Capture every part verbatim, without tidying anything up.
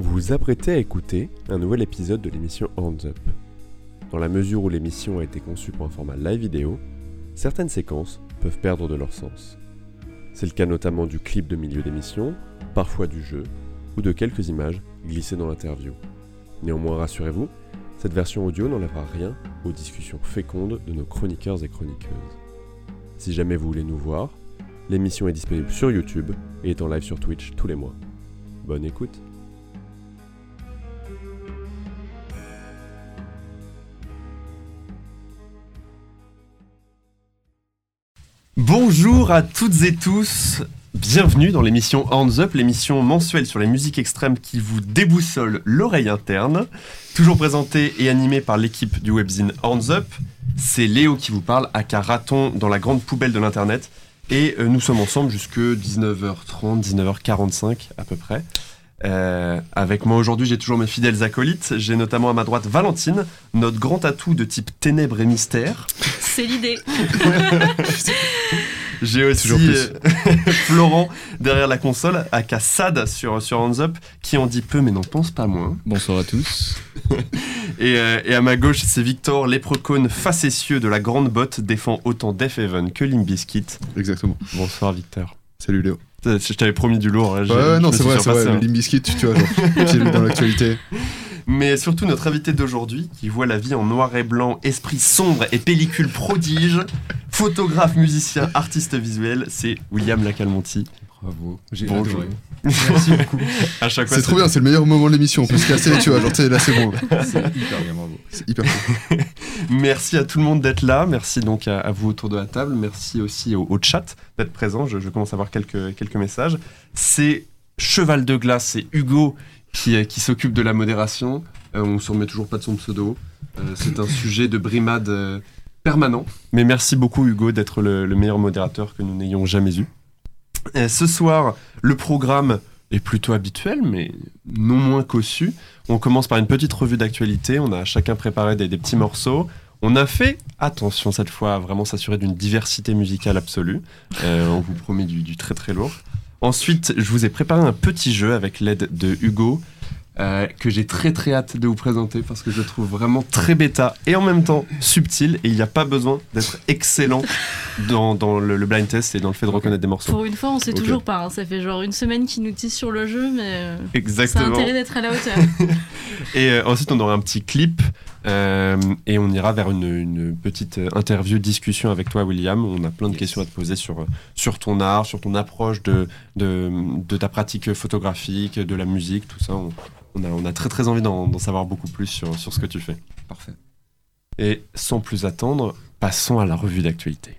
Vous vous apprêtez à écouter un nouvel épisode de l'émission Hands Up. Dans la mesure où l'émission a été conçue pour un format live vidéo, certaines séquences peuvent perdre de leur sens. C'est le cas notamment du clip de milieu d'émission, parfois du jeu, ou de quelques images glissées dans l'interview. Néanmoins, rassurez-vous, cette version audio n'enlèvera rien aux discussions fécondes de nos chroniqueurs et chroniqueuses. Si jamais vous voulez nous voir, l'émission est disponible sur YouTube et est en live sur Twitch tous les mois. Bonne écoute. Bonjour à toutes et tous, bienvenue dans l'émission Hands Up, l'émission mensuelle sur les musiques extrêmes qui vous déboussole l'oreille interne. Toujours présentée et animée par l'équipe du webzine Hands Up, c'est Léo qui vous parle, aka Raton dans la grande poubelle de l'internet. Et euh, nous sommes ensemble jusque dix-neuf heures trente, dix-neuf heures quarante-cinq à peu près. Euh, avec moi aujourd'hui, j'ai toujours mes fidèles acolytes. J'ai notamment à ma droite Valentine, notre grand atout de type ténèbres et mystère. C'est l'idée. J'ai aussi euh, Florent derrière la console, aka Sad sur, sur Hands Up, qui en dit peu mais n'en pense pas moins. Bonsoir à tous. et, euh, et à ma gauche, c'est Victor, léprechaune facétieux de la grande botte, défend autant Death Heaven que Limp Bizkit. Exactement. Bonsoir Victor. Salut Léo. Je t'avais promis du lourd. Là, ouais, non, c'est vrai, c'est vrai. Limp Bizkit, tu vois, genre, pied dans l'actualité. Mais surtout notre invité d'aujourd'hui, qui voit la vie en noir et blanc, esprit sombre et pellicule prodige, photographe, musicien, artiste visuel, c'est William Lacalmonti. Bravo, j'ai Bonjour. adoré. Merci beaucoup. À chaque fois, c'est, c'est trop bien, c'est le meilleur moment de l'émission. On peut se casser, tu vois, genre, là c'est bon. C'est hyper bien, bravo. C'est hyper cool. Merci à tout le monde d'être là, merci donc à, à vous autour de la table, merci aussi au, au chat d'être présent, je, je commence à avoir quelques, quelques messages. C'est Cheval de Glace, c'est Hugo qui, qui s'occupe de la modération, euh, on ne se remet toujours pas de son pseudo, euh, c'est un sujet de brimade euh, permanent. Mais merci beaucoup Hugo d'être le, le meilleur modérateur que nous n'ayons jamais eu. Et ce soir, le programme est plutôt habituel, mais non moins cossu. On commence par une petite revue d'actualité, on a chacun préparé des, des petits morceaux. On a fait, attention cette fois, à vraiment s'assurer d'une diversité musicale absolue. Euh, on vous promet du, du très très lourd. Ensuite, je vous ai préparé un petit jeu avec l'aide de Hugo, euh, que j'ai très très hâte de vous présenter parce que je le trouve vraiment très bêta et en même temps subtil, et il n'y a pas besoin d'être excellent dans, dans le, le blind test et dans le fait de reconnaître des morceaux. Pour une fois, on sait okay. toujours pas, hein. Ça fait genre une semaine qu'ils nous tissent sur le jeu, mais exactement. Ça a intérêt d'être à la hauteur. Et euh, ensuite, on aura un petit clip euh, et on ira vers une, une petite interview, discussion avec toi, William. On a plein de yes. questions à te poser sur, sur ton art, sur ton approche de, de, de ta pratique photographique, de la musique, tout ça. On, on, a, on a très très envie d'en, d'en savoir beaucoup plus sur, sur ce que tu fais. Parfait. Et sans plus attendre, passons à la revue d'actualité.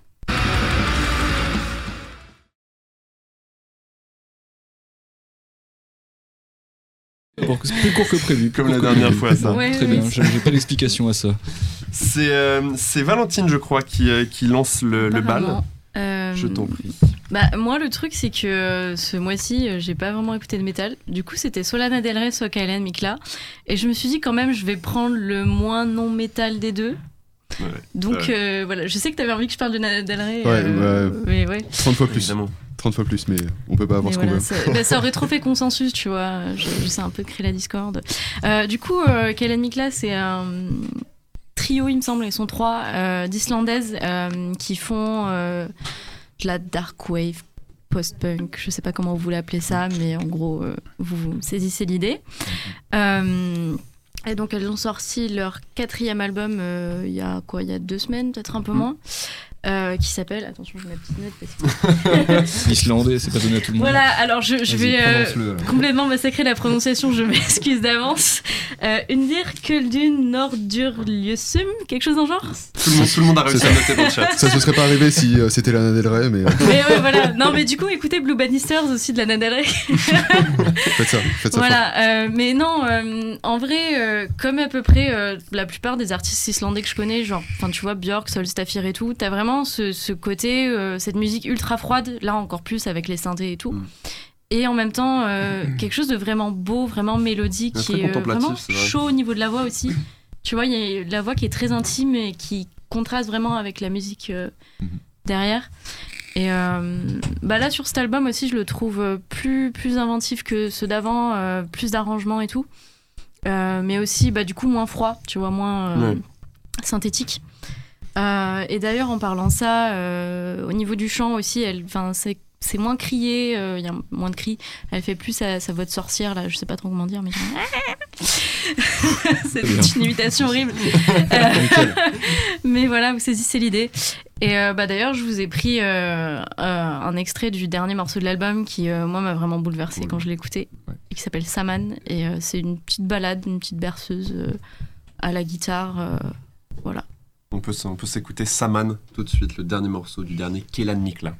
Plus court que prévu. Comme la dernière prévu. fois, ça. Ouais, Très oui, bien, j'ai, j'ai pas d'explication à ça. C'est, euh, c'est Valentine, je crois, qui, euh, qui lance le, le bal. Euh, je t'en prie. Bah, moi, le truc, c'est que euh, ce mois-ci, euh, j'ai pas vraiment écouté de métal. Du coup, c'était soit Lana Del Rey, soit Kylian Mikla. Et je me suis dit, quand même, je vais prendre le moins non-métal des deux. Ouais, Donc, ouais. Euh, voilà. Je sais que t'avais envie que je parle de Lana Del Rey. Ouais, euh, ouais. Mais ouais. trente fois plus. Évidemment. trente fois plus, mais on peut pas avoir mais ce voilà, qu'on veut. Ça, bah, ça aurait trop fait consensus, tu vois. Je, je sais un peu créer la discorde. Euh, du coup, euh, Kylian Mikla, c'est un trio, il me semble. Ils sont trois euh, d'Islandaises euh, qui font euh, de la dark wave, post-punk. Je sais pas comment vous voulez appeler ça, mais en gros, euh, vous, vous saisissez l'idée. Euh, et donc, elles ont sorti leur quatrième album euh, il y a quoi, il y a deux semaines, peut-être un peu moins. Euh, qui s'appelle, attention, je mets ma petite note parce que... L'islandais, c'est pas donné à tout le monde. Voilà, alors je, je vais euh, complètement massacrer la prononciation, je m'excuse d'avance. Euh, Undir Kuldun Nordurliusum, quelque chose dans le genre. Tout le monde, tout le monde a réussi à noter dans le chat. Ça se serait pas arrivé si euh, c'était Lana Del Rey, mais... mais ouais, voilà. Non, mais du coup, écoutez Blue Bannisters aussi de Lana Del Rey. Faites ça, faites ça. Voilà, euh, mais non, euh, en vrai, euh, comme à peu près euh, la plupart des artistes islandais que je connais, genre, enfin, tu vois, Björk, Solstafir et tout, t'as vraiment Ce, ce côté, euh, cette musique ultra froide, là encore plus avec les synthés et tout. Mm. Et en même temps, euh, mm. quelque chose de vraiment beau, vraiment mélodique, qui est euh, vraiment chaud au niveau de la voix aussi. Tu vois, il y a la voix qui est très intime et qui contraste vraiment avec la musique euh, mm. derrière. Et euh, bah là, sur cet album aussi, je le trouve plus, plus inventif que ceux d'avant, euh, plus d'arrangements et tout. Euh, mais aussi, bah, du coup, moins froid, tu vois, moins euh, ouais. synthétique. Euh, et d'ailleurs, en parlant de ça, euh, au niveau du chant aussi, elle, c'est, c'est moins crié, il euh, y a moins de cris. Elle fait plus sa, sa voix de sorcière, là, je sais pas trop comment dire, mais... c'est une imitation horrible. euh, mais voilà, vous saisissez l'idée. Et euh, bah, d'ailleurs, je vous ai pris euh, euh, un extrait du dernier morceau de l'album qui, euh, moi, m'a vraiment bouleversée ouais. quand je l'ai écouté, ouais. et qui s'appelle Saman. Et euh, c'est une petite balade, une petite berceuse euh, à la guitare. Euh, voilà. On peut, on peut s'écouter Saman tout de suite, le dernier morceau du dernier Kelan Mikla.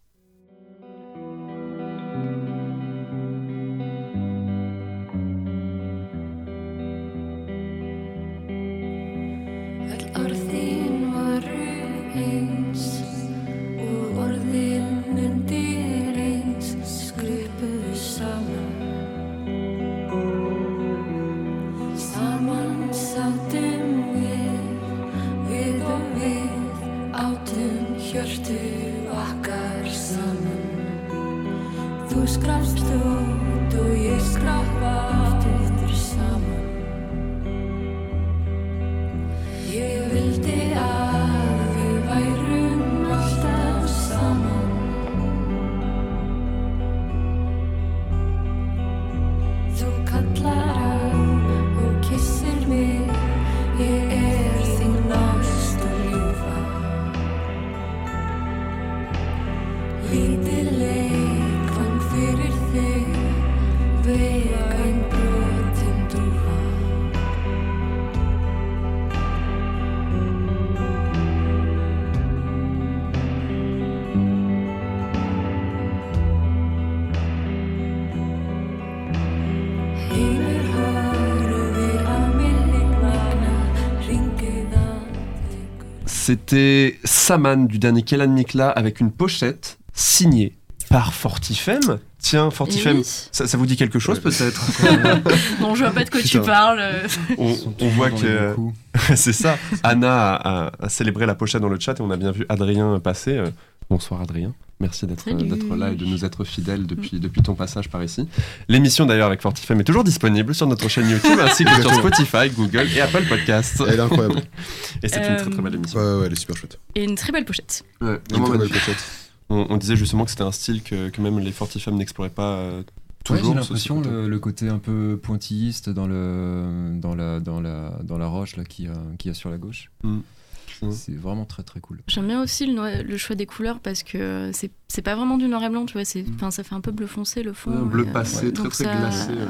C'était Saman du dernier Kelan Mikla avec une pochette signée par Fortifem. Tiens, Fortifem, oui. ça, ça vous dit quelque chose ouais, peut-être? Non, je vois pas de quoi tu parles. On, on voit que c'est ça. Anna a, a, a célébré la pochette dans le chat et on a bien vu Adrien passer. Bonsoir Adrien. Merci d'être, d'être là et de nous être fidèle depuis, depuis ton passage par ici. L'émission d'ailleurs avec Fortifem est toujours disponible sur notre chaîne YouTube ainsi que sur Spotify, Google et Apple Podcasts. Elle est incroyable. Et c'est euh... une très très belle émission. Ouais, ouais, elle est super chouette. Et une très belle pochette. Ouais, vraiment une très belle pochette. On, on disait justement que c'était un style que, que même les Fortifem n'exploraient pas euh, toujours. Ouais, j'ai l'impression le, le côté un peu pointilliste dans, le, dans, la, dans, la, dans la roche là, qu'il y a, qu'il y a sur la gauche. Mm. C'est vraiment très très cool. J'aime bien aussi le, noir, le choix des couleurs parce que c'est, c'est pas vraiment du noir et blanc, tu vois, c'est, mm. ça fait un peu bleu foncé le fond. Un bleu passé, euh, très très ça, glacé. Euh.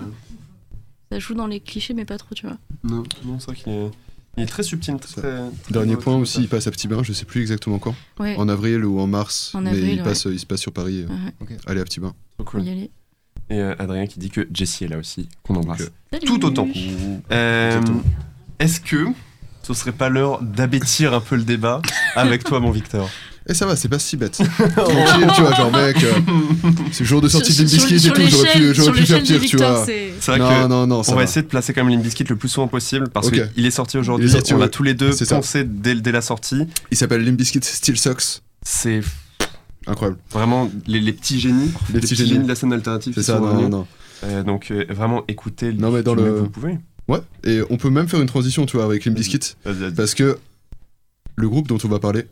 Ça joue dans les clichés mais pas trop, tu vois. Non, non c'est vrai qu'il est, il est très subtil. Très, très, Dernier point aussi, il passe à Petit Bain, je sais plus exactement quand. Ouais. En avril ou en mars, en avril, mais il, ouais. passe, il se passe sur Paris. Ouais. Okay. Allez à Petit Bain. Trop cool. Y aller. Et euh, Adrien qui dit que Jessie est là aussi, qu'on embrasse. Okay. Tout autant. Euh, est-ce que ce serait pas l'heure d'abêtir un peu le débat avec toi, mon Victor? Et ça va, c'est pas si bête. Tranquille, tu vois, genre mec, euh, c'est le jour de sortie de Limp Bizkit et tout, j'aurais pu, j'aurais pu faire pire, tu vois. C'est, c'est vrai non, que non, non, on va, va essayer de placer quand même Limp Bizkit le plus souvent possible parce okay. qu'il est sorti aujourd'hui, est sorti, on ouais. a tous les deux c'est pensé dès, dès la sortie. Il s'appelle Limp Bizkit Still Sucks. C'est incroyable. Vraiment les, les petits génies, les, les petits, petits génies de la scène alternative. C'est ça, non, non, non. Euh, donc euh, vraiment écoutez non, mais dans le... vous pouvez. Ouais, et on peut même faire une transition, tu vois, avec Limp Bizkit, parce que le groupe dont on va parler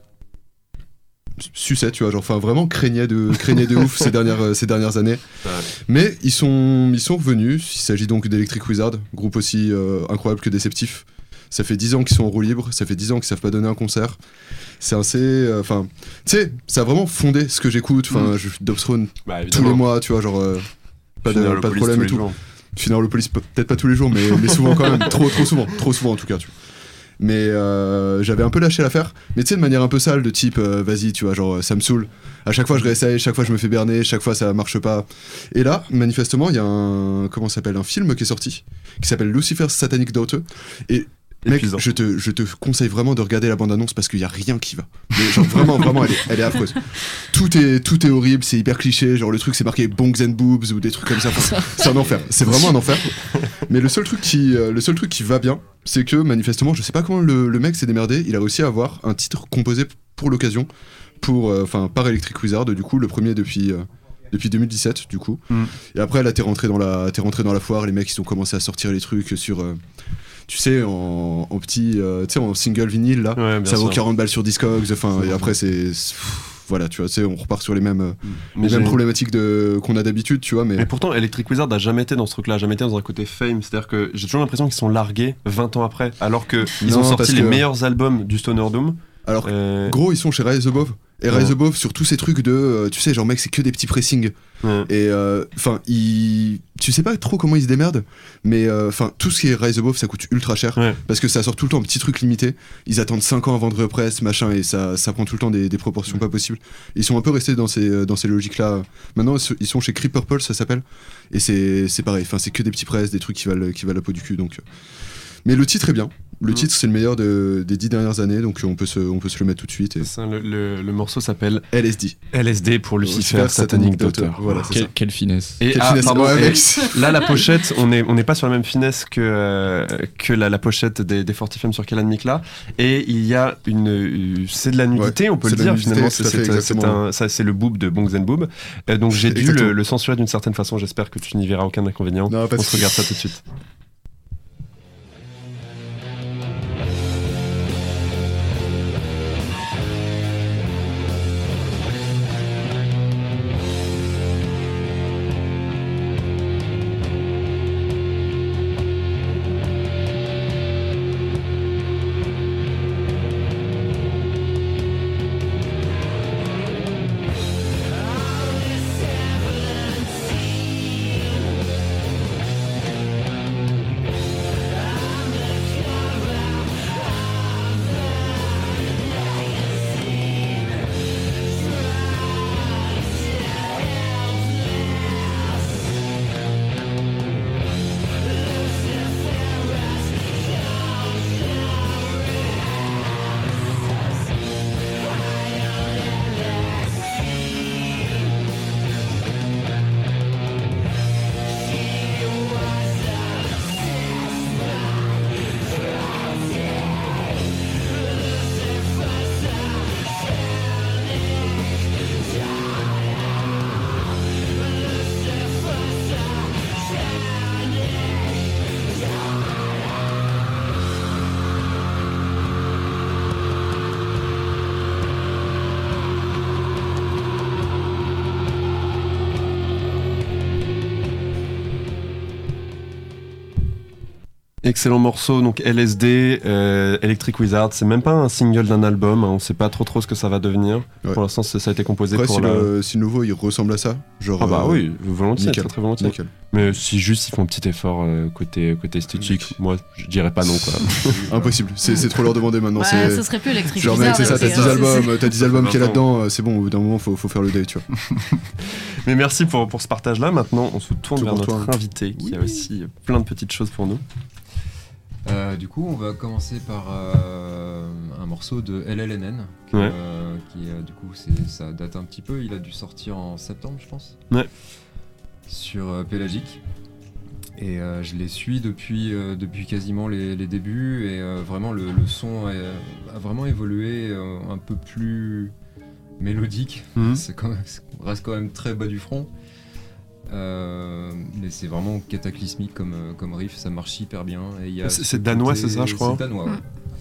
suçait, tu vois, genre, enfin vraiment craignait de, craignait de ouf ces dernières, ces dernières années. Ouais. Mais ils sont, ils sont revenus. Il s'agit donc d'Electric Wizard, groupe aussi euh, incroyable que déceptif. Ça fait dix ans qu'ils sont en roue libre, ça fait dix ans qu'ils savent pas donner un concert. C'est assez, enfin, euh, tu sais, ça a vraiment fondé ce que j'écoute. Enfin, mm. je Dubsthrone bah, tous les mois, tu vois, genre euh, pas de, pas de problème et tout. Finir le police peut-être pas tous les jours, mais, mais souvent quand même, trop trop souvent, trop souvent en tout cas. Tu vois. Mais euh, j'avais un peu lâché l'affaire, mais tu sais de manière un peu sale, de type euh, vas-y, tu vois, genre ça me saoule. À chaque fois je réessaye, chaque fois je me fais berner, chaque fois ça marche pas. Et là, manifestement, il y a un comment ça s'appelle un film qui est sorti, qui s'appelle Lucifer's Satanic Daughter. Et mec, je te, je te conseille vraiment de regarder la bande-annonce parce qu'il y a rien qui va. Mais genre vraiment, vraiment, elle est, elle est affreuse. Tout est, tout est horrible, c'est hyper cliché. Genre le truc, c'est marqué bongs and boobs ou des trucs comme ça. Enfin, c'est un enfer. C'est vraiment un enfer. Mais le seul truc qui, euh, le seul truc qui va bien, c'est que manifestement, je sais pas comment le, le mec s'est démerdé. Il a réussi à avoir un titre composé pour l'occasion pour, enfin, par Electric Wizard, du coup, le premier depuis. Euh, Depuis deux mille dix-sept, du coup. Mm. Et après, là, t'es rentré dans la, t'es rentré dans la foire. Les mecs, ils ont commencé à sortir les trucs sur, euh, tu sais, en, en petit, euh, tu sais, en single vinyle là. Ouais, ça vaut quarante balles sur Discogs. Enfin, et après, c'est, c'est pff, voilà, tu vois, tu sais, on repart sur les mêmes, mm. les mêmes problématiques de, qu'on a d'habitude, tu vois. Mais... mais pourtant, Electric Wizard n'a jamais été dans ce truc-là, jamais été dans un côté fame. C'est-à-dire que j'ai toujours l'impression qu'ils sont largués vingt ans après, alors que ils ont sorti les que... meilleurs albums du Stoner Doom. Alors, euh... gros, ils sont chez Rise Above. Et Rise ouais. Above, sur tous ces trucs de, euh, tu sais, genre mec, c'est que des petits pressings. Ouais. Et enfin, euh, ils... tu sais pas trop comment ils se démerdent, mais enfin, euh, tout ce qui est Rise Above, ça coûte ultra cher. Ouais. Parce que ça sort tout le temps en petits trucs limités. Ils attendent cinq ans avant de represse, machin, et ça, ça prend tout le temps des, des proportions ouais. pas possibles. Ils sont un peu restés dans ces, dans ces logiques-là. Maintenant, ils sont chez Creep Purple, ça s'appelle. Et c'est, c'est pareil, enfin, c'est que des petits presses, des trucs qui valent, qui valent la peau du cul. Donc. Mais le titre est bien. Le mmh. titre, c'est le meilleur de, des dix dernières années, donc on peut se, on peut se le mettre tout de suite. Et... Ça, le, le, le morceau s'appelle L S D. L S D pour Lucifer, Satanic Daughter. Voilà, c'est quelle, ça. Quelle finesse. Et, quelle ah, finesse. Pardon, ouais, et là, la pochette, on n'est on est pas sur la même finesse que, euh, que la, la pochette des, des Fortifem sur Kellan Mikla. Et il y a une. C'est de la nudité, ouais, on peut le dire, finalement. C'est, c'est, c'est, un, ça, c'est le boob de Bongs and Boob. Euh, donc j'ai dû le, le censurer d'une certaine façon. J'espère que tu n'y verras aucun inconvénient. Non, on se regarde ça tout de suite. Excellent morceau, donc L S D, euh, Electric Wizard, c'est même pas un single d'un album, hein, on sait pas trop trop ce que ça va devenir. Ouais. Pour l'instant, ça a été composé Après, pour si la... le, si le nouveau il ressemble à ça, genre. Ah bah euh, oui, volontiers, nickel. très très volontiers. Nickel. Mais si juste ils font un petit effort euh, côté, côté esthétique, oui. moi je dirais pas non quoi. Impossible, c'est, c'est trop leur demander maintenant. Ouais, c'est... ça serait plus Electric Genre, Wizard. mec, c'est ça, t'as dix albums, t'as dix albums qui est là-dedans, c'est bon, au bout d'un moment faut, faut faire le deuil, tu vois. Mais merci pour, pour ce partage-là. Maintenant, on se tourne Tout vers notre toi. invité qui oui. a aussi plein de petites choses pour nous. Euh, du coup, on va commencer par euh, un morceau de L L N N, que, ouais. euh, qui euh, du coup, c'est, ça date un petit peu. Il a dû sortir en septembre, je pense, ouais. sur euh, Pelagic. Et euh, je les suis depuis, euh, depuis quasiment les, les débuts. Et euh, vraiment, le, le son a, a vraiment évolué, euh, un peu plus mélodique. Mmh. C'est quand même, c'est, reste quand même très bas du front. Euh, mais c'est vraiment cataclysmique comme, comme riff, ça marche hyper bien. Et y a c'est, c'est danois, c'est ça, je crois. C'est danois, ouais.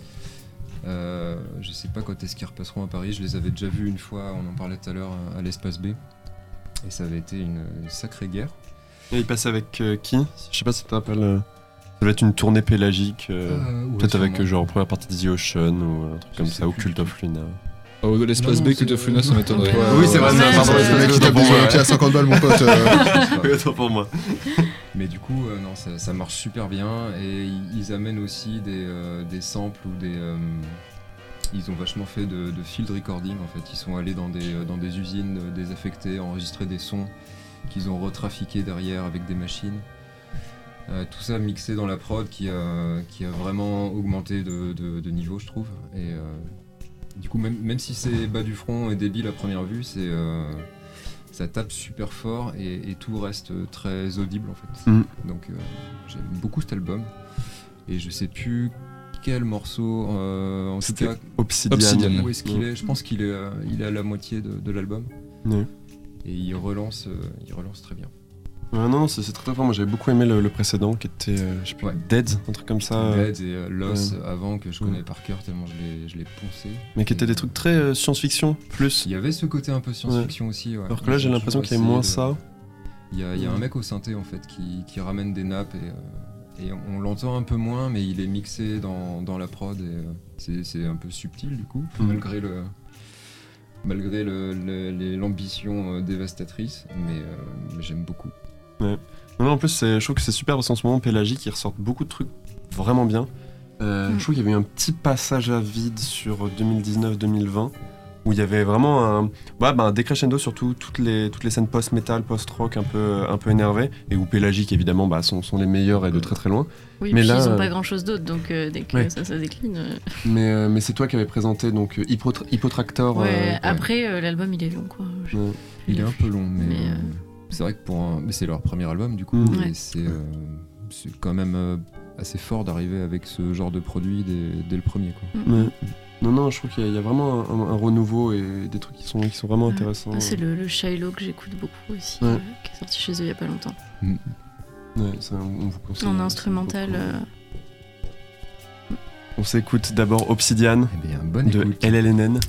Euh, je sais pas quand est-ce qu'ils repasseront à Paris, je les avais déjà vus une fois, on en parlait tout à l'heure, à l'Espace B. Et ça avait été une, une sacrée guerre. Et ils passaient avec euh, qui ? Je sais pas si tu te rappelles. Euh, ça devait être une tournée pélagique, euh, euh, ouais, peut-être avec genre première partie de The Ocean ou un truc je comme ça, ou Cult of Luna. Oh, de l'espace B, Cult of Luna, ça m'étonnerait. Ouais, oui, c'est vrai, ouais, pardon, le mec qui tape des pieds à cinquante balles, mon pote. Euh... Attends pour moi. Mais du coup, euh, non, ça, ça marche super bien et ils, ils amènent aussi des, euh, des samples ou des. Euh, ils ont vachement fait de, de field recording en fait. Ils sont allés dans des, dans des usines désaffectées, enregistrer des sons qu'ils ont retrafiqués derrière avec des machines. Euh, tout ça mixé dans la prod qui a, qui a vraiment augmenté de, de, de niveau, je trouve. Et, euh, du coup, même, même si c'est bas du front et débile à première vue, c'est, euh, ça tape super fort et, et tout reste très audible en fait. Mm. Donc euh, j'aime beaucoup cet album et je sais plus quel morceau. Euh, en tout C'était cas, Obsidian. Obsidian. où est-ce qu'il est Je pense qu'il est, euh, il est à la moitié de, de l'album. Ouais. Et il relance, euh, il relance très bien. Ouais, non, c'est, c'est très très fort. Moi, j'avais beaucoup aimé le, le précédent qui était, euh, je sais plus, Ouais. Dead, un truc comme ça. Dead et euh, Loss ouais. avant que je connais Ouais. par cœur tellement je l'ai, je l'ai poncé. Mais qui étaient des trucs très euh, science-fiction, plus. Il y avait ce côté un peu science-fiction aussi. Ouais. Alors que là, j'ai Ils ont l'impression toujours qu'il y a moins essayé ça. de- Il y a, il y a un mec au synthé en fait qui, qui ramène des nappes et, euh, et on l'entend un peu moins, mais il est mixé dans, dans la prod et euh, c'est, c'est un peu subtil du coup, Mm. malgré le malgré le, le- les- l'ambition euh, dévastatrice, mais, euh, mais j'aime beaucoup. Non, non, en plus, c'est, je trouve que c'est super parce qu'en ce moment, Pélagie qui ressortent beaucoup de trucs vraiment bien. Euh, Mm. Je trouve qu'il y avait eu un petit passage à vide sur deux mille dix-neuf deux mille vingt où il y avait vraiment un, ouais, bah, un décrescendo sur tout- toutes, les, toutes les scènes post-metal, post-rock un peu, un peu énervées et où Pélagique évidemment bah, sont, sont les meilleurs et de très très loin. Oui, Mais puis là, ils ont euh, pas grand chose d'autre, donc euh, dès que ouais. ça, ça décline. euh, Mais, euh, mais c'est toi qui avais présenté donc euh, Hippo- Hippotractor. Ouais, euh, après, euh, l'album il est long quoi. Je- ouais. Il est un peu long, mais, Mais, euh, euh, c'est vrai que pour un, mais c'est leur premier album du coup, Mm. et Ouais. c'est, euh, c'est quand même euh, assez fort d'arriver avec ce genre de produit dès, dès le premier quoi. Mm. Ouais. Non, non, je trouve qu'il y a, il y a vraiment un, un renouveau et des trucs qui sont, qui sont vraiment Ouais. intéressants. Ah, c'est le, le Shiloh que j'écoute beaucoup aussi, Ouais. euh, qui est sorti chez eux il y a pas longtemps. Ouais, ça, on vous conseille. En instrumental. beaucoup. euh, On s'écoute d'abord Obsidian Eh bien, bonne de écoute. L L N N.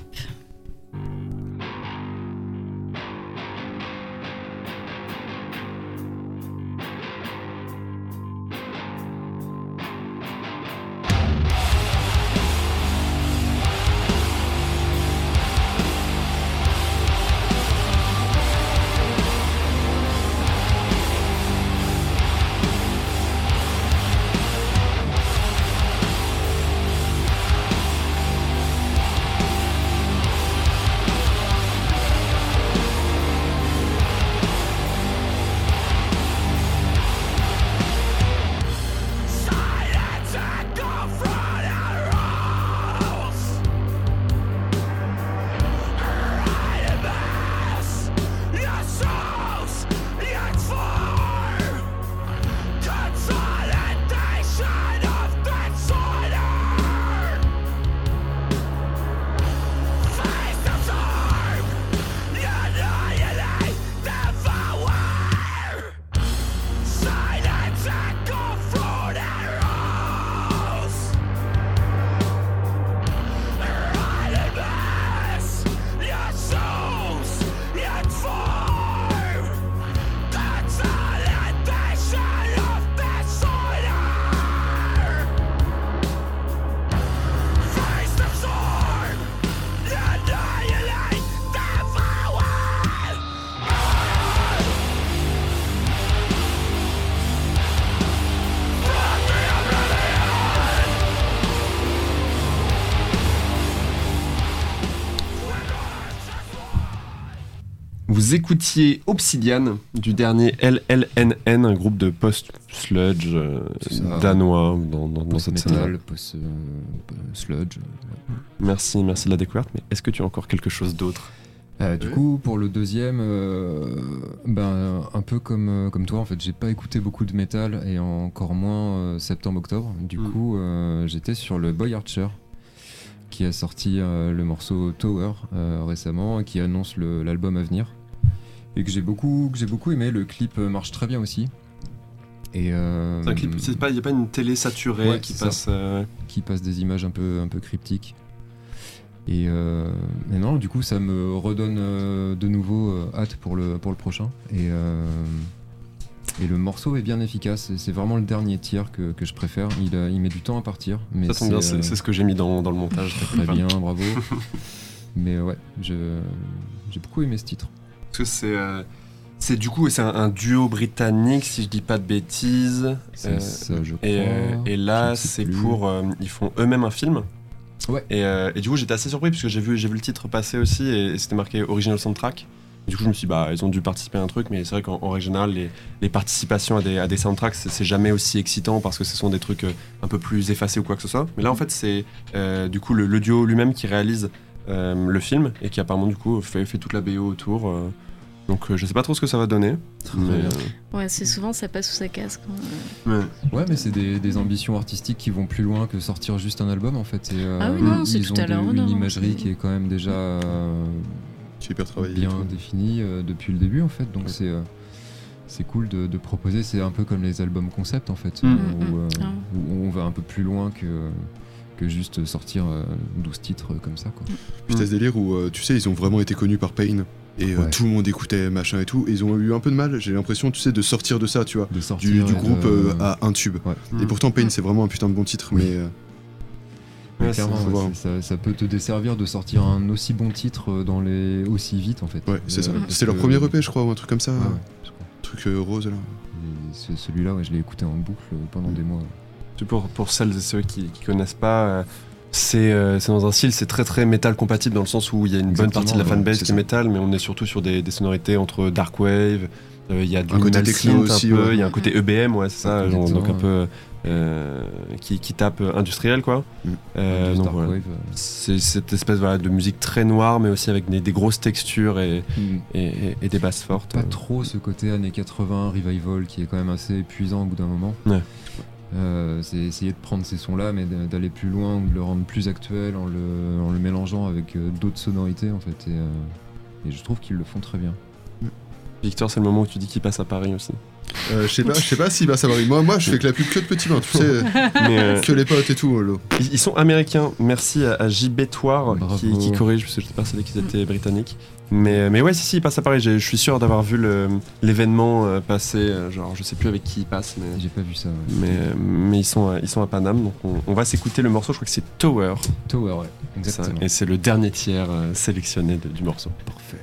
Vous écoutiez Obsidian du dernier L L N N, un groupe de post-sludge euh, C'est ça. danois dans, dans, dans cette scène. Post-metal, post-sludge. Merci, merci de la découverte, mais est-ce que tu as encore quelque chose d'autre? Euh, du Ouais. coup, pour le deuxième, euh, ben, un peu comme, euh, comme toi, en fait, j'ai pas écouté beaucoup de métal et encore moins euh, septembre-octobre. Du Mm. coup, euh, j'étais sur le Boy Archer qui a sorti euh, le morceau Tower euh, récemment et qui annonce le- l'album à venir et que j'ai beaucoup, que j'ai beaucoup aimé. Le clip euh, marche très bien aussi. Et euh, C'est un clip, c'est pas, il n'y a pas une télé saturée Ouais, qui c'est passe. euh, qui passe des images un peu, un peu cryptiques. Et, euh, et non, du coup, ça me redonne euh, de nouveau euh, hâte pour le, pour le prochain. Et, euh, et le morceau est bien efficace. C'est vraiment le dernier tiers que, que je préfère. Il, a- il met du temps à partir. Mais Ça tombe bien, c'est euh, c'est ce que j'ai mis dans, dans le montage. très bien, bravo. Mais ouais, je- j'ai beaucoup aimé ce titre. Parce que c'est. euh, c'est du coup c'est un, un duo britannique, si je dis pas de bêtises. C'est Euh, ça, je crois. Et, euh, et là, Je ne sais c'est plus. pour. euh, ils font eux-mêmes un film. Ouais. Et, euh, et du coup, j'étais assez surpris parce que j'ai vu, j'ai vu le titre passer aussi et, et c'était marqué Original Soundtrack. Et du coup, je me suis dit, bah, ils ont dû participer à un truc, mais c'est vrai qu'en en régional, les, les participations à des, à des soundtracks, c'est c'est jamais aussi excitant parce que ce sont des trucs euh, un peu plus effacés ou quoi que ce soit. Mais là, en fait, c'est euh, du coup le, le duo lui-même qui réalise euh, le film et qui apparemment, du coup, fait, fait toute la B O autour. euh. Donc euh, je sais pas trop ce que ça va donner. Mais, euh... Ouais, c'est souvent ça passe sous sa casse. Quand... Ouais. ouais, mais c'est des, des ambitions artistiques qui vont plus loin que sortir juste un album en fait. Et, euh, ah oui, non, c'est ils tout ont à leur de, honneur. une imagerie qui est quand même déjà euh, qui est hyper travaillée, bien définie euh, depuis le début en fait. Donc ouais. c'est euh, c'est cool de, de proposer. C'est un peu comme les albums concept en fait, mmh. où, euh, ah. où on va un peu plus loin que que juste sortir euh, douze titres comme ça quoi. Puis t'as ce délire où euh, tu sais ils ont vraiment été connus par Pain. Et euh, ouais. tout le monde écoutait machin et tout. Et ils ont eu un peu de mal, j'ai l'impression, tu sais, de sortir de ça, tu vois, de du, du groupe de... euh, à un tube. Ouais. Et pourtant, Pain, c'est vraiment un putain de bon titre, oui. mais. Euh... Ouais, clairement, ouais, ça, ça peut te desservir de sortir un aussi bon titre dans les aussi vite en fait. Ouais, c'est ça. Euh, C'était leur premier E P, je crois, ou un truc comme ça. Ouais, un ouais. truc euh, rose là. Et celui-là, ouais, je l'ai écouté en boucle pendant mmh. des mois. Pour, pour celles et ceux qui, qui connaissent pas. Euh... C'est, euh, c'est dans un style, c'est très très métal compatible dans le sens où il y a une Exactement, bonne partie de la ouais, fanbase qui est ça. métal, mais on est surtout sur des, des sonorités entre dark wave, il euh, y a du un côté techno aussi, un peu, il ouais. y a un côté E B M, ouais, c'est ça, genre, donc un ouais. peu euh, qui, qui tape industriel quoi. Mm. Euh, donc, voilà. wave, c'est cette espèce voilà, de musique très noire, mais aussi avec des, des grosses textures et, mm. et, et, et des basses fortes. Pas euh. trop ce côté années quatre-vingts revival qui est quand même assez épuisant au bout d'un moment. Ouais. Euh, c'est essayer de prendre ces sons là mais d'aller plus loin ou de le rendre plus actuel en le, en le mélangeant avec euh, d'autres sonorités en fait et, euh, et je trouve qu'ils le font très bien. Victor, c'est le moment où tu dis qu'il passe à Paris aussi. Euh, je sais pas, je sais pas s'il va savoir. Moi, moi, je fais que la pub que de petits bains, tu sais, mais euh, que les potes et tout. Là. Ils, ils sont américains. Merci à, à J B Toire qui, qui corrige parce que je sais pas qu'ils étaient britanniques. Mais, mais ouais, si, si, il passe à Paris. Je suis sûr d'avoir vu le, l'événement euh, passer. Euh, genre, je sais plus avec qui il passe, mais j'ai pas vu ça. Ouais. Mais, mais ils sont, euh, ils sont à Paname, donc on, on va s'écouter le morceau. Je crois que c'est Tower. Tower, ouais, exactement. Ça, et c'est le dernier tiers euh, sélectionné de, du morceau. Parfait.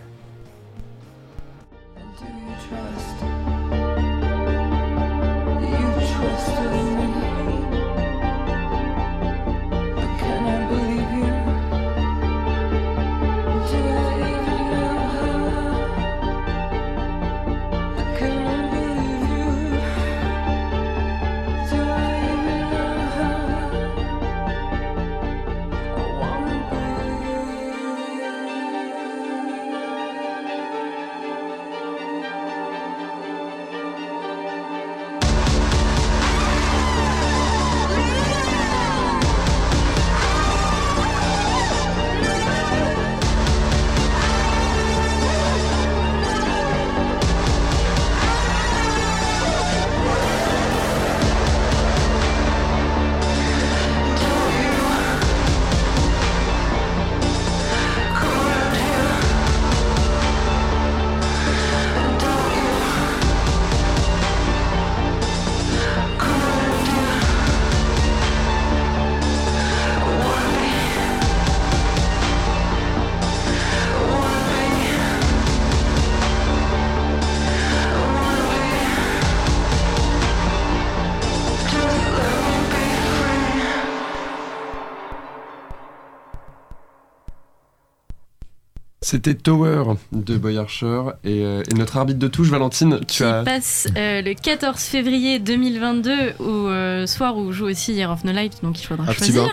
C'était Tower de Boy Archer et, euh, et notre arbitre de touche, Valentine, tu qui as... passe euh, le quatorze février deux mille vingt-deux au euh, soir où joue aussi Year of No Light, donc il faudra à choisir.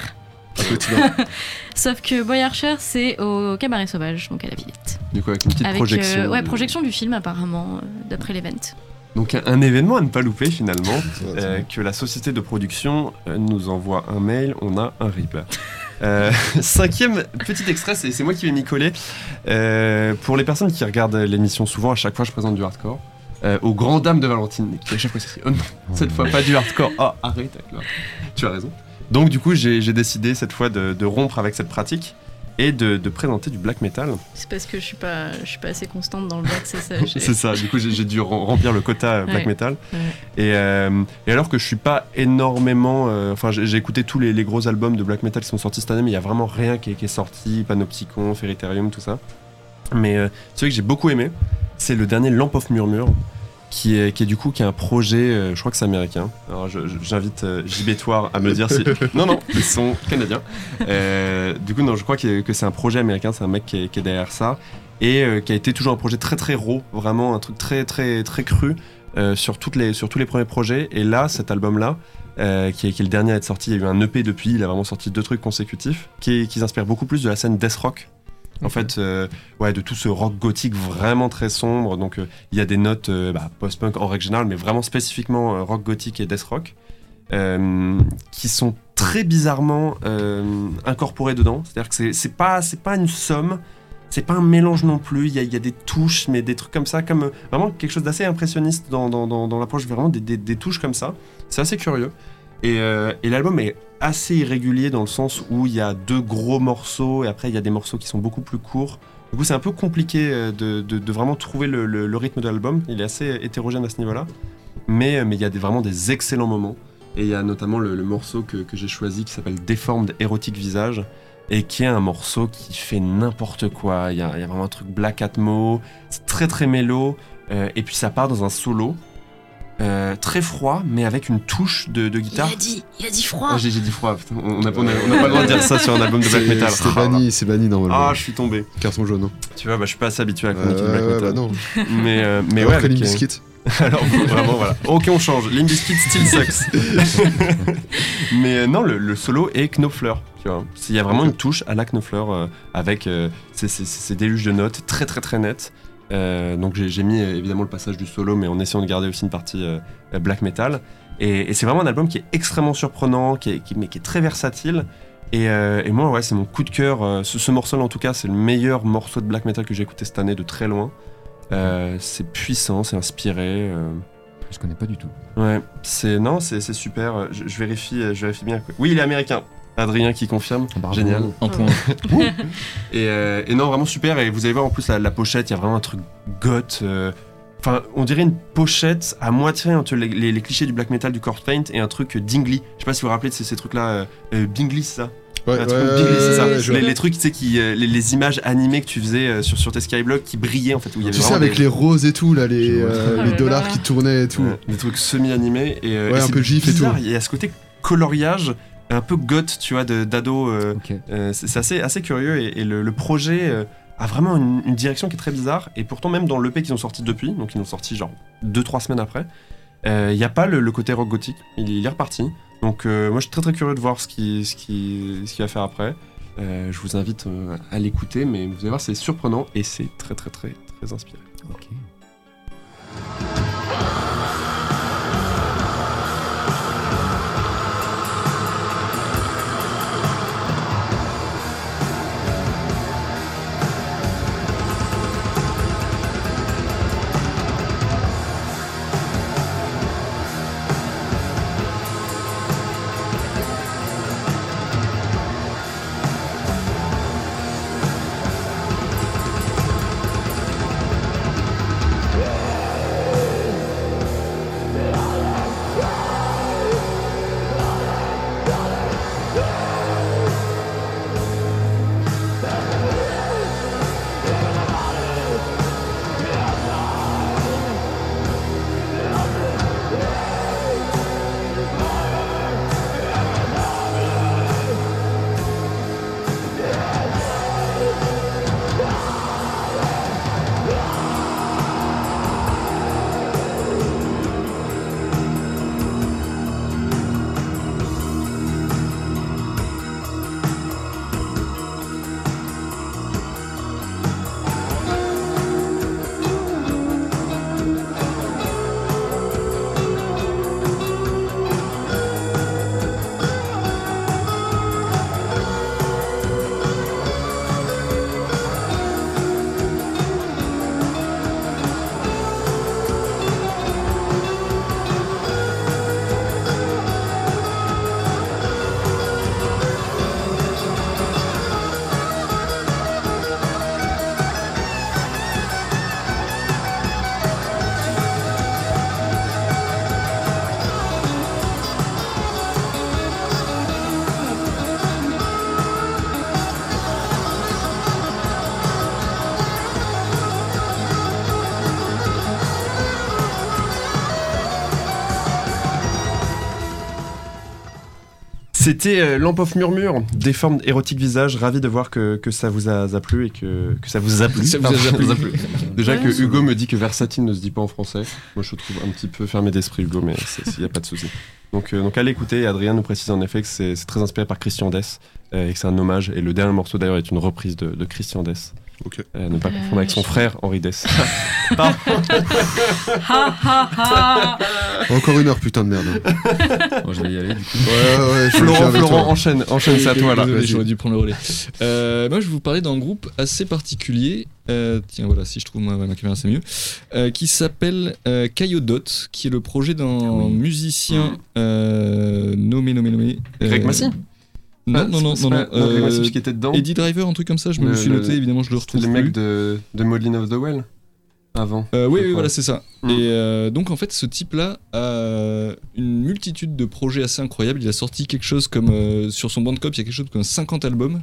Petit Sauf que Boy Archer, c'est au Cabaret Sauvage, donc à la Villette. Du coup, avec une petite avec, projection. Euh, ouais, projection du film apparemment, euh, d'après l'event. Donc un, un événement à ne pas louper finalement, ouais, euh, que la société de production euh, nous envoie un mail, on a un R I B. Euh, cinquième petit extrait, c'est, c'est moi qui vais m'y coller. Euh, pour les personnes qui regardent l'émission souvent, à chaque fois je présente du hardcore. Euh, aux grandes dames de Valentine, qui à chaque fois s'écrit oh non, cette fois pas du hardcore. Oh arrête avec le... Tu as raison. Donc du coup j'ai, j'ai décidé cette fois de, de rompre avec cette pratique et de, de présenter du black metal. C'est parce que je suis pas, je suis pas assez constante dans le black, c'est ça. J'ai... c'est ça, du coup j'ai, j'ai dû remplir le quota black ouais. metal. Ouais. Et, euh, et alors que je suis pas énormément... Euh, enfin j'ai, j'ai écouté tous les, les gros albums de black metal qui sont sortis cette année, mais il y a vraiment rien qui est, qui est sorti, Panopticon, Ferritarium, tout ça. Mais euh, celui que j'ai beaucoup aimé, c'est le dernier Lamp of Murmur, qui est, qui est du coup qui est un projet, euh, je crois que c'est américain. Alors je, je, j'invite euh, J B Toire à me dire si... Non, non, ils sont canadiens. Euh, du coup, non, je crois que, que c'est un projet américain, c'est un mec qui est, qui est derrière ça, et euh, qui a été toujours un projet très très raw, vraiment un truc très très très cru euh, sur, toutes les, sur tous les premiers projets. Et là, cet album-là, euh, qui, est, qui est le dernier à être sorti, il y a eu un E P depuis, il a vraiment sorti deux trucs consécutifs, qui, qui s'inspire beaucoup plus de la scène death rock En okay. fait, euh, ouais, de tout ce rock gothique vraiment très sombre. Donc, il euh, y a des notes euh, bah, post-punk en règle générale, mais vraiment spécifiquement euh, rock gothique et death rock, euh, qui sont très bizarrement euh, incorporées dedans. C'est-à-dire que c'est, c'est pas, c'est pas une somme, c'est pas un mélange non plus. Il y a, y a des touches, mais des trucs comme ça, comme euh, vraiment quelque chose d'assez impressionniste dans, dans, dans, dans l'approche, vraiment des, des, des touches comme ça. C'est assez curieux. Et, euh, et l'album est assez irrégulier dans le sens où il y a deux gros morceaux et après il y a des morceaux qui sont beaucoup plus courts. Du coup, c'est un peu compliqué de, de, de vraiment trouver le, le, le rythme de l'album. Il est assez hétérogène à ce niveau-là. Mais, mais il y a des, vraiment des excellents moments. Et il y a notamment le, le morceau que, que j'ai choisi qui s'appelle Deformed Erotic Visage et qui est un morceau qui fait n'importe quoi. Il y a, il y a vraiment un truc black atmo, c'est très très mélo. Euh, et puis ça part dans un solo. Euh, très froid, mais avec une touche de, de guitare. Il a dit, il a dit froid. Ah, j'ai, j'ai dit froid. Putain, on n'a on a, on a pas le droit de dire ça sur un album de black c'est, metal. C'est banni, c'est banni normalement. Ah, je suis tombé. Carton jaune. Hein. Tu vois, bah, je suis pas assez habitué à la chronique euh, de black ouais, metal. Bah non. Mais, euh, mais Alors ouais. que Limp Bizkit. Alors vraiment voilà. Ok, on change. Limp Bizkit still sucks. Mais euh, non, le, le solo est Knopfler. Tu vois, il y a vraiment une touche à la Knopfler euh, avec euh, ces, ces, ces déluges de notes très très très nettes. Euh, donc j'ai, j'ai mis euh, évidemment le passage du solo, mais en essayant de garder aussi une partie euh, black metal. Et, et c'est vraiment un album qui est extrêmement surprenant, qui est, qui, mais qui est très versatile. Et, euh, et moi, ouais, c'est mon coup de cœur. Euh, ce, ce morceau-là, en tout cas, c'est le meilleur morceau de black metal que j'ai écouté cette année, de très loin. Euh, c'est puissant, c'est inspiré. Euh... Je connais pas du tout. Ouais, c'est non, c'est, c'est super. Je, je vérifie, je vérifie bien. Oui, il est américain. Adrien qui confirme, Bravo. Génial. Un point. et, euh, et non, vraiment super. Et vous allez voir en plus la, la pochette, il y a vraiment un truc goth. Enfin, euh, on dirait une pochette à moitié entre les, les, les clichés du black metal, du corpse paint et un truc Dingly. Je sais pas si vous vous rappelez de ces, ces trucs-là. Euh, euh, Bingley, c'est ça. Ouais, un ouais, truc ouais, Bingley, c'est ça. ouais, ouais, les, les trucs, tu sais, qui, euh, les, les images animées que tu faisais euh, sur, sur tes Skyblock qui brillaient en fait. Où il y avait tu sais, avec des... les roses et tout, là, les, euh, oh les là dollars là. qui tournaient et tout. Ouais, des trucs semi-animés. Et, euh, ouais, et un peu gif et tout. Il y a ce côté coloriage. Un peu goth, tu vois, de, d'ado. Euh, Okay. euh, c'est, c'est assez, assez curieux et, et le, le projet euh, a vraiment une, une direction qui est très bizarre. Et pourtant, même dans l'E P qu'ils ont sorti depuis, donc ils l'ont sorti genre deux trois semaines après, il euh, n'y a pas le, le côté rock gothique. Il, il est reparti. Donc, euh, moi, je suis très très curieux de voir ce qu'il ce qui, ce qui va faire après. Euh, je vous invite euh, à l'écouter, mais vous allez voir, c'est surprenant et c'est très très très très inspiré. Ok. C'était euh, Lamp of Murmure, Deformed Erotic Visage. Ravi de voir que, que ça vous a, a plu et que, que ça vous a plu. Ça vous a plu. Déjà Ouais, que c'est Hugo me dit que versatile ne se dit pas en français. Moi, je trouve un petit peu fermé d'esprit, Hugo, mais il n'y a pas de souci. Donc, euh, donc allez écouter. Adrien nous précise en effet que c'est, c'est très inspiré par Christian Dess euh, et que c'est un hommage. Et le dernier morceau d'ailleurs est une reprise de, de Christian Dess. Ok. Euh, ne pas Euh, confondre avec son je- frère Henri Dess. Pardon. Ha ha ha. Encore une heure, putain de merde. Bon, je vais y aller du coup. Ouais, ouais, je suis Florent, avec Florent, toi. enchaîne, enchaîne, c'est à toi là. Désolé, Vas-y. j'aurais dû prendre le relais. Euh, moi, je vais vous parler d'un groupe assez particulier. Euh, tiens, voilà, si je trouve ma, ma caméra, c'est mieux. Euh, qui s'appelle euh, Kayodot, qui est le projet d'un Oui. musicien euh, nommé, nommé, nommé. Greg euh, Massy Non, Ah, non, non, c'est non, pas- non. Greg Massy Euh, qui était dedans. Eddie Driver, un truc comme ça, je me Le- le suis le- noté, évidemment, je le C'était retrouve le mec plus. de, de Moline of the Well avant. Euh, oui, je oui, crois. voilà, c'est ça. Mm. Et euh, donc, en fait, ce type-là a une multitude de projets assez incroyables. Il a sorti quelque chose comme. euh, sur son Bandcamp, il y a quelque chose comme cinquante albums.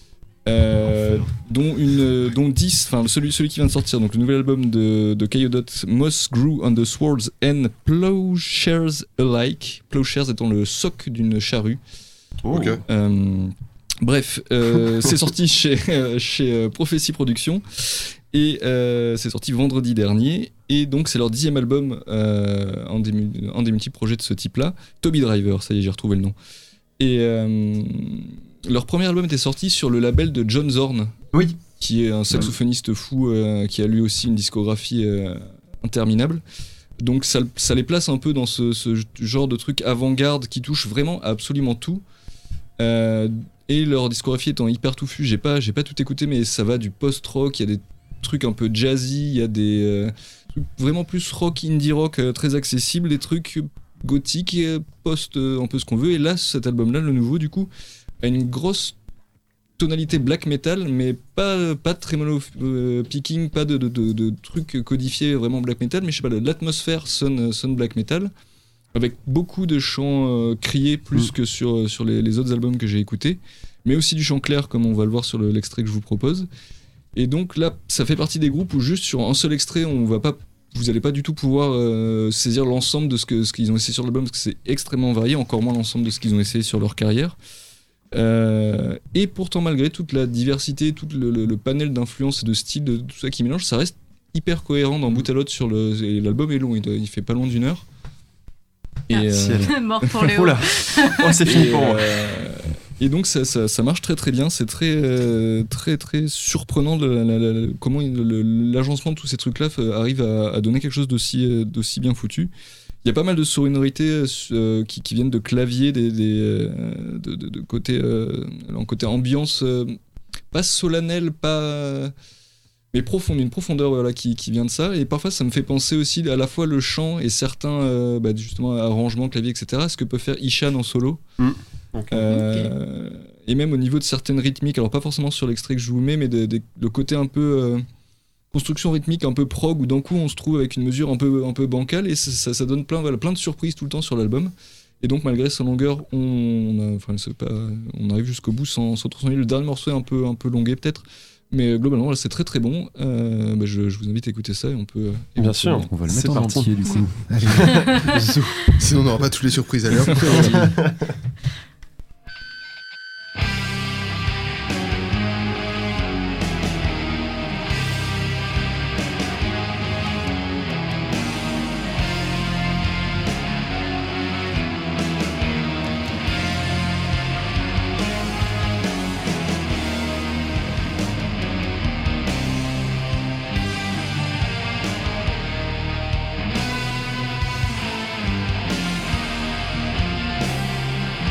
Euh, dont, une, dont dix, enfin celui, celui qui vient de sortir, donc le nouvel album de, de Kayodot, Moss Grew on the Swords and Plowshares Alike. Plowshares étant le soc d'une charrue. Oh. Ok. Euh, bref, euh, c'est sorti chez, euh, chez euh, Prophecy Productions et euh, c'est sorti vendredi dernier. Et donc, c'est leur dixième album, euh, un, des, mu- un des multiples projets de ce type-là. Toby Driver, ça y est, j'ai retrouvé le nom. Et euh, leur premier album était sorti sur le label de John Zorn, Oui. qui est un saxophoniste fou euh, qui a lui aussi une discographie euh, interminable. Donc ça, ça les place un peu dans ce, ce genre de truc avant-garde qui touche vraiment à absolument tout. Euh, et leur discographie étant hyper touffue, j'ai pas, j'ai pas tout écouté, mais ça va du post-rock, il y a des trucs un peu jazzy, il y a des euh, trucs vraiment plus rock, indie rock, euh, très accessibles, des trucs gothiques, euh, post, euh, un peu ce qu'on veut. Et là, cet album-là, le nouveau, du coup, a une grosse tonalité black metal, mais pas, pas de tremolo euh, picking, pas de, de, de, de trucs codifiés vraiment black metal, mais je sais pas, de l'atmosphère sonne, sonne black metal, avec beaucoup de chants euh, criés plus Mm. que sur, sur les, les autres albums que j'ai écoutés, mais aussi du chant clair, comme on va le voir sur le- l'extrait que je vous propose. Et donc là, ça fait partie des groupes où juste sur un seul extrait, on va pas, vous n'allez pas du tout pouvoir euh, saisir l'ensemble de ce, que, ce qu'ils ont essayé sur l'album, parce que c'est extrêmement varié, encore moins l'ensemble de ce qu'ils ont essayé sur leur carrière. Euh, et pourtant, malgré toute la diversité, tout le, le- le panel d'influences et de styles, de tout ça qui mélange, ça reste hyper cohérent d'un bout à l'autre. Sur le, et l'album est long, il, doit- il fait pas loin d'une heure. Et, Ah, euh, ciel. Mort pour Léo. Oh là. Oh, c'est fini et, pour moi. euh, et donc ça, ça, ça marche très très bien, c'est très euh, très très surprenant de la- la- la- comment il- le- l'agencement de tous ces trucs là arrive à, à donner quelque chose d'aussi euh, d'aussi bien foutu. Il y a pas mal de sonorités euh, qui, qui viennent de clavier, des, des, euh, de, de, de côté, euh, en côté ambiance, euh, pas solennelle, pas mais profonde, une profondeur voilà, qui, qui vient de ça. Et parfois, ça me fait penser aussi à la fois le chant et certains euh, bah, justement arrangements, clavier, et cetera. À ce que peut faire Ishan en solo. Ok. Euh, Et même au niveau de certaines rythmiques, alors pas forcément sur l'extrait que je vous mets, mais de, de- le côté un peu euh, construction rythmique, un peu prog, où d'un coup on se trouve avec une mesure un peu, un peu bancale, et ça, ça, ça donne plein, voilà, plein de surprises tout le temps sur l'album. Et donc malgré sa longueur, on, on a- enfin, c'est pas, on arrive jusqu'au bout sans, sans trop s'ennuyer. Le dernier morceau est un peu, un peu longué peut-être, mais globalement voilà, c'est très très bon. Euh, bah, je, je vous invite à écouter ça et on peut... euh, Bien sûr. On va le C'est mettre en parti. entier du coup. Sinon, on n'aura pas toutes les surprises à l'heure. Thank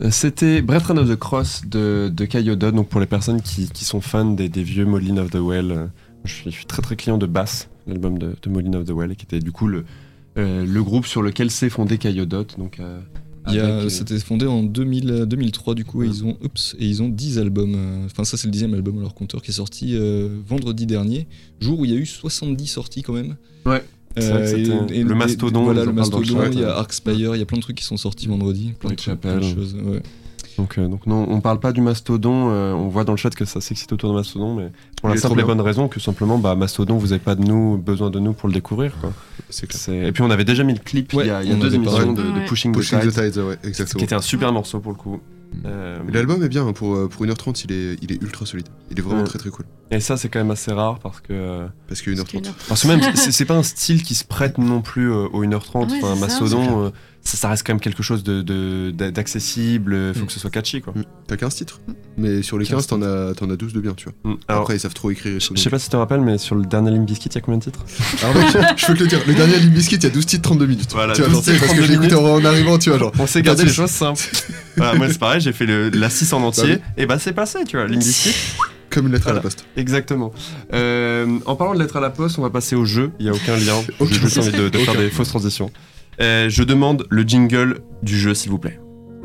C'était Brethren of the Cross de, de Kaiodot, donc pour les personnes qui, qui sont fans des, des vieux Moline of the Well. Euh, je, suis, je suis très très client de Bass, l'album de, de Moline of the Well, qui était du coup le, euh, le groupe sur lequel s'est fondé Kaiodot. Donc, euh, Il y a, avec, euh, c'était fondé en deux mille, deux mille trois du coup, et ils ont, oups, et ils ont dix albums. euh, Enfin, ça c'est le dixième album à leur compteur qui est sorti euh, vendredi dernier, jour où il y a eu soixante-dix sorties quand même. Ouais. C'est vrai que c'était et- et le des- Mastodon, Voilà, ils le en parlent dans le Mastodon, chat, il y a ouais. Arcspire, il y a plein de trucs qui sont sortis vendredi. Plein de, trucs, plein de Whitechapel. choses. Ouais. Donc, euh, donc non, on parle pas du Mastodon, euh, on voit dans le chat que ça s'excite autour de Mastodon, mais pour Il la est simple trop et bien. bonne raison que simplement, bah, Mastodon, vous avez pas de nous, besoin de nous pour le découvrir, quoi. C'est clair. C'est- Et puis on avait déjà mis le clip Ouais, il y a, il y a on deux avait émissions parlé. de, de Ouais. Pushing, Pushing the the Tide, Tides, ouais, exactement. qui était un super morceau pour le coup. Euh, Mais l'album est bien, hein, pour, euh, pour une heure trente, il est, il est ultra solide. Il est vraiment Ouais. très très cool. et ça, c'est quand même assez rare parce que. Parce qu'une heure Parce qu'une trente. heure- Parce que même, c'est c'est pas un style qui se prête non plus euh, aux une heure trente. Ouais, Enfin, c'est ça. Mastodon, euh, ça, ça reste quand même quelque chose de- de- d'a- d'accessible, il faut Mm. que ce soit catchy, quoi. Mm. T'as quinze titres, mais sur les quinze quinze, t'en as, t'en as douze de bien, tu vois. Mm. Alors, Après, ils savent trop écrire. et je tout, je sais donc. pas si tu te rappelles, mais sur le dernier Limp Bizkit, il y a combien de titres Alors, mec, je peux te le dire, le dernier Limp Bizkit, il y a douze titres, trente-deux minutes. Voilà, tu vois, douze genre, tu sais, titres, parce que je trente-deux l'écoutais en en arrivant, tu vois, genre. On s'est gardé Pas de les choses simples. Voilà, moi c'est pareil, j'ai fait le, la six en entier, Bah et bah c'est passé, tu vois, Limp Bizkit. Comme une lettre à Voilà. la poste. Exactement. Euh, en parlant de lettres à la poste, on va passer au jeu. Il n'y a aucun lien. Aucun. J'ai juste envie de, de faire Aucun. des fausses transitions. Euh, je demande le jingle du jeu, s'il vous plaît.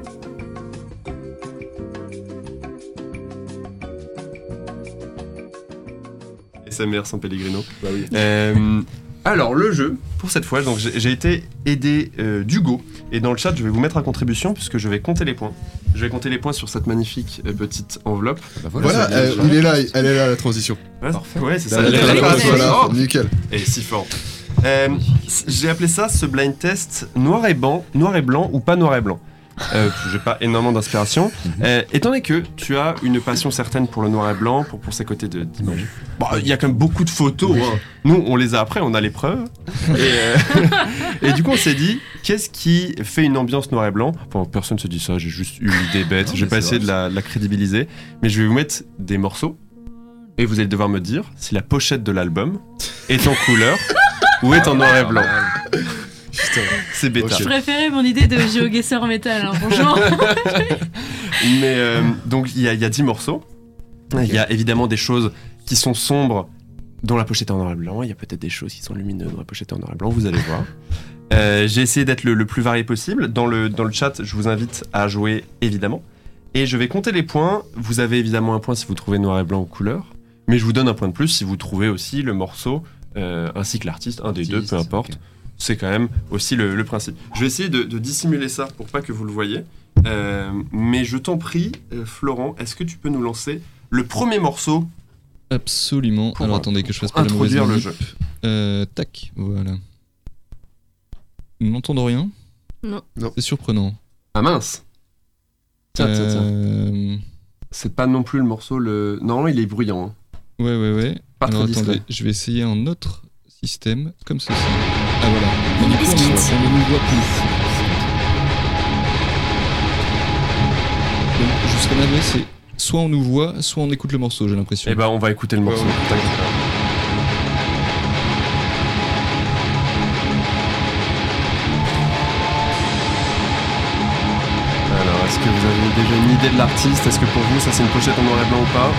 S M R sans Pellegrino. Bah oui. Euh, alors, le jeu, pour cette fois, donc j'ai j'ai été aidé euh, d'Hugo. Et dans le chat, je vais vous mettre à contribution puisque je vais compter les points. Je vais compter les points sur cette magnifique euh, petite enveloppe. Bah Voilà, c'est bien, euh, ça. il est là, elle est là, la transition. Ouais, Parfait. ouais, c'est La ça. lettre à la lettre à la poste, poste. voilà, Oh, nickel. et si fort. Euh, j'ai appelé ça ce blind test noir et blanc, noir et blanc ou pas noir et blanc. Euh, j'ai pas énormément d'inspiration. Euh, étant donné que tu as une passion certaine pour le noir et blanc, pour, pour ces côtés de- d'image, bon, il y a quand même beaucoup de photos. Hein. Nous, on les a après, on a les preuves. Et, euh, et du coup, on s'est dit, qu'est-ce qui fait une ambiance noir et blanc? Enfin, personne se dit ça, j'ai juste eu une idée bête. Non, Je vais mais pas c'est essayer vrai. de la, de la crédibiliser. Mais je vais vous mettre des morceaux. Et vous allez devoir me dire si la pochette de l'album est en couleur ou est en noir et blanc. Putain. C'est bêta. Ok. Je préférais mon idée de GeoGuessr métal, hein, franchement. Mais euh, donc il y, a- il y a dix morceaux. Il y a évidemment des choses qui sont sombres dont la pochette est en noir et blanc. Il y a peut-être des choses qui sont lumineuses dont la pochette est en noir et blanc. Vous allez voir. Euh, J'ai essayé d'être le, le plus varié possible. Dans le, dans le chat, je vous invite à jouer évidemment. Et je vais compter les points. Vous avez évidemment un point si vous trouvez noir et blanc ou couleur. Mais je vous donne un point de plus si vous trouvez aussi le morceau euh, ainsi que l'artiste, un des deux, peu importe. Ok. C'est quand même aussi le, le principe. Je vais essayer de, de dissimuler ça pour pas que vous le voyez. Euh, mais je t'en prie, euh, Florent, est-ce que tu peux nous lancer le premier morceau Absolument. Pour, Alors euh, attendez que je fasse pour pas la mauvaise introduire le manip. jeu? Euh, tac, voilà. Nous n'entendons rien. Non. Non. C'est surprenant. Ah mince. Tiens, tiens, tiens. Euh, C'est pas non plus le morceau le. Non, il est bruyant. hein. Ouais, ouais, ouais. Pas Alors très attendez, discret. je vais essayer un autre système comme ceci. Ah voilà. Mini Du coup, on, biscuit. on ne nous voit plus. Donc jusqu'à maintenant, c'est soit on nous voit, soit on écoute le morceau, j'ai l'impression. Eh ben, on va écouter le morceau. Ouais, T'inquiète pas. Alors, est-ce que vous avez déjà une idée de l'artiste? Est-ce que pour vous, ça c'est une pochette en noir et blanc ou pas?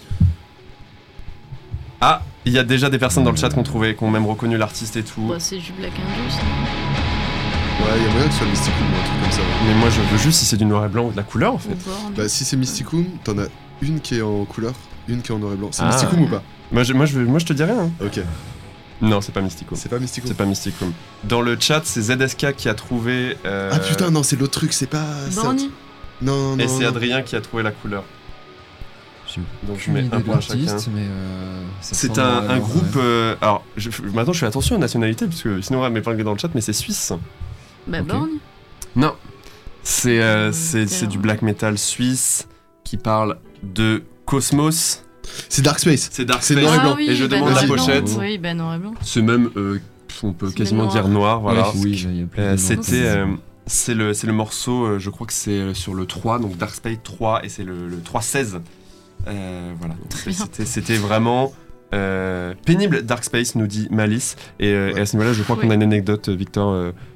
Ah, il y a déjà des personnes dans le chat qui ont trouvé, qui ont même reconnu l'artiste et tout. Bah, c'est du Black and Juice. Ouais, il y a moyen que ce soit Mysticum ou un truc comme ça. ouais. Mais moi, je veux juste si c'est du noir et blanc ou de la couleur en fait. Ou Born. Bah, si c'est Mysticum, t'en as une qui est en couleur, une qui est en noir et blanc. C'est Ah. Mysticum ou pas? Moi, je, moi, je, moi, je te dirais. Hein. Ok. Non, c'est pas Mystico. C'est pas Mysticum. C'est pas Mysticum. Dans le chat, c'est Z S K qui a trouvé. euh, Ah putain, non, c'est l'autre truc, c'est pas. ça. Borny. Non, non, Et non. c'est non. Adrien qui a trouvé la couleur. J'ai Donc je aucune mets idée un de point à chacun. l'artiste, mais euh, ça C'est sent un, noir et un blanc, groupe. ouais. euh, alors, je- maintenant je fais attention aux nationalités, parce que sinon on va m'épingler dans le chat, mais c'est suisse. Bah, Ok. Borny. Non. C'est euh, Euh, c'est- c'est c'est un- du black metal suisse qui parle de Cosmos. C'est Dark Space. C'est Dark C'est Space. noir et Ah blanc. oui, Et je bah, demande noir la et blanc. pochette. Oui, bah, noir et blanc. C'est même, euh, on peut C'est quasiment noir. dire noir, voilà. Oui, là, il y a plus Euh, de C'était, noms. euh, c'est le, c'est le morceau, euh, je crois que c'est euh, sur le trois, donc Dark Space trois, et c'est le, le trois seize. Euh, voilà, donc c'est- Bien. c'était, c'était vraiment euh, pénible. Dark Space, nous dit Malice. Et, euh, Ouais. et à ce niveau-là, je crois Oui. qu'on a une anecdote, Victor, euh,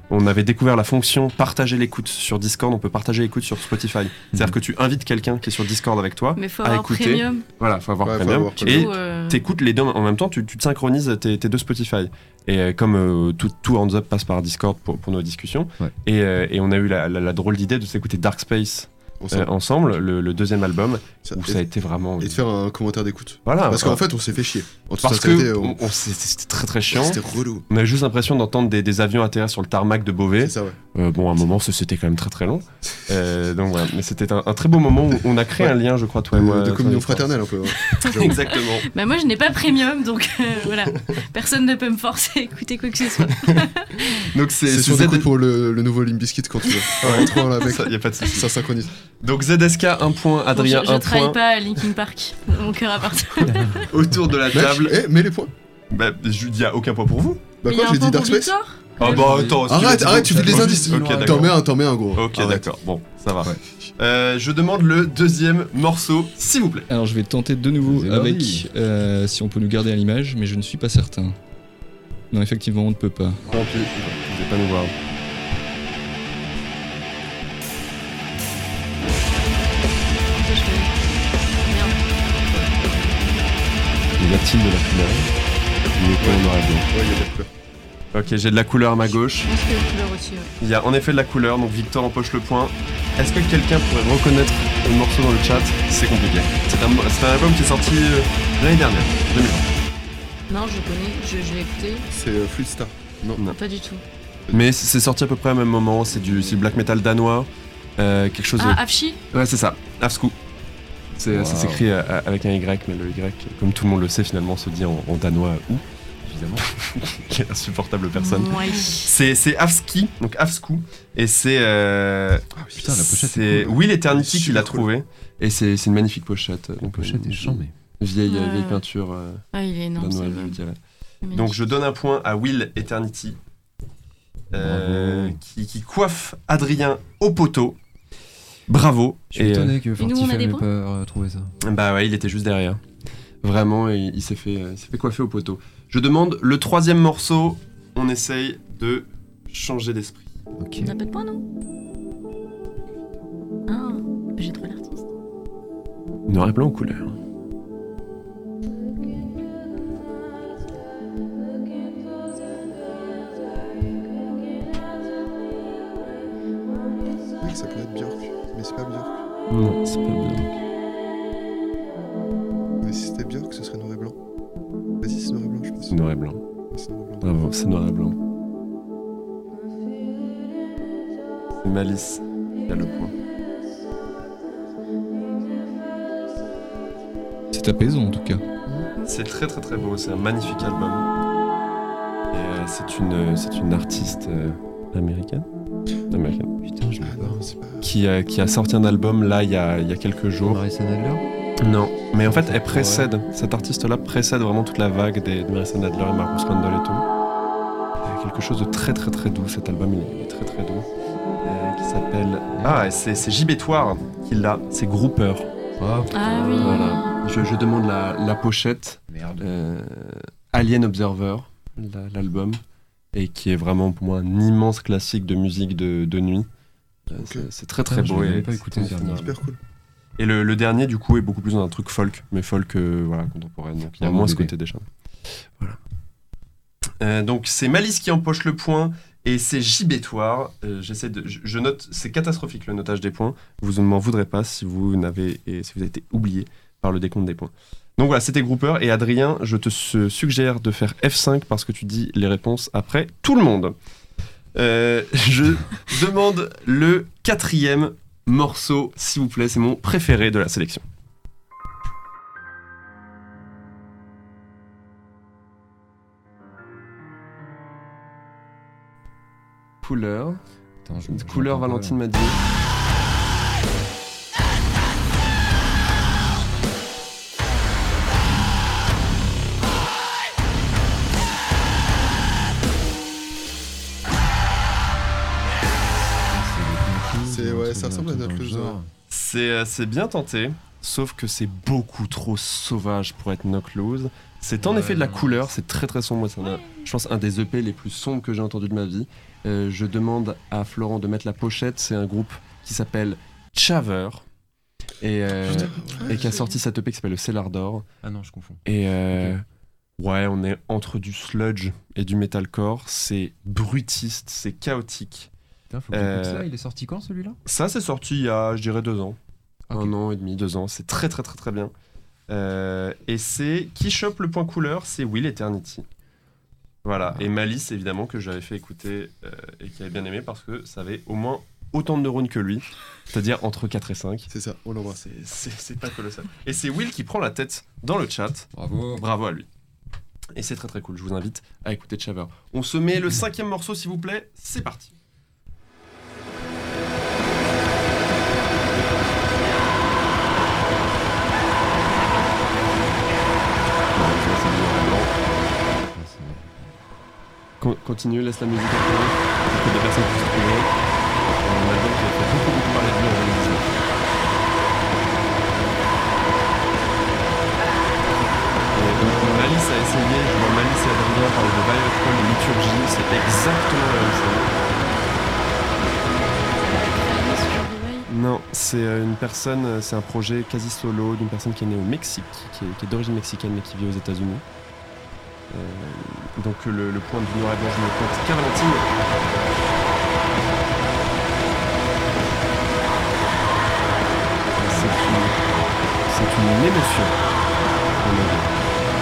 on avait découvert la fonction partager l'écoute sur Discord. On peut partager l'écoute sur Spotify. C'est-à-dire Mhm. que tu invites quelqu'un qui est sur Discord avec toi Mais faut à avoir écouter. premium. Voilà, faut avoir Ouais, faut premium. avoir Et Du coup, euh, t'écoutes les deux en même temps, tu, tu te synchronises tes, tes deux Spotify. Et euh, comme euh, tout, tout Hands Up passe par Discord pour, pour nos discussions, Ouais. et, euh, et on a eu la, la- la drôle d'idée de s'écouter Dark Space Ensemble. euh, ensemble, le, le deuxième album, Ça- où et, ça a été vraiment. et de faire un commentaire d'écoute. Voilà, Parce voilà. qu'en fait, on s'est fait chier. En toute Parce sincérité, que on- on- on- c'était c'était très très chiant. c'était relou. On avait juste l'impression d'entendre des, des avions atterrir sur le tarmac de Beauvais. C'est ça, ouais. Euh, bon, à un moment, ça, c'était quand même très très long. Euh, donc voilà, mais c'était un, un très beau moment où on a créé Ouais. un lien, je crois, toi et moi. de communion toi, fraternelle un peu. hein. J'avoue. Exactement. Bah moi je n'ai pas premium donc euh, voilà, personne ne peut me forcer à écouter quoi que ce soit. Donc c'est C'est c'est sur Z- écoute pour le, le nouveau Limp Bizkit quand tu veux. Ouais, trop là, mec. Ça, y a pas de souci. Ça synchronise. Donc Z S K un point, Adrien Bon, je, je un travaille point. pas à Linkin Park, mon cœur appartient. Autour de la Mec, table. eh, mets les points. Bah, il y a aucun point pour vous. Bah Mais quoi, y a un j'ai dit point Dark pour Space. Victor. Ah Euh, bah attends. si Arrête, l'as dit, arrête, tu donc, fais des t'as- indices. Ok, T'en d'accord. mets un, t'en mets un gros. Ok, Arrête. d'accord. Bon, ça va. Ouais. Euh, je demande le deuxième morceau, s'il vous plaît. Alors je vais tenter de nouveau C'est avec, parti. euh, si on peut nous garder à l'image, mais je ne suis pas certain. Non, effectivement, on ne peut pas. Tant pis, vous n'allez pas nous voir. je fais- Merde. Y a-t-il de la couleur Il est pas en noir et blanc. Ouais, il y a de la couleur. Ok, j'ai de la couleur à ma gauche. Je pense que la couleur aussi. Ouais. Il y a en effet de la couleur, donc Victor empoche le point. Est-ce que quelqu'un pourrait reconnaître le morceau dans le chat? C'est compliqué. C'est un, c'est un album qui est sorti euh, l'année dernière, deux mille vingt. Non, je connais, je, je l'ai écouté. C'est euh, Fluid Star. Non. Non. Pas du tout. Mais c'est c'est sorti à peu près au même moment, c'est du, c'est du black metal danois. Euh, quelque chose de... Ah, Afshi. Ouais, c'est ça, Afsku. C'est, Wow. Ça s'écrit euh, avec un Y, mais le Y, comme tout le monde le sait, finalement, se dit en, en danois ou, évidemment. Quelle insupportable personne. Ouais. C'est, c'est Afski, donc Afsku, et c'est. Euh, putain, la pochette c'est est cool. Will Eternity Elle est qui l'a super cool. trouvé, et c'est, c'est une magnifique pochette. La Donc, pochette euh, est chambée. Vieille, Ouais. vieille peinture euh, Ah, il est énorme. danoise, ça, je dirais. ouais. Donc je donne un point à Will Eternity, euh, Bravo. qui, qui coiffe Adrien au poteau. Bravo. Je suis Et, étonné que nous, on a Fortify des n'ait points pas euh, trouvé ça. euh, bah ouais, il était juste derrière. Vraiment, il, il s'est fait, euh, il s'est fait coiffer au poteau. Je demande le troisième morceau. On essaye de changer d'esprit. Ok. On n'a pas de points, non? Ah, j'ai trouvé l'artiste. Noir et blanc ou couleur? Oui, ça peut être Björk, mais c'est pas Björk. Non, c'est pas bien. Mais si c'était Björk, ce serait noir et blanc. Vas-y, c'est noir et blanc, je pense. C'est noir et blanc. C'est noir et blanc. Bravo, c'est noir et blanc. C'est Malice qui a le point. C'est apaisant en tout cas. C'est très très très beau, c'est un magnifique album. Et euh, c'est une, c'est une artiste euh, américaine, américaine Putain, je l'ai Ah pas. non, c'est pas. qui, a, qui a sorti un album là il y a, il y a quelques jours. Marissa Nadler. Non, mais en fait elle Ouais. précède, cette artiste-là précède vraiment toute la vague des, de Marissa Nadler et Marcus Randall et tout. Il y a quelque chose de très très très doux, cet album il est, il est très très doux. Euh, qui s'appelle... Ah, et c'est, c'est Gibétoire qui l'a, c'est Grouper. Ah, Ah oui. Voilà. Je, je demande la, la pochette. Merde. Euh, Alien Observer, la- l'album, et qui est vraiment pour moi un immense classique de musique de, de nuit. Euh, Ok. c'est, c'est très très Putain, beau. je l'ai et même pas c'est écouté, ce dernier. Super cool. Et le, le dernier du coup est beaucoup plus dans un truc folk, mais folk euh, voilà, contemporaine. Donc il y a Bravo, moins ce bébé. côté décharné. Voilà. Euh, donc c'est Malice qui empoche le point. Et c'est gibétoire. Euh, j'essaie de, je, je note, c'est catastrophique le notage des points. Vous ne m'en voudrez pas si vous n'avez, et si vous avez été oublié par le décompte des points. Donc voilà, c'était Grouper. Et Adrien, je te su- suggère de faire F cinq parce que tu dis les réponses après tout le monde. Euh, je demande le quatrième morceau, s'il vous plaît. C'est mon préféré de la sélection. Couleur. Attends, je- je Couleur, l'entends pas, Valentine là. m'a dit. C'est- ouais, ça ressemble à notre le loose, genre. C'est, euh, c'est bien tenté, sauf que c'est beaucoup trop sauvage pour être knock loose. C'est en Ouais, effet de la non. couleur, c'est très très sombre. C'est un- je pense un des E P les plus sombres que j'ai entendu de ma vie. Euh, je demande à Florent de mettre la pochette. C'est un groupe qui s'appelle Chaver et, euh, et qui a sorti cette E P qui s'appelle le Cellar d'Or. Ah non, je confonds. Et euh, ouais, on est entre du sludge et du metalcore. C'est brutiste, c'est chaotique. Putain, faut que Euh, j'écoute ça. Il est sorti quand celui-là? Ça, c'est sorti il y a, je dirais, deux ans. Ok. Un an et demi, deux ans. C'est très, très, très, très bien. Euh, et c'est qui chope le point couleur, c'est Will Eternity. Voilà. Et Malice, évidemment, que j'avais fait écouter euh, et qui avait bien aimé parce que ça avait au moins autant de neurones que lui, c'est-à-dire entre quatre et cinq. C'est ça, on l'embrasse. C'est, c'est, c'est pas colossal. Et c'est Will qui prend la tête dans le chat. Bravo. Bravo à lui. Et c'est très très cool. Je vous invite à écouter Chaver. On se met le cinquième morceau, s'il vous plaît. C'est parti. Con- Continue, laisse la musique un peu. Pour que des personnes puissent trouver. Un album qui a fait beaucoup beaucoup parler de lui en deux mille dix-neuf. Et donc Malice a essayé, je vois Malice et Adrien parler de Violet Hall et Liturgie, c'est exactement la même chose. Non, c'est euh, une personne, euh, c'est un projet quasi solo d'une personne qui est née au Mexique, qui est, qui est d'origine mexicaine mais qui vit aux États-Unis. Euh, donc le, le point de vue noir et blanc, je me compte qu'à Valentine. C'est une, c'est une émotion. On a vu.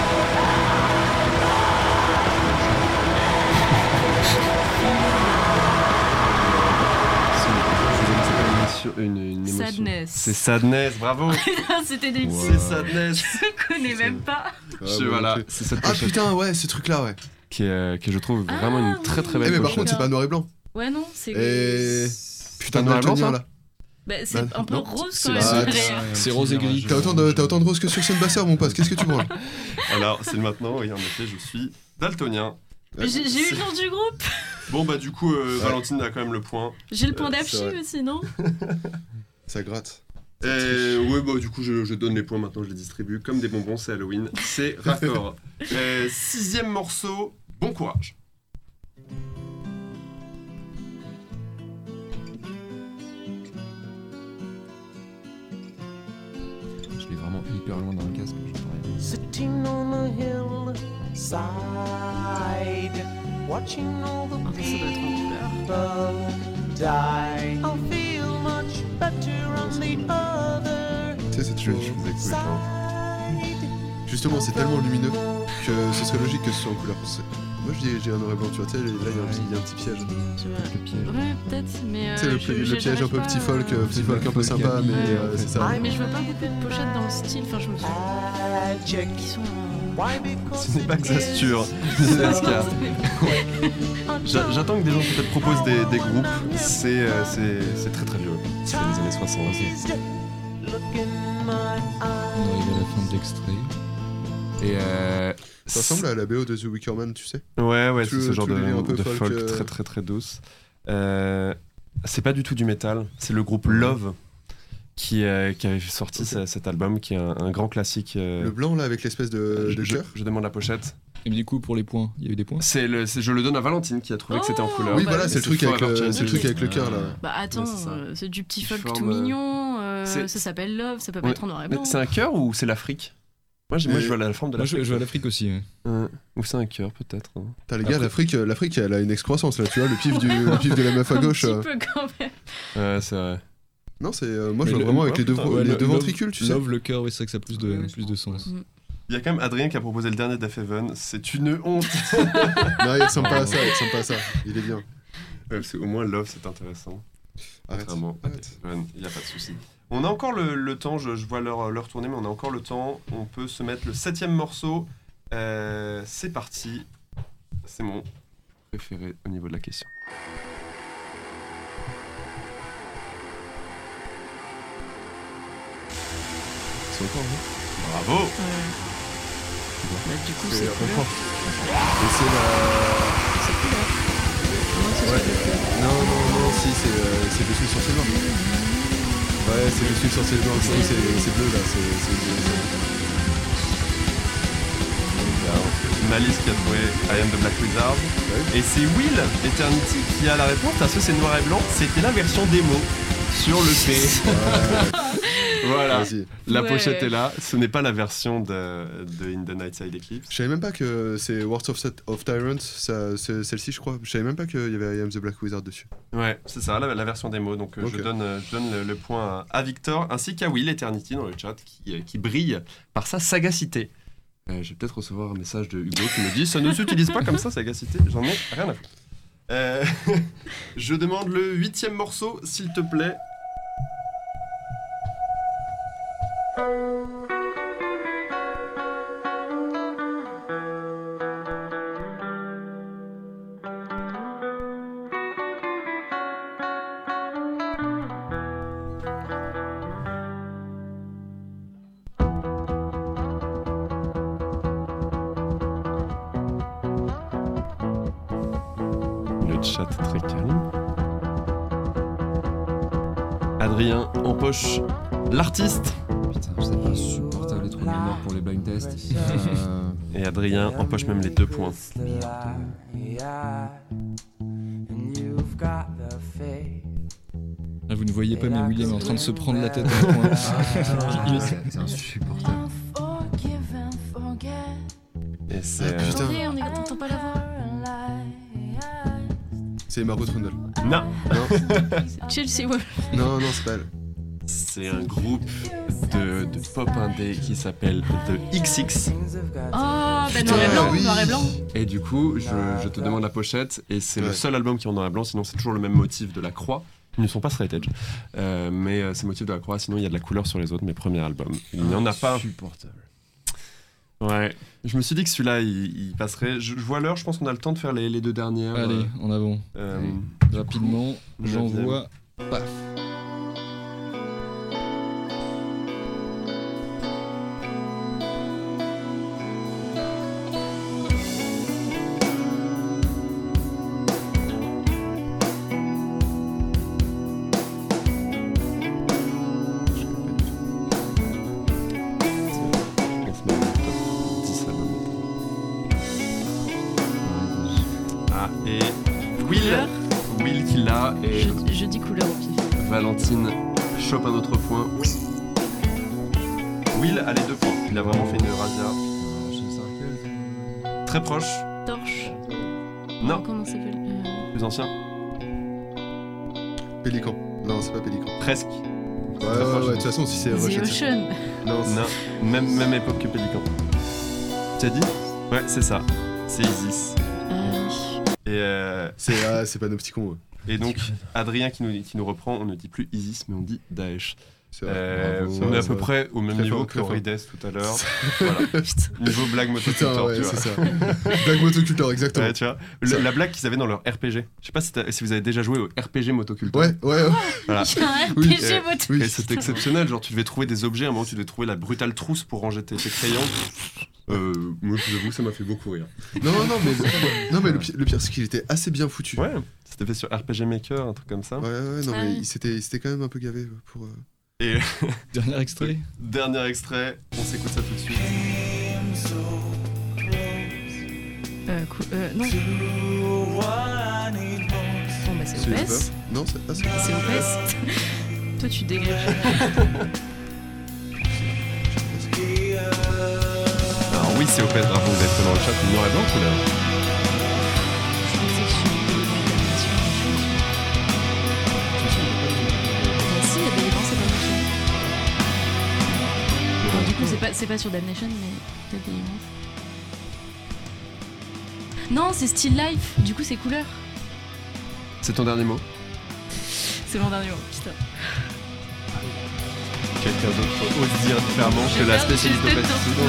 Une, une, une émotion. Sadness. C'est Sadness, bravo. C'était des C'est petits. Sadness. Je connais même pas. Je- voilà, c'est cette Ah pochette putain, ouais, ce truc-là, ouais. qui, est, euh, qui est, je trouve, vraiment Ah, une très très Eh, belle mais par pochette. contre, c'est pas noir et blanc. Ouais, non, c'est. Et. Putain, noir et blanc, daltonien ça là. Bah, c'est Bah, un peu non, rose c'est quand la- même. Ah, mais- c'est rose et gris. T'as autant de, t'as autant de rose que sur Sunbasser, mon pote, qu'est-ce que tu branles? Alors, c'est le maintenant, et en effet, je suis daltonien. J'ai j'ai eu le nom du groupe. Bon, bah, du coup, euh, Ouais. Valentine a quand même le point. J'ai le point Euh, d'Afchi c'est vrai. aussi, non? Ça gratte. Et ouais, bah, du coup, je, je donne les points maintenant, je les distribue comme des bonbons, c'est Halloween. C'est raccord. Euh, sixième morceau, bon courage. Je l'ai vraiment hyper loin dans le casque, j'entends rien. Sitting on a hillside, watching all the Ah, ça doit être en couleur. people die. I'll feel much better on the other Tu sais, c'est Je, tué. je vous écoute. Hein. side. Justement, c'est tellement lumineux que ce serait logique que ce soit en couleur. C'est- Moi, je dis, j'ai un noir et blanc, tu vois. Tu sais, là, il y, a un petit- il y a un petit piège. Tu vois. Le piège. Ouais, peut-être, mais. Tu sais, euh, le, je- le je- piège un j'arrive peu pas petit à- folk, euh, petit folk un peu folk sympa, ami, mais ouais, euh, en c'est fait. ça. Ouais, mais je vois pas beaucoup de pochettes dans le style. Enfin, je me souviens. Magic. Qui sont. euh, Why? Because Ce n'est pas it que ça se is tue, hein. C'est parce qu'il y a- J'a- J'attends que des gens peut-être proposent des, des groupes. C'est euh, c'est- c'est très très vieux. C'est les années soixante. Look in my On eyes. arrive à la fin de l'extrait. Et euh, Ça ressemble à la B O de The Wicker Man, tu sais. Ouais, ouais, c'est Tout- ce genre tout de, le délire un peu de folk, folk euh. très très très douce. Euh, c'est pas du tout du métal, c'est le groupe Love qui, euh, qui avait sorti Ok. ce- cet album qui est un, un grand classique. euh, Le blanc là avec l'espèce de, je, de je- cœur. je demande la pochette. Et du coup, pour les points, il y a eu des points. C'est le, c'est- je le donne à Valentine qui a trouvé que c'était en Oh, couleur. Oui, bah voilà, oui. c'est le truc avec Forever le, Change. c'est le truc avec le cœur là. Bah attends, Ouais, c'est ça. euh, c'est du petit Qui folk forme, tout euh, mignon. euh, c'est- ça s'appelle Love, ça peut pas Ouais. être en noir et Mais blanc. c'est un cœur ou c'est l'Afrique? Moi, j'ai- moi, Et- je vois la forme de Moi, je, l'Afrique. je vais à l'Afrique aussi. ouais. Euh, ou c'est un cœur peut-être. hein. Putain, les gars, Après- l'Afrique, euh, l'Afrique, elle a une excroissance là, tu vois, le pif, du, le pif de la meuf à Un gauche. petit euh. peu quand même. Ouais, c'est vrai. Non, c'est. euh, moi, je Mais vois le- vraiment avec ouais, les deux, putain, les Ouais, deux le- ventricules, tu sais. Love, le cœur, oui, c'est vrai que ça a plus de, Ouais, je plus de pense, sens. ouais. Il y a quand même Adrien qui a proposé le dernier Def Heaven. C'est une honte. Non, il ressemble pas à ça, il ressemble pas à ça. Il est bien. Ouais, parce qu'au moins, Love, c'est intéressant. Arrête. Contrairement à Arrête. Def Heaven, il n'y a pas de souci. On a encore le, le temps, je, je vois l'heure l'heure tourner, mais on a encore le temps. On peut se mettre le septième morceau. Euh, c'est parti. C'est mon préféré au niveau de la question. C'est encore vrai. Bravo. Ouais. Bah, du coup, C'est c'est couleur. Et c'est la. C'est couleur. Non, c'est Ouais. sur le cœur. Non, non, non, si, c'est euh, c'est Je suis le sorcier noir. Ouais, c'est Je suis le sorcier noir, c'est c'est- c'est bleu là, c'est c'est bleu. Malice qui a trouvé I Am the Black Wizard. Ouais. Et c'est Will Eternity qui a la réponse parce que c'est noir et blanc. C'était la version démo sur le P. Ouais. Voilà. Vas-y. La ouais. pochette est là. Ce n'est pas la version de, de In the Nightside Eclipse. Je savais même pas que c'est Words of, of Tyrants, ça, c'est celle-ci, je crois. Je savais même pas qu'il y avait I Am the Black Wizard dessus. Ouais, c'est ça, la, la version démo. Donc okay. je donne, je donne le, le point à, à Victor ainsi qu'à Will Eternity dans le chat qui, qui brille par sa sagacité. Euh, je vais peut-être recevoir un message de Hugo qui me dit ça ne s'utilise pas comme ça, sagacité. J'en ai rien à foutre. Euh, je demande le huitième morceau, s'il te plaît. Le chat très calme. Adrien empoche l'artiste. Putain, c'est pas supportable les trous de mémoire pour les blind tests. Euh... Et Adrien empoche même les deux points. Ah, vous ne voyez pas, mais William est en train de se prendre la tête dans le coin. Ah, c'est, c'est insupportable. Et c'est. Ah, putain, on n'entend pas la voix. C'est Margot Trundle. Non, non. Chelsea Wolf. Non, non, c'est pas elle. C'est un groupe de, de pop indé qui s'appelle The X X. Oh, bah noir et blanc, oui. noir et blanc. Et du coup, je, je te demande la pochette, et c'est ouais. le seul album qui est en noir et blanc, sinon c'est toujours le même motif de la croix. Ils ne sont pas straight edge, euh, mais euh, c'est le motif de la croix, sinon il y a de la couleur sur les autres, mes premiers albums. Il n'y en a pas. Insupportable. Ouais, je me suis dit que celui-là il, il passerait. Je, je vois l'heure, je pense qu'on a le temps de faire les, les deux dernières. Allez, euh, en avant. Euh, Rapidement, j'envoie. Paf. Je, je dis couleur au pif. Valentine chope un autre point. Oui. Will a les deux points. Il a vraiment fait une razzia. Très proche. Torche. Non. Comment ça s'appelle euh... Plus ancien. Pélican. Non, c'est pas Pélican. Presque. Ouais, ouais, ouais, de toute façon, si c'est The Ocean. Non, non. Même, même époque que Pélican. Tu as dit ? Ouais, c'est ça. C'est Isis. Euh... Et euh... c'est, ah, c'est pas nos petits cons. Ouais. Et donc, Adrien qui nous, qui nous reprend, on ne dit plus Isis, mais on dit Daesh. C'est vrai, euh, bravo, on est est à vrai, peu près au même niveau que Rides tout à l'heure. Voilà. Niveau blague motoculteur, ouais, tu c'est vois. ça. Blague motoculteur, exactement. Ouais, tu vois. Le, la blague qu'ils avaient dans leur R P G. Je sais pas si, si vous avez déjà joué au R P G motoculteur. Ouais, ouais, ouais. Voilà. Il y a un R P G oui, motoculteur. Et c'était exceptionnel. Genre, tu devais trouver des objets. À un moment, tu devais trouver la brutale trousse pour ranger tes, tes crayons. Euh, moi, je vous avoue, ça m'a fait beaucoup rire. Non, non, mais, non, mais le, pire, le pire, c'est qu'il était assez bien foutu. Ouais, c'était fait sur R P G Maker, un truc comme ça. Ouais, ouais, non, ah, mais oui. il, s'était, il s'était quand même un peu gavé pour. Euh... Et dernier extrait. Dernier extrait, on s'écoute ça tout de suite. Euh, cool. euh non. Bon, bah c'est O P S. Non, c'est pas ça. C'est O P S. Toi, tu dégages. Alors oui, c'est O P S, bravo, vous êtes dans le chat, noir et blanc ou couleur ? Du coup, c'est pas, c'est pas sur Damnation, mais peut-être Deliverance. Non, c'est Still Life, du coup, c'est couleur. C'est ton dernier mot ? C'est mon dernier mot, putain. Quelqu'un d'autre ose dire différemment que la spécialiste de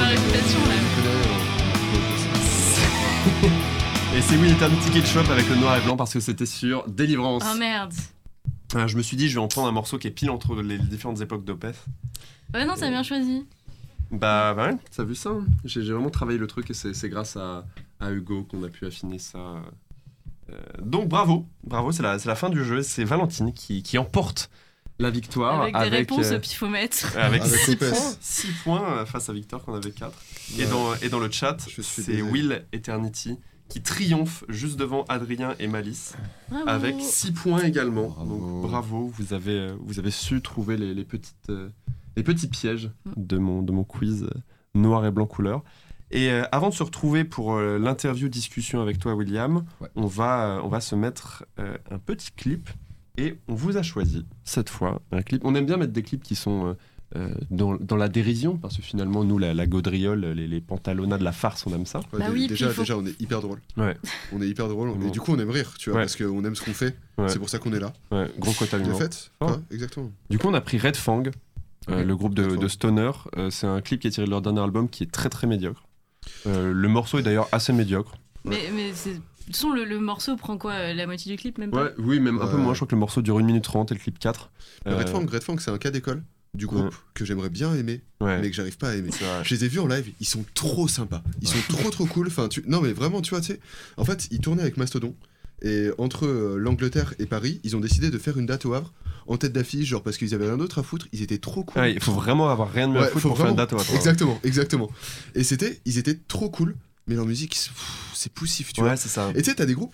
Et c'est Will Eternity qui chope avec le noir et blanc parce que c'était sur Délivrance. Oh merde. Alors, je me suis dit, je vais en prendre un morceau qui est pile entre les différentes époques d'Opeth. Ouais, non, t'as bien choisi. Bah, bah ouais, t'as vu ça, hein. j'ai, j'ai vraiment travaillé le truc et c'est, c'est grâce à, à Hugo qu'on a pu affiner ça. Euh, donc bravo, bravo, c'est la, c'est la fin du jeu. C'est Valentine qui, qui emporte la victoire Avec des avec, réponses euh, au pifomètre. avec Avec six Lopez. points, six points face à Victor qu'on avait quatre. Et, Ouais. dans, et dans le chat, Je suis c'est baisé. Will Eternity qui triomphe juste devant Adrien et Malice Bravo. avec six points également. Bravo. Donc bravo, vous avez, euh, vous avez su trouver les, les, petites, euh, les petits pièges de mon, de mon quiz euh, noir et blanc couleur. Et euh, avant de se retrouver pour euh, l'interview discussion avec toi, William, Ouais. on, va, euh, on va se mettre euh, un petit clip et on vous a choisi cette fois un clip. On aime bien mettre des clips qui sont euh, euh, dans, dans la dérision parce que finalement, nous, la, la gaudriole, les, les pantalonnats de la farce, on aime ça. Ouais, Bah dé- oui, déjà, puis il faut- déjà, on est hyper drôle. Ouais, On est hyper drôle. Bon. Et du coup, on aime rire, tu vois, Ouais. parce qu'on aime ce qu'on fait. ouais, C'est pour ça qu'on est là. ouais, gros quota De d'humour. fait, Fort. ouais, exactement. Du coup, on a pris Red Fang, euh, Ok. le groupe de, Red Fang. de Stoner. Euh, c'est un clip qui est tiré de leur dernier album qui est très très médiocre. Euh, le morceau est d'ailleurs assez médiocre. Mais, mais c'est... de toute façon, le, le morceau prend quoi euh, la moitié du clip, même pas Ouais, oui, même un peu Ouais. moins. Je crois que le morceau dure une minute trente et le clip quatre. Le Red Euh, Fang, Red Fang, c'est un cas d'école du groupe Ouais. que j'aimerais bien aimer, ouais. mais que j'arrive pas à aimer. C'est vrai. Je les ai vus en live, ils sont trop sympas. Ils sont trop trop cool. Enfin, tu... Non, mais vraiment, tu vois, tu sais. En fait, ils tournaient avec Mastodon. Et entre euh, l'Angleterre et Paris, ils ont décidé de faire une date au Havre en tête d'affiche, genre parce qu'ils avaient rien d'autre à foutre. Ils étaient trop cool. Ouais, il faut vraiment avoir rien de mieux à Ouais, foutre faut pour faire une vraiment- date au hasard. Exactement, exactement. Et c'était, ils étaient trop cool, mais leur musique, c'est- pff, c'est poussif, tu vois. Ouais, c'est ça. Et tu sais, t'as des groupes,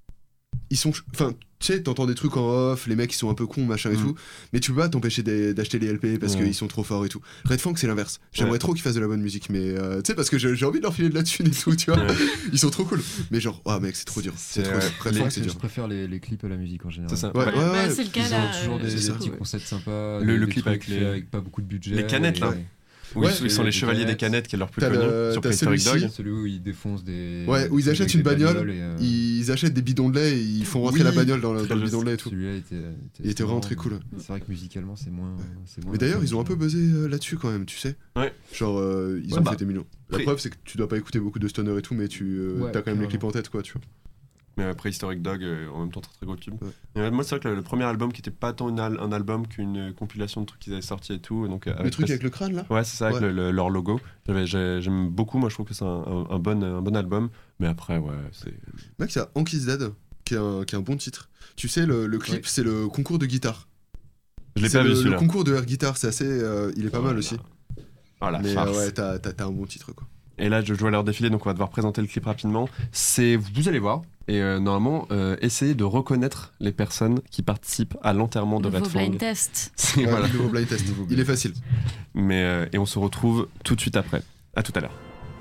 ils sont. Enfin, tu sais, t'entends des trucs en off, les mecs ils sont un peu cons, machin et Mm. tout, mais tu peux pas t'empêcher des- d'acheter les L P parce Ouais. qu'ils sont trop forts et tout. Red Fang, c'est l'inverse. J'aimerais Ouais. trop qu'ils fassent de la bonne musique, mais euh, tu sais, parce que j'ai j'ai envie de leur filer de la thune et tout, tu vois. Ouais. Ils sont trop cool. Mais genre, oh mec, c'est trop dur. C'est C'est- trop dur. ouais. Red Les- Fang, c'est Je dur. préfère les, les clips à la musique en général. C'est ça. Ouais, Ouais. ouais, Bah, ouais. c'est le cas Ils là. ont toujours euh, des, c'est des ça, petits ouais. concepts sympas. Le- des- le des clip trucs avec les- faits avec pas beaucoup de budget. les canettes, et- là. ouais. Oui, Ouais. ils sont les Les chevaliers des canettes. canettes qui est leur plus T'as connu le- sur t'as Prehistoric celui-ci. Dog. Celui où ils défoncent des. Ouais, où ils achètent avec une des bagnole, bagnoles et, euh, Ils achètent des bidons de lait et ils font rentrer Oui, la bagnole dans le, très dans le juste. bidon de lait et tout. Celui-là était, Il était vraiment marrant, très cool. mais C'est vrai que musicalement, c'est moins. c'est moins Mais d'ailleurs, fun, ils ont un peu tu buzzé euh, là-dessus quand même, tu sais. Ouais. Genre, euh, ils Ouais, ont bah, fait des millions. La après- preuve, c'est que tu dois pas écouter beaucoup de stoner et tout, mais tu euh, Ouais, t'as quand même les carrément. clips en tête, quoi, tu vois. Mais euh, Prehistoric Dog, euh, en même temps, très très gros tube. Ouais. Et, euh, moi, c'est vrai que le, le premier album qui était pas tant une al- un album qu'une compilation de trucs qu'ils avaient sortis et tout. Donc, euh, Le avec truc Pres- avec le crâne, là Ouais, c'est ça, avec Ouais. le- le- leur logo. J'avais- j'ai- J'aime beaucoup, moi je trouve que c'est un, un- un bon, un bon album. Mais après, ouais, c'est. Mec, il y a Anki's Dead, qui est un, qui est un bon titre. Tu sais, le, le clip, Ouais. c'est le concours de guitare. Je l'ai C'est pas le, vu le celui-là. concours de air guitar, c'est assez. euh, il est pas Oh mal là aussi. là. Oh la Mais farce. euh, ouais, t'as t'as- t'as un bon titre, quoi. Et là, je dois leur défiler, donc on va devoir présenter le clip rapidement. C'est, vous allez voir, et euh, normalement, euh, essayez de reconnaître les personnes qui participent à l'enterrement de Nouveau Red Fang. blind test. C'est- Ouais, voilà. nouveau blind test. Nouveau Il blind est facile. Mais euh, et on se retrouve tout de suite après. À tout à l'heure.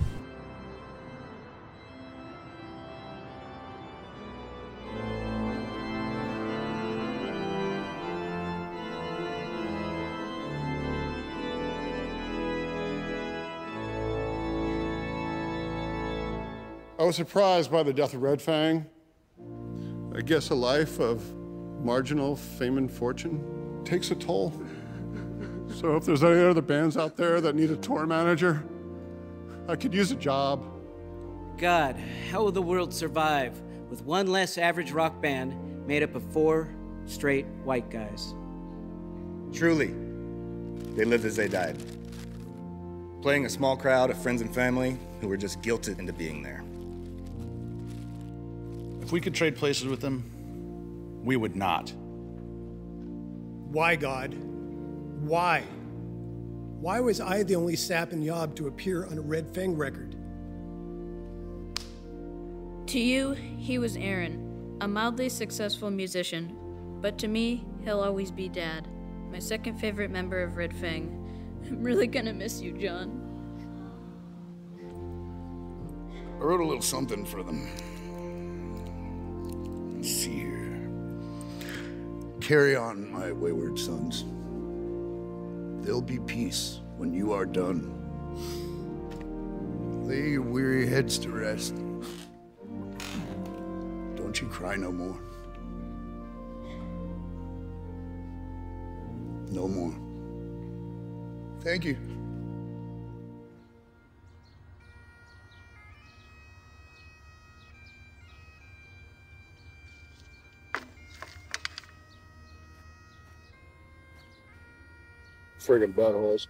I was surprised by the death of Red Fang. I guess a life of marginal fame and fortune takes a toll. So if there's any other bands out there that need a tour manager, I could use a job. God, how will the world survive with one less average rock band made up of four straight white guys? Truly, they lived as they died. Playing a small crowd of friends and family who were just guilted into being there. If we could trade places with them, we would not. Why, God? Why? Why was I the only sap and yob to appear on a Red Fang record? To you, he was Aaron, a mildly successful musician, but to me, he'll always be Dad, my second favorite member of Red Fang. I'm really gonna miss you, John. I wrote a little something for them. Let's see here. Carry on, my wayward sons. There'll be peace when you are done. Lay your weary heads to rest. Don't you cry no more. No more. Thank you. Friggin' buttholes.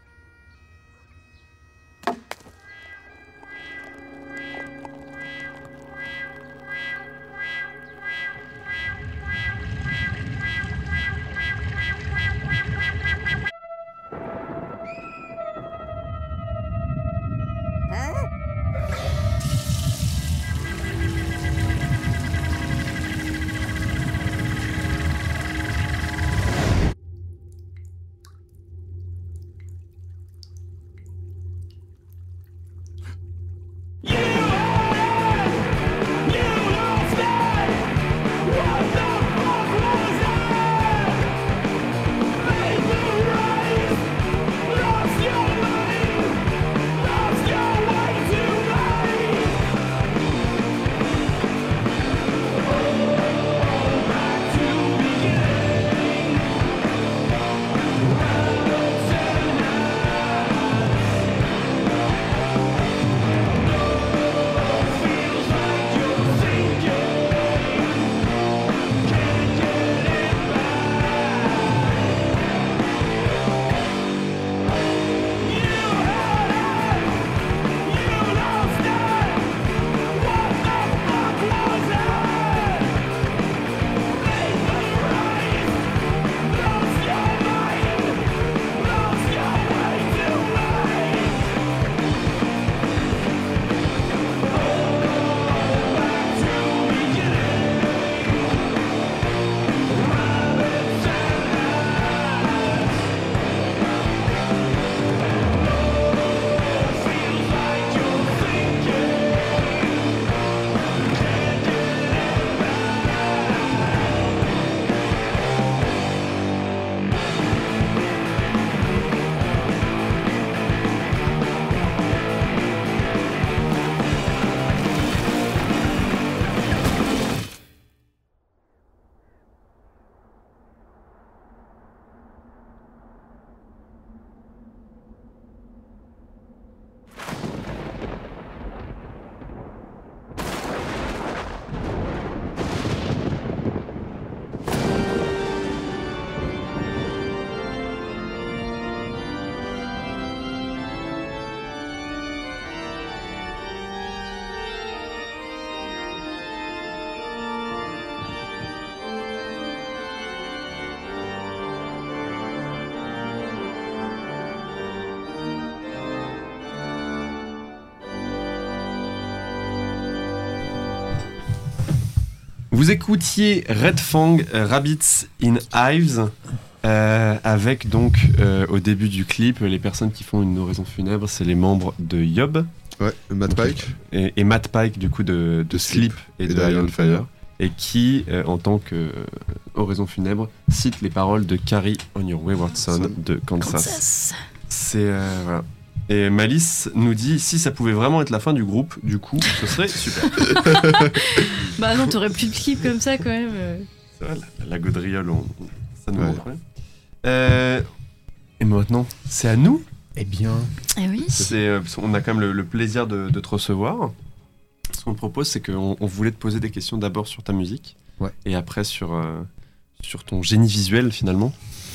Vous écoutiez Red Fang, euh, Rabbits in Hives, euh, avec donc euh, au début du clip, les personnes qui font une oraison funèbre, c'est les membres de Yob. Ouais, Matt Pike. Et, et Matt Pike, du coup, de, de, de Sleep et, et de, de Iron Fire. Fire. Et qui, euh, en tant que euh, oraison funèbre, cite les paroles de Carry on Your Wayward Son Son. de Kansas. Kansas. C'est. Euh, voilà. Et Malice nous dit si ça pouvait vraiment être la fin du groupe, du coup, ce serait super. Bah non, t'aurais plus de clips comme ça quand même. C'est vrai, la, la gaudriole, on, ça nous manque. Ouais. Euh, et maintenant, c'est à nous. Eh bien. Eh oui. C'est, euh, on a quand même le, le plaisir de, de te recevoir. Ce qu'on te propose, c'est qu'on on voulait te poser des questions d'abord sur ta musique. Ouais. Et après sur, euh, sur ton génie visuel finalement.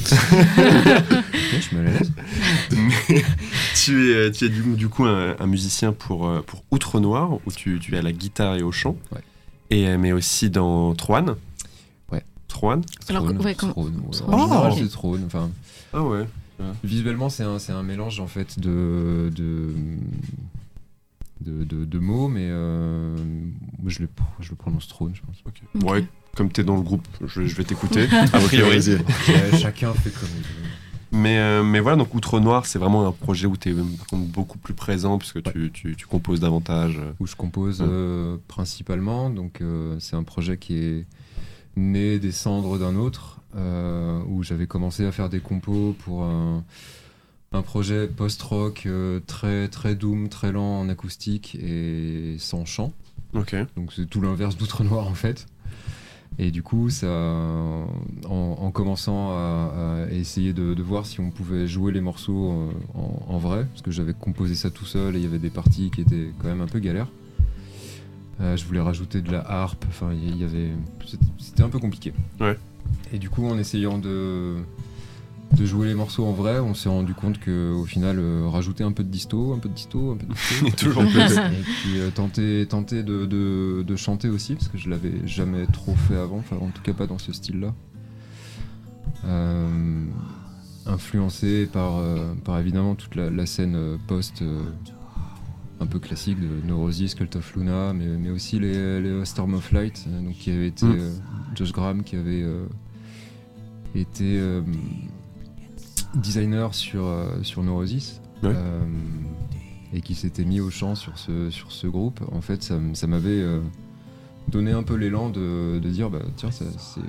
Je me laisse. Mais tu es, tu es du, du coup un, un musicien pour, pour Outre Noir, où tu, tu es à la guitare et au chant, ouais. et, mais aussi dans Troan. Ouais. Troan Alors, Throne, ouais, comme... Throne, ouais. Throne. En général, Oh. c'est Throne. Enfin, ah ouais. Visuellement, c'est un, c'est un mélange en fait de, de, de, de, de mots, mais euh, je, le, je le prononce Throne, je pense. Okay. Okay. Ouais. Comme t'es dans le groupe, je, je vais t'écouter. A priori. Ouais, chacun fait comme il veut. Mais, euh, mais voilà, donc Outre Noir, c'est vraiment un projet où t'es par contre, beaucoup plus présent, puisque ouais. tu, tu, tu composes davantage. Où je compose ouais. euh, principalement. Donc euh, c'est un projet qui est né des cendres d'un autre, euh, où j'avais commencé à faire des compos pour un, un projet post-rock euh, très, très doom, très lent en acoustique et sans chant. Okay. Donc c'est tout l'inverse d'Outre Noir en fait. Et du coup, ça, en, en commençant à, à essayer de, de voir si on pouvait jouer les morceaux en, en vrai, parce que j'avais composé ça tout seul et il y avait des parties qui étaient quand même un peu galères. Euh, je voulais rajouter de la harpe, enfin, il y avait, c'était un peu compliqué. Ouais. Et du coup, en essayant de, de jouer les morceaux en vrai, on s'est rendu compte qu'au final, euh, rajouter un peu de disto, un peu de disto, un peu de disto, toujours plus. Et puis euh, tenter, tenter de, de, de chanter aussi, parce que je l'avais jamais trop fait avant, enfin en tout cas pas dans ce style-là. Euh, influencé par, euh, par évidemment toute la, la scène euh, post euh, un peu classique de Neurosis, Cult of Luna, mais, mais aussi les, les Storm of Light, euh, donc qui avait été mm. euh, Josh Graham qui avait euh, été euh, designer sur, euh, sur Neurosis, ouais. euh, et qui s'était mis au chant sur ce, sur ce groupe. En fait, ça, ça m'avait euh, donné un peu l'élan de, de dire bah, tiens, ça, c'est,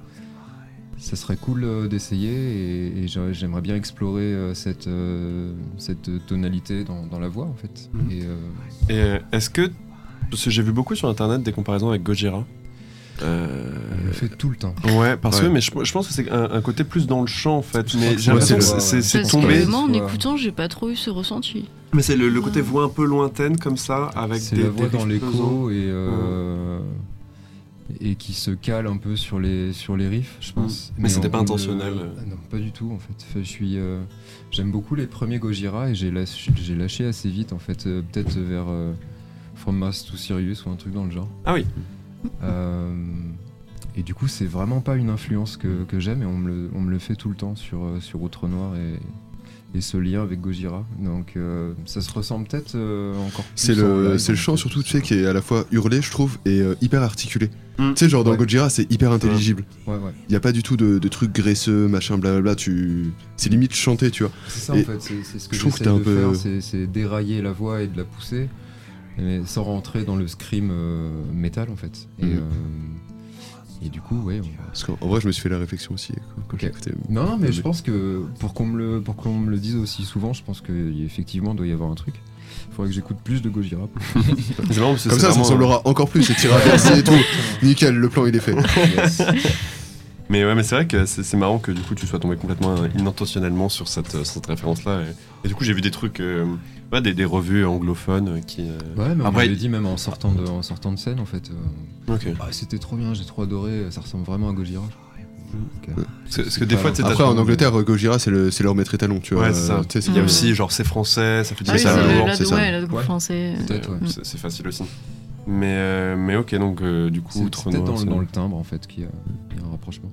ça serait cool d'essayer, et, et j'aimerais bien explorer euh, cette, euh, cette tonalité dans, dans la voix, en fait. Mmh. Et, euh... et euh, est-ce que, parce que j'ai vu beaucoup sur internet des comparaisons avec Gojira. Euh... On le fait tout le temps. Ouais, parce ouais. que mais je, je pense que c'est un, un côté plus dans le chant en fait. Je mais j'ai l'impression que c'est, c'est, parce tombé. Que moi, en écoutant, j'ai pas trop eu ce ressenti. Mais c'est le, le côté voix un peu lointaine comme ça, avec c'est des. C'est la voix des dans l'écho et, euh, ouais. et qui se cale un peu sur les sur les riffs, je pense. Mmh. Mais, mais c'était on, pas intentionnel. Le... Ah non, pas du tout en fait. Enfin, je suis, euh... j'aime beaucoup les premiers Gojira et j'ai lâché, j'ai lâché assez vite en fait, euh, peut-être vers euh, From Mars to Sirius ou un truc dans le genre. Ah oui. Euh... Et du coup, c'est vraiment pas une influence que, que j'aime, et on me, le, on me le fait tout le temps sur, sur Outre Noir et, et ce lien avec Gojira. Donc euh, ça se ressemble peut-être euh, encore plus. C'est le, live, c'est le chant surtout, tu sais, qui est à la fois hurlé, je trouve, et euh, hyper articulé. Mm. Tu sais, genre dans ouais. Gojira, c'est hyper intelligible. Ouais, ouais. Il y a pas du tout de, de trucs graisseux, machin, blablabla. Tu... C'est limite chanté, tu vois. C'est ça, et en fait. C'est, c'est ce que je j'essaie de peu... faire, c'est, c'est dérailler la voix et de la pousser, mais sans rentrer dans le scream euh, métal, en fait. Et, mm. euh, Et du coup, ouais. On... Parce qu'en vrai, je me suis fait la réflexion aussi quand, quand okay. j'écoutais. Non, non, mais je pense que pour qu'on me le, pour qu'on me le dise aussi souvent, je pense qu'effectivement, doit y avoir un truc. Il faudrait que j'écoute plus de Gojira. C'est marrant, parce que comme ça, ça ressemblera un... encore plus. C'est tiré à verser et tout. Nickel, le plan il est fait. Yes. Mais ouais, mais c'est vrai que c'est, c'est marrant que du coup tu sois tombé complètement inintentionnellement sur cette, cette référence-là. Et, et du coup, j'ai vu des trucs, euh, ouais, des, des revues anglophones qui. Euh... Ouais, mais on m'avait dit même en sortant de, en sortant de scène en fait. Euh, okay. Bah, c'était trop bien, j'ai trop adoré. Ça ressemble vraiment à Gojira. Okay. Ouais. Parce, parce que des fois, après en Angleterre, Gojira c'est, le, c'est leur maître étalon, tu vois. Ouais, c'est ça. Euh, Il y a mmh. aussi genre c'est français, ça fait du ah oui, ça. C'est, c'est ça. Ouais, le groupe français. Peut-être, ouais. c'est, c'est facile aussi. Mais, euh, mais ok, donc euh, du coup, c'est, Outre Noir, peut-être dans, dans le timbre en fait qu'il y a, il y a un rapprochement.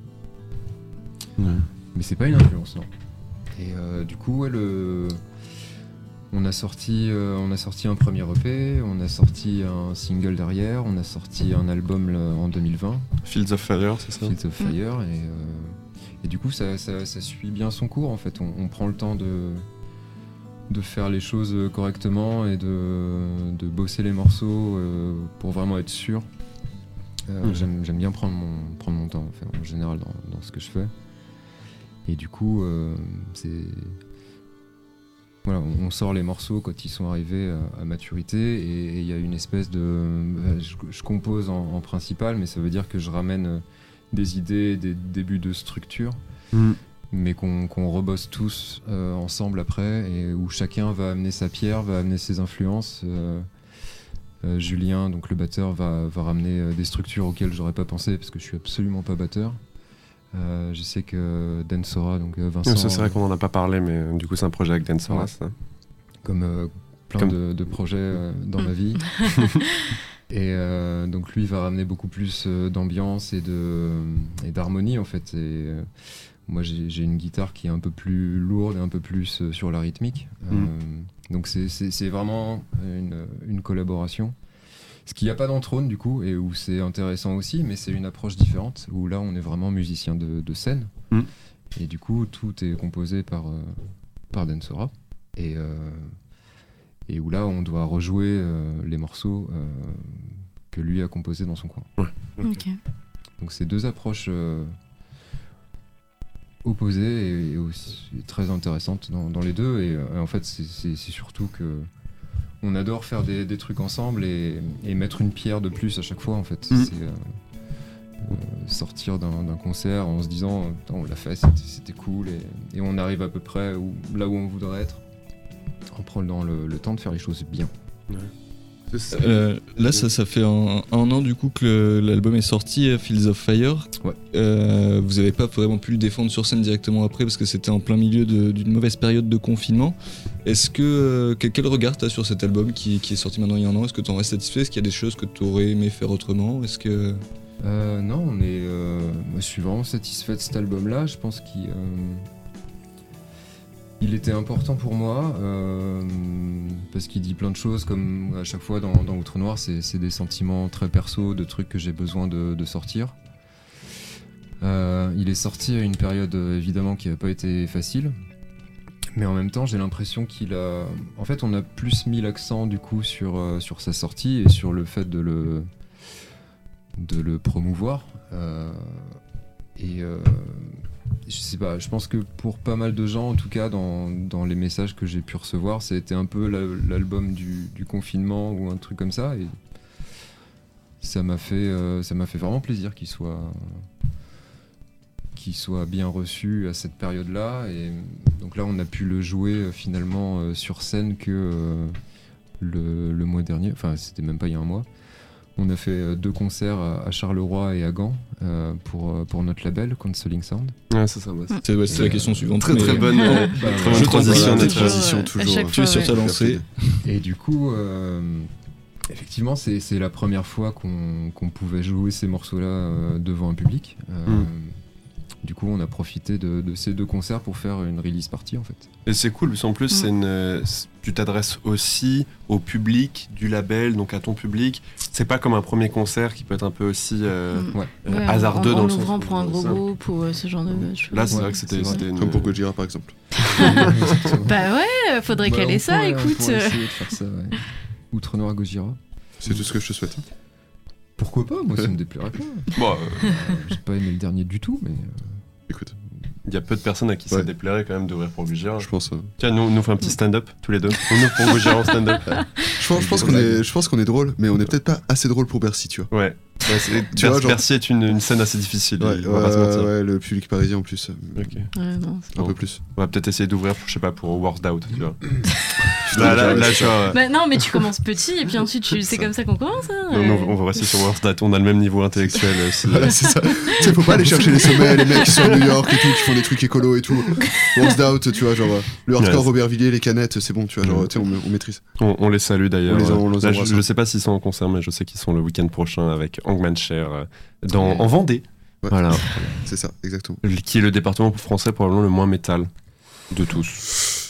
Ouais. Mais c'est pas une influence, non. Et euh, du coup, ouais, le... On a sorti, euh, on a sorti un premier E P, on a sorti un single derrière, on a sorti un album là, en deux mille vingt. Fields of Fire, c'est ça? Fields of Fire, mmh. et, euh, et du coup ça, ça, ça suit bien son cours en fait. On, on prend le temps de, de faire les choses correctement et de, de bosser les morceaux euh, pour vraiment être sûr. Euh, mmh. j'aime, j'aime bien prendre mon, prendre mon temps en, fait, en général dans, dans ce que je fais. Et du coup, euh, c'est... Voilà, on sort les morceaux quand ils sont arrivés à, à maturité et il y a une espèce de... Je, je compose en, en principal, mais ça veut dire que je ramène des idées, des débuts de structure, mmh. mais qu'on, qu'on rebosse tous euh, ensemble après, et où chacun va amener sa pierre, va amener ses influences. Euh, euh, Julien, donc le batteur, va, va ramener des structures auxquelles j'aurais pas pensé, parce que je suis absolument pas batteur. Euh, je sais que Dansora, donc euh, Vincent. Ça, c'est vrai qu'on en a pas parlé, mais euh, du coup c'est un projet avec Dansora, ouais. ça. Comme euh, plein Comme... De, de projets euh, dans ma vie. Et euh, donc lui va ramener beaucoup plus euh, d'ambiance et de et d'harmonie en fait. Et euh, moi j'ai, j'ai une guitare qui est un peu plus lourde et un peu plus euh, sur la rythmique. Mm. Euh, donc c'est, c'est, c'est vraiment une, une collaboration. Ce qu'il n'y a pas dans Trône du coup, et où c'est intéressant aussi, mais c'est une approche différente, où là on est vraiment musicien de, de scène, mm. et du coup tout est composé par, euh, par Dansora, et, euh, et où là on doit rejouer euh, les morceaux euh, que lui a composés dans son coin. Ouais. Okay. Okay. Donc c'est deux approches euh, opposées et, et aussi très intéressantes dans, dans les deux, et euh, en fait c'est, c'est, c'est surtout que on adore faire des, des trucs ensemble et, et mettre une pierre de plus à chaque fois en fait. Mmh. C'est euh, euh, sortir d'un, d'un concert en se disant on l'a fait, c'était, c'était cool, et, et on arrive à peu près où, là où on voudrait être. On prend le, le, le temps de faire les choses bien. Ouais. Euh, là, ça, ça fait un, un an du coup que le, l'album est sorti, Fields of Fire. Ouais. Euh, vous n'avez pas vraiment pu le défendre sur scène directement après parce que c'était en plein milieu de, d'une mauvaise période de confinement. Est-ce que quel, quel regard t'as sur cet album qui, qui est sorti maintenant il y a un an? Est-ce que t'en restes satisfait? Est-ce qu'il y a des choses que t'aurais aimé faire autrement? Est-ce que euh, non, on est. Euh, moi, je suis vraiment satisfait de cet album-là. Je pense qu'il euh, Il était important pour moi euh, parce qu'il dit plein de choses, comme à chaque fois dans, dans Outre Noir, c'est, c'est des sentiments très perso, de trucs que j'ai besoin de, de sortir. Euh, il est sorti à une période évidemment qui n'a pas été facile, mais en même temps j'ai l'impression qu'il a... En fait on a plus mis l'accent du coup sur, euh, sur sa sortie et sur le fait de le, de le promouvoir. Euh, et... Euh, Je sais pas, je pense que pour pas mal de gens, en tout cas dans, dans les messages que j'ai pu recevoir, c'était un peu la, l'album du, du confinement ou un truc comme ça, et ça m'a fait, euh, ça m'a fait vraiment plaisir qu'il soit, qu'il soit bien reçu à cette période-là. Et donc là, on a pu le jouer euh, finalement euh, sur scène que euh, le, le mois dernier, enfin c'était même pas il y a un mois. On a fait deux concerts à Charleroi et à Gand euh, pour, pour notre label, Consoling Sound. Ouais, c'est ça. Ouais. C'est, ouais, c'est la question suivante. Très très bonne, euh, bah, très bonne transition, notre transition toujours. toujours tu es sur ta lancée. Et du coup, euh, effectivement, c'est, c'est la première fois qu'on, qu'on pouvait jouer ces morceaux-là euh, devant un public. Euh, mm. Du coup, on a profité de, de ces deux concerts pour faire une release party en fait. Et c'est cool, parce qu'en plus, mmh. c'est une, tu t'adresses aussi au public du label, donc à ton public. C'est pas comme un premier concert qui peut être un peu aussi euh, mmh. ouais. euh, ouais, hasardeux en, dans en le sens. En ouvrant pour un gros groupe ou euh, ce genre de choses. Là, c'est ouais, vrai que c'était, c'est c'était une... Comme pour Gojira par exemple. Bah ouais, faudrait bah, caler ça, pourrait, écoute. On pourrait essayer de faire ça, ouais. Outre Noir Gojira. C'est tout ce que je te souhaite. Pourquoi pas? Moi, ça me déplairait pas. Bon, euh... euh, j'ai pas aimé le dernier du tout, mais. Euh... Écoute. Il y a peu de personnes à qui ouais. ça déplairait quand même d'ouvrir pour Gojira. Je pense. Euh... Tiens, nous, nous fait un petit stand-up tous les deux. On ouvre pour Gojira en stand-up. je, pense, je, pense qu'on est, je pense qu'on est drôle, mais on est peut-être pas assez drôle pour Bercy, tu vois. Ouais. Ouais, c'est, tu vois, genre... Bercy est une, une scène assez difficile. Ouais, on va ouais, pas se mentir. Ouais, le public parisien en plus. Okay. Ouais, non, c'est un bon. peu plus. On va peut-être essayer d'ouvrir, pour, je sais pas, pour Worst Out, tu vois. là, là, là, tu vois. Bah, non, mais tu commences petit et puis ensuite tu... c'est comme ça qu'on commence. Hein, non, non, on va rester sur Worst Out. On a le même niveau intellectuel. Si... voilà, c'est ça. Tu sais, faut pas aller chercher les sommets, les mecs qui sont à New York et tout, qui font des trucs écolos et tout. Worst Out, tu vois, genre le hardcore yes. Robert Villiers, les canettes, c'est bon, tu vois, genre, tu sais, on, on maîtrise. On, on les salue d'ailleurs. On les, on les là, je, je sais pas s'ils sont en concert, mais je sais qu'ils sont le week-end prochain avec Hangman Cher dans, en Vendée. Ouais. Voilà. C'est ça, exactement. Qui est le département français probablement le moins métal de tous. Oh.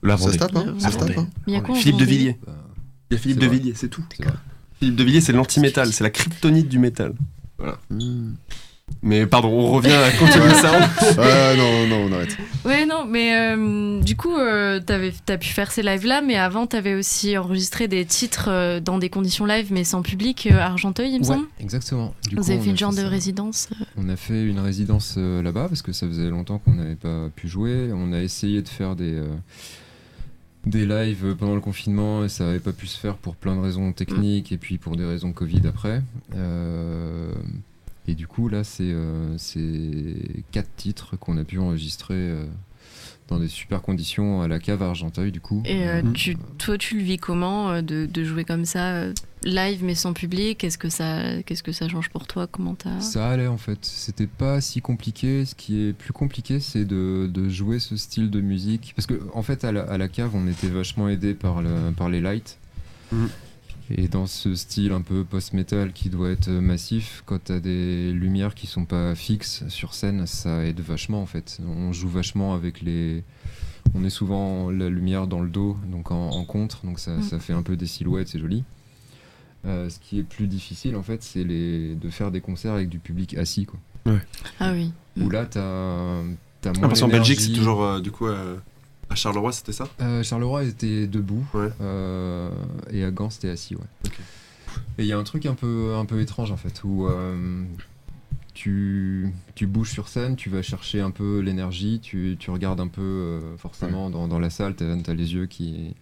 La Ça Vendée. se tape, hein, ça se tape, hein. Il y a quoi en Philippe de Vendée Villiers. Il y a Philippe C'est de vrai. Villiers, c'est tout. C'est vrai. Philippe de Villiers, c'est l'anti-métal, c'est la kryptonite du métal. Voilà. Mais pardon, on revient à continuer ça. Ah non, non, on arrête. Ouais, non, mais euh, du coup, euh, t'avais, t'as pu faire ces lives-là, mais avant, t'avais aussi enregistré des titres euh, dans des conditions live, mais sans public, euh, à Argenteuil, il me Ouais, semble. exactement. Du Vous coup, avez on fait a une genre de ça. résidence. euh. On a fait une résidence euh, là-bas parce que ça faisait longtemps qu'on n'avait pas pu jouer. On a essayé de faire des, euh, des lives pendant le confinement et ça n'avait pas pu se faire pour plein de raisons techniques et puis pour des raisons Covid après. Euh, et du coup, là, c'est euh, c'est quatre titres qu'on a pu enregistrer euh, dans des super conditions à la cave à Argenteuil, du coup. Et euh, Euh, tu, toi, tu le vis comment euh, de, de jouer comme ça, euh, live mais sans public? Qu'est-ce que ça, qu'est-ce que ça change pour toi? Comment t'as... Ça allait en fait, c'était pas si compliqué. Ce qui est plus compliqué, c'est de, de jouer ce style de musique. Parce que en fait, à la, à la cave, on était vachement aidé par, le, par les lights. Mhm. Et dans ce style un peu post-metal qui doit être massif, quand t'as des lumières qui sont pas fixes sur scène, ça aide vachement en fait. On joue vachement avec les... On est souvent la lumière dans le dos, donc en, en contre, donc ça, Mhm. ça fait un peu des silhouettes, c'est joli. Euh, ce qui est plus difficile en fait, c'est les... de faire des concerts avec du public assis, quoi. Ouais. Ah oui. Où là, t'as, t'as moins Ah, parce qu'en Belgique, l'énergie. c'est toujours euh, du coup euh, à Charleroi, c'était ça? Euh, Charleroi était debout, Ouais. euh, et à Gand c'était assis, ouais. Ok. Et il y a un truc un peu, un peu étrange en fait, où euh, tu, tu bouges sur scène, tu vas chercher un peu l'énergie, tu, tu regardes un peu euh, forcément dans, dans la salle, t'as, t'as les yeux qui,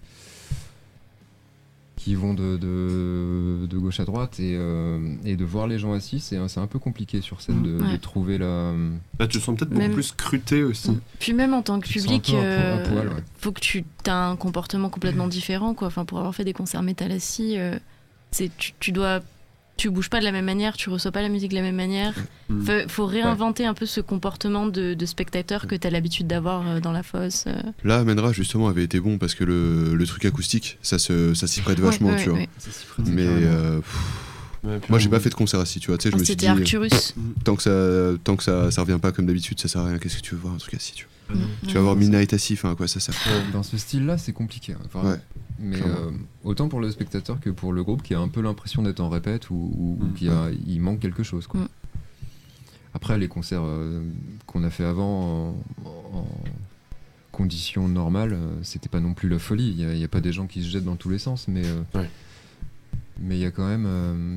qui vont de, de, de gauche à droite, et, euh, et de voir les gens assis, c'est, un- c'est un peu compliqué sur scène de, Ouais. de trouver la... Là, tu te sens peut-être beaucoup Même- plus scruté aussi. Puis même en tant que Tu te sens un public, peu à po- à euh, poil, ouais. faut que tu as un comportement complètement différent, quoi. Enfin, pour avoir fait des concerts métal assis, euh, c'est tu, tu dois, tu bouges pas de la même manière, tu reçois pas la musique de la même manière. Mm. Faut, faut réinventer un peu ce comportement de, de spectateur que t'as l'habitude d'avoir euh, dans la fosse. euh. Là, Menra, justement, avait été bon parce que le, le truc acoustique, ça, se, ça s'y prête vachement, Ouais, tu ouais, vois. ouais. Ça s'y prête, Mais carrément. euh, pff, Ouais, puis moi, on- j'ai pas fait de concert assis, tu vois. Tu sais, je Ah, me suis dit, C'était Arcturus. tant que ça, tant que ça, ça revient pas comme d'habitude, ça sert à rien. Qu'est-ce que tu veux voir un truc assis, tu vois. Mm. Tu vas voir Midnight assis, enfin, à quoi ça sert? Dans ce style-là, c'est compliqué. hein, vraiment. Ouais. Mais Clairement. euh, autant pour le spectateur que pour le groupe qui a un peu l'impression d'être en répète ou, ou, ou Mm. qui a, il manque quelque chose. Quoi. Mm. Après, les concerts euh, qu'on a fait avant en, en conditions normales, euh, c'était pas non plus la folie. Il n'y a, a pas des gens qui se jettent dans tous les sens, mais euh, Ouais. mais il y a quand même euh,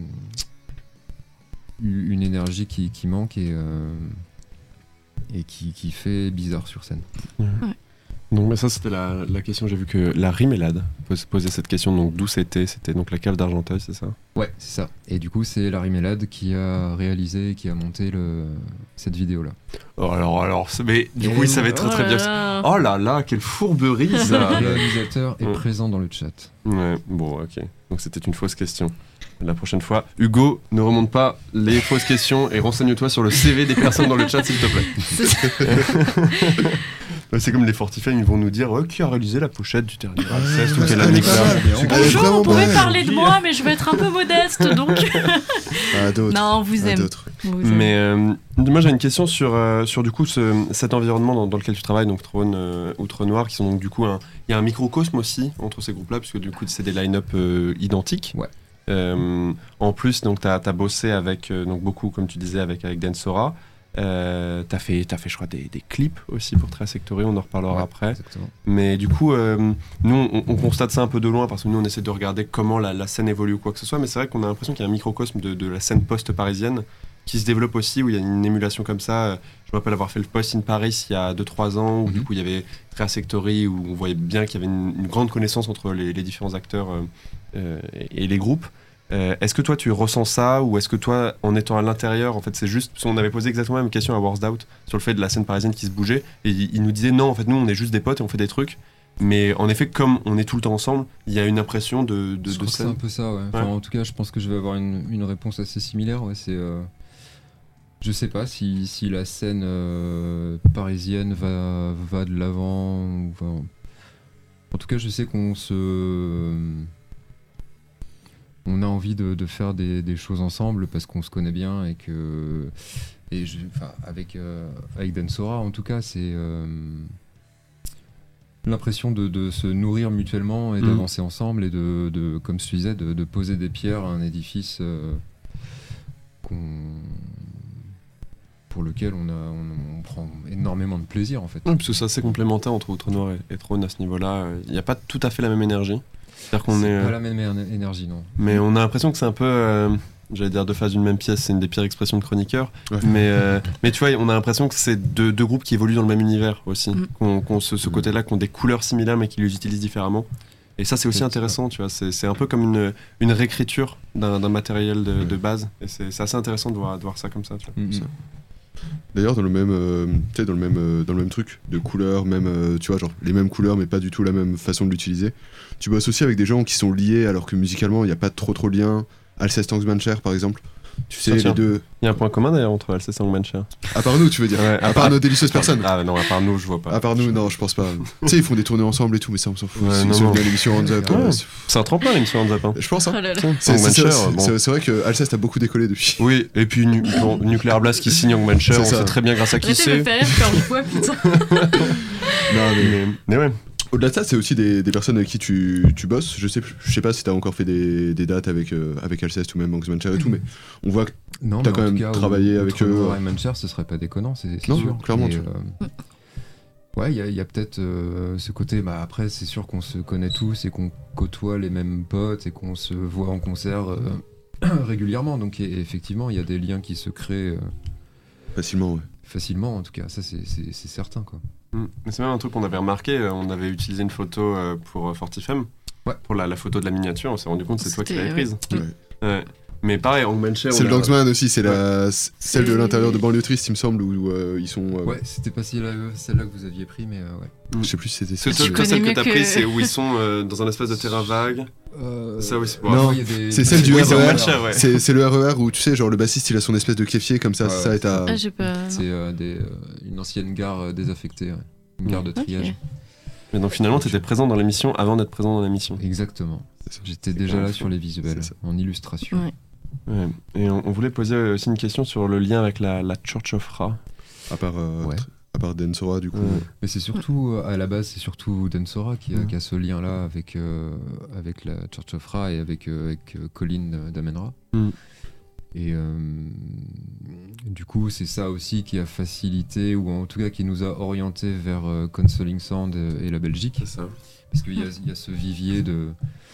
eu- une énergie qui, qui manque et, euh, et qui, qui fait bizarre sur scène. Donc, mais ça, c'était la, la question. J'ai vu que la Rimélade pose- posait cette question. Donc, d'où c'était? C'était donc la cave d'Argenteuil, c'est ça? Ouais, c'est ça. Et du coup, c'est Larry Mélade qui a réalisé et qui a monté le... cette vidéo-là. Oh, alors, alors, c'est- mais du Et coup, il savait très Oh très là bien. là. Oh là là, quelle fourberie ça! Le réalisateur est Ouais. présent dans le chat. Ouais, bon, ok. Donc, c'était une fausse question. La prochaine fois, Hugo, ne remonte pas les fausses questions et renseigne-toi sur le C V des personnes dans le chat, s'il te plaît. Ouais, c'est comme les Fortifame, ils vont nous dire ouais, qui a réalisé la pochette du dernier Alceste ou ouais, quel elle est anecdote. pas mal. Elle est Bonjour, vraiment vous pouvez bonne. parler de moi, mais je vais être un peu modeste, donc. Ah, d'autres. Non, on vous Ah, aime. d'autres. On vous aime. Mais euh, moi j'ai une question sur, euh, sur du coup ce, cet environnement dans, dans lequel tu travailles, donc Trône, euh, Outre Noir, qui sont donc du coup un, il y a un microcosme aussi entre ces groupes-là, puisque du coup c'est des line-up euh, identiques. Ouais. Euh, en plus, donc t'as as bossé avec euh, donc beaucoup, comme tu disais, avec avec Densora. Euh, t'as fait, t'as fait, je crois, des, des clips aussi pour Trajectory, on en reparlera Ouais, après. Exactement. Mais du coup, euh, nous, on, on constate ça un peu de loin parce que nous, on essaie de regarder comment la, la scène évolue ou quoi que ce soit. Mais c'est vrai qu'on a l'impression qu'il y a un microcosme de, de la scène post-parisienne qui se développe aussi, où il y a une émulation comme ça. Je me rappelle avoir fait le Post in Paris il y a deux trois ans, où Mhm. du coup, il y avait Trajectory, où on voyait bien qu'il y avait une, une grande connaissance entre les, les différents acteurs euh, euh, et, et les groupes. Euh, est-ce que toi tu ressens ça, ou est-ce que toi, en étant à l'intérieur, en fait c'est juste, parce qu'on avait posé exactement la même question à Worst Out sur le fait de la scène parisienne qui se bougeait, et il, il nous disait non, en fait nous on est juste des potes et on fait des trucs, mais en effet comme on est tout le temps ensemble, il y a une impression de, de, je de crois que c'est scène. un peu ça, ouais. Enfin, Ouais. En tout cas, je pense que je vais avoir une, une réponse assez similaire. Ouais, c'est, euh, je sais pas si, si la scène euh, parisienne va, va de l'avant. ou va- En tout cas, je sais qu'on se... On a envie de, de faire des, des choses ensemble parce qu'on se connaît bien et que... Et je, enfin, avec, euh, avec Densora, en tout cas, c'est... euh, l'impression de, de se nourrir mutuellement et Mm. d'avancer ensemble et de, de comme je te disais, de, de poser des pierres à un édifice euh, qu'on pour lequel on, a, on, on prend énormément de plaisir en fait. Ouais, parce que c'est assez complémentaire entre Outre Noir et, et Trône à ce niveau-là. Il n'y a pas tout à fait la même énergie. C'est-à-dire qu'on C'est est, pas la même éner- énergie, non. mais on a l'impression que c'est un peu, euh, j'allais dire deux faces d'une même pièce, c'est une des pires expressions de chroniqueur. Ouais. Mais, euh, mais tu vois, on a l'impression que c'est deux, deux groupes qui évoluent dans le même univers aussi. Mm. Qu'on, qu'on ce, ce côté-là, qui ont des couleurs similaires mais qui les utilisent différemment. Et ça, c'est aussi C'est ça. intéressant, tu vois. C'est, c'est un peu comme une, une réécriture d'un, d'un matériel de, de base. Et c'est, c'est assez intéressant de voir, de voir ça comme ça, tu vois. Mm, mm. Ça. D'ailleurs, dans le même, euh, tu sais, dans le même, euh, dans le même truc de couleurs, même, euh, tu vois, genre les mêmes couleurs, mais pas du tout la même façon de l'utiliser. Tu bosses aussi avec des gens qui sont liés, alors que musicalement, il n'y a pas trop trop de lien. Alceste Angstmancher, par exemple. Tu sais, Ah, tiens. les deux. Il y a un point commun d'ailleurs entre Alceste et Angmancher. À part nous, tu veux dire. Ouais, à part nos délicieuses personnes. Ah non, à part nous, je vois pas. À part nous, non, je pense pas. Tu sais, ils font des tournées ensemble et tout, mais ça, on s'en fout. Ouais, Ils non, sont non. venus à l'émission Hands Up. Ouais. euh, c'est- C'est un tremplin l'émission Hands Up. Hein. Je pense, hein. Oh là là. C'est, c'est, Angmancher, c'est- bon. c'est- c'est vrai que Alceste a beaucoup décollé depuis. Oui, et puis nu- bon, Nuclear Blast qui signe Angmancher, C'est on ça. sait très bien grâce à qui Arrêtez de me c'est. faire rire quand je vois, putain. Non, mais, Mais, mais ouais. au-delà de ça, c'est aussi des, des personnes avec qui tu, tu bosses. Je sais, plus- je sais pas si t'as encore fait des, des dates avec, euh, avec Alceste ou même Angstmancher et tout, mais on voit que Non, T'as mais quand en tout même cas, travaillé au- avec Outre eux. Noir et Mancher, ce serait pas déconnant, c'est, c'est Non, sûr. clairement, Et, tu euh, ouais, il y a, il y a peut-être euh, ce côté. Bah, après, c'est sûr qu'on se connaît tous et qu'on côtoie les mêmes potes et qu'on se voit en concert euh, régulièrement. Donc, et- effectivement, il y a des liens qui se créent euh, facilement, ouais. facilement, en tout cas. Ça, c'est, c'est, c'est certain, quoi. Mm. Mais c'est même un truc qu'on avait remarqué. euh, On avait utilisé une photo euh, pour euh, Fortifem. Ouais. Pour la, la photo de la miniature. On s'est rendu compte que c'est toi qui C'était- l'avais prise. Ouais. Ouais. Mais pareil, Angmancher. C'est on le a- Dogsman aussi, c'est la, c- celle de C'est- l'intérieur de Banlieue Triste, il me semble, où euh, ils sont. euh, Ouais, c'était pas celle-là, celle-là que vous aviez pris, mais euh, ouais. Je sais plus si c'était C'est ça. toi, Tu toi, celle connais que t'as mieux que- prise, c'est où ils sont euh, dans un espèce de terrain vague. Euh, Ça aussi, c'est Non, il y a des- c'est celle du Ouais, R c'est E R. Angmancher, ouais. C'est, c'est le R E R où tu sais, genre le bassiste il a son espèce de kéfier comme ça, Ouais, c'est ça, ouais, et t'as. Ah, j'ai pas. C'est euh, des, euh, une ancienne gare euh, désaffectée, ouais. Une gare de Ok. triage. Mais donc finalement, t'étais présent dans l'émission avant d'être présent dans l'émission. Exactement. C'est ça. J'étais C'est déjà quand même là fou. sur les visuels, C'est ça. en illustration. Ouais. Ouais. Et on, on voulait poser aussi une question sur le lien avec la, la Church of Ra. À part, euh, Ouais. tr- à part Densora, du coup. Ouais. Mais c'est surtout, euh, à la base, c'est surtout Densora qui a, Mm. qui a ce lien-là avec, euh, avec la Church of Ra et avec, euh, avec euh, Colin euh, d'Amenra. Mm. Et euh, du coup, c'est ça aussi qui a facilité, ou en tout cas qui nous a orienté vers euh, Consoling Sound et, et la Belgique. C'est ça. Parce qu'il y a, il y a ce vivier de,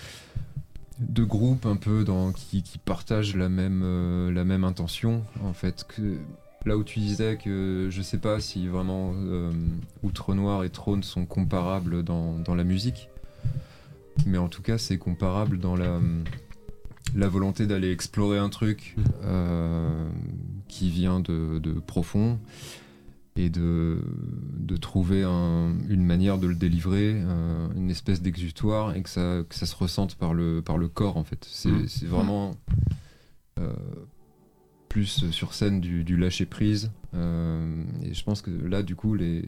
de groupes un peu dans, qui, qui partagent la même, euh, la même intention, en fait. Que, là où tu disais que je sais pas si vraiment euh, Outre Noir et Trône sont comparables dans, dans la musique, mais en tout cas c'est comparable dans la, la volonté d'aller explorer un truc euh, qui vient de, de profond et de, de trouver un- une manière de le délivrer, euh, une espèce d'exutoire, et que ça, que ça se ressente par le, par le corps en fait. C'est, Mm. c'est vraiment euh, plus sur scène du, du lâcher prise. euh, et je pense que là, du coup, les,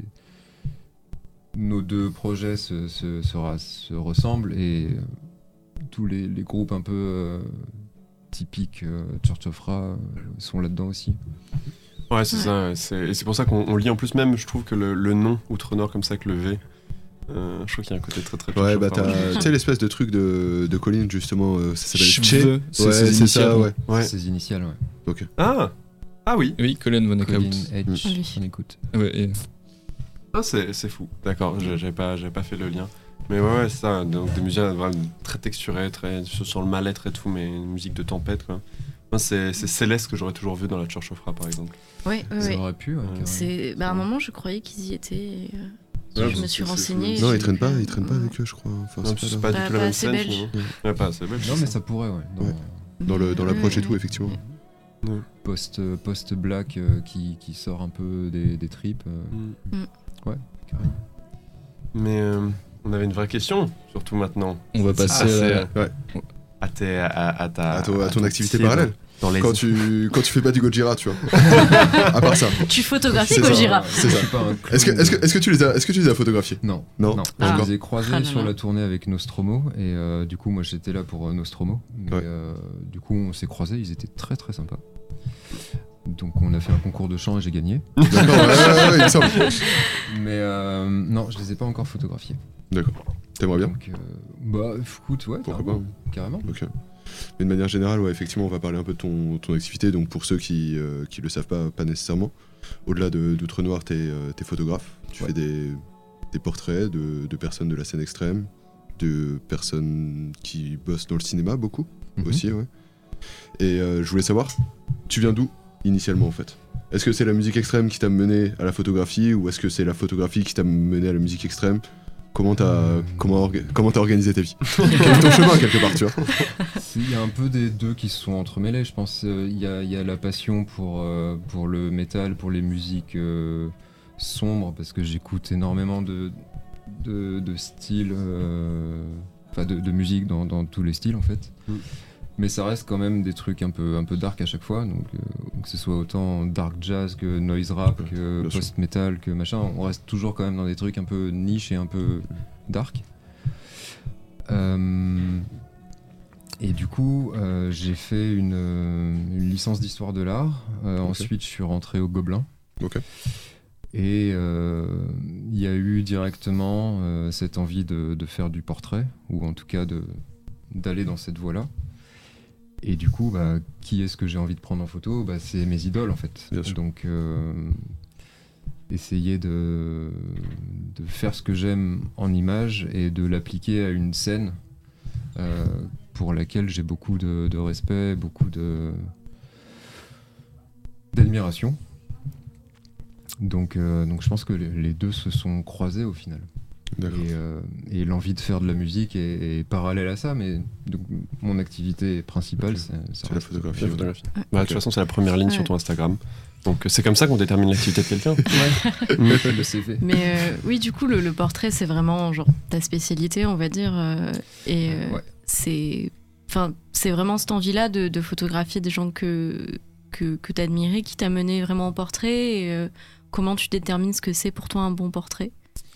nos deux projets se, se, se, ra- se ressemblent, et euh, tous les, les groupes un peu euh, typiques euh, Church of Ra euh, sont là-dedans aussi. Ouais, c'est Ouais. ça. ouais. C'est... Et c'est pour ça qu'on on lit en plus même, je trouve que le, le nom Outre Nord comme ça avec le V, euh, je trouve qu'il y a un côté très très Ouais, Church bah of Ra. t'as. Tu sais, l'espèce de truc de, de Colin, justement, euh, ça s'appelle Cheveux, Che. c'est Ouais, ses c'est initiales, ça, ouais. ouais. Ouais. Ses initiales, ouais. Ok. Ah Ah oui Oui, Colin Von Colin Eckhout. H, Oui. on écoute. Ouais, et- Ah, c'est, c'est fou. D'accord, je- j'avais pas, j'avais pas fait le lien. Mais ouais, ouais, c'est ça. Donc des musiques vraiment très texturées, très sur le mal-être et tout, mais une musique de tempête, quoi. Moi, c'est, c'est Céleste que j'aurais toujours vu dans la Church of Ra, par exemple. Ouais, ouais, Ça ouais. aurait pu, ouais, carrément. C'est... Bah, à un moment, je croyais qu'ils y étaient. et, euh, Ouais, je c'est- me suis c'est- renseignée. Non, j'ai ils traînent vu pas, que- ils traînent pas avec eux, je crois. Enfin, Non, c'est parce que c'est pas pas là. du Pas- tout la pas même assez scène. belge. finalement. Ouais, pas assez belge. Non, c'est mais ça. ça pourrait, ouais. Dans Ouais. Dans, le, dans l'approche et tout, Ouais. effectivement. Post, post-black euh, qui, qui sort un peu des, des tripes. euh, Mm. Ouais, carrément. Mais euh, on avait une vraie question, surtout maintenant. On va passer Ah, à la- c'est- Ouais. à, tes, à, à ta, À, ton- à ton ton activité style parallèle. Dans les... Quand tu, quand tu fais pas du Gojira, tu vois. À part ça. Tu photographies C'est ça. Gojira. C'est Je ça. suis pas un Est-ce que, clown est-ce que, de- est-ce que tu les as, est-ce que tu les as photographiés? Non, Non. non. Ah. Je les ai croisés Ah là sur là. la tournée avec Nostromo, et euh, du coup, moi j'étais là pour euh, Nostromo. Mais, Ouais. euh, du coup, on s'est croisés, ils étaient très très sympas. Donc on a fait un concours de chant et j'ai gagné. D'accord, ouais, ouais, ouais, il me semble. Mais euh, non, je les ai pas encore photographiés. D'accord. T'aimerais bien Donc, euh, bah, écoute, ouais, pourquoi carrément, pas. carrément. Ok. Mais de manière générale, ouais, effectivement, on va parler un peu de ton, ton activité. Donc pour ceux qui euh, qui le savent pas, pas nécessairement, au-delà de d'Outre-Noir, t'es euh, t'es photographe. Tu Ouais. fais des, des portraits de, de personnes de la scène extrême, de personnes qui bossent dans le cinéma beaucoup Mhm. aussi, ouais. Et euh, je voulais savoir, tu viens d'où initialement en fait? Est-ce que c'est la musique extrême qui t'a mené à la photographie ou est-ce que c'est la photographie qui t'a mené à la musique extrême? Comment t'as Mmh. comment, orga- comment t'as organisé ta vie? Quel est ton chemin quelque part, tu vois? Il y a un peu des deux qui se sont entremêlés, je pense. Euh, Il y, a, il y a la passion pour, euh, pour le métal, pour les musiques euh, sombres, parce que j'écoute énormément de, de, de styles, euh, enfin de, de musique dans, dans tous les styles en fait. Mm. Mais ça reste quand même des trucs un peu, un peu dark à chaque fois, donc euh, que ce soit autant dark jazz que noise rap, Ouais, que bien sûr. post-metal, que machin, on reste toujours quand même dans des trucs un peu niche et un peu dark. Euh, et du coup, euh, j'ai fait une, euh, une licence d'histoire de l'art. Euh, Ok. Ensuite, je suis rentré au Gobelin. Ok. Et euh, il y a eu directement euh, cette envie de, de faire du portrait, ou en tout cas de, d'aller dans cette voie-là. Et du coup, bah, qui est-ce que j'ai envie de prendre en photo? Bah, c'est mes idoles en fait. Bien sûr. Donc euh, essayer de, de faire ce que j'aime en image et de l'appliquer à une scène euh, pour laquelle j'ai beaucoup de, de respect, beaucoup de d'admiration. Donc, euh, donc je pense que les, les deux se sont croisés au final. D'accord. Et, euh, et l'envie de faire de la musique est, est parallèle à ça, mais donc, mon activité principale, Ok. c'est, ça C'est la reste- photographie. La ouais. photographie. Ouais. Bah, de Ok. toute façon, c'est la première ligne sur Ouais. ton Instagram. Donc, euh, c'est comme ça qu'on détermine l'activité de quelqu'un. le C V. Mais euh, oui, du coup, le, le portrait, c'est vraiment genre ta spécialité, on va dire. euh, et euh, Ouais. c'est, enfin, c'est vraiment cette envie-là de, de photographier des gens que que, que t'admirais, qui t'a mené vraiment au portrait. Et, euh, comment tu détermines ce que c'est pour toi un bon portrait?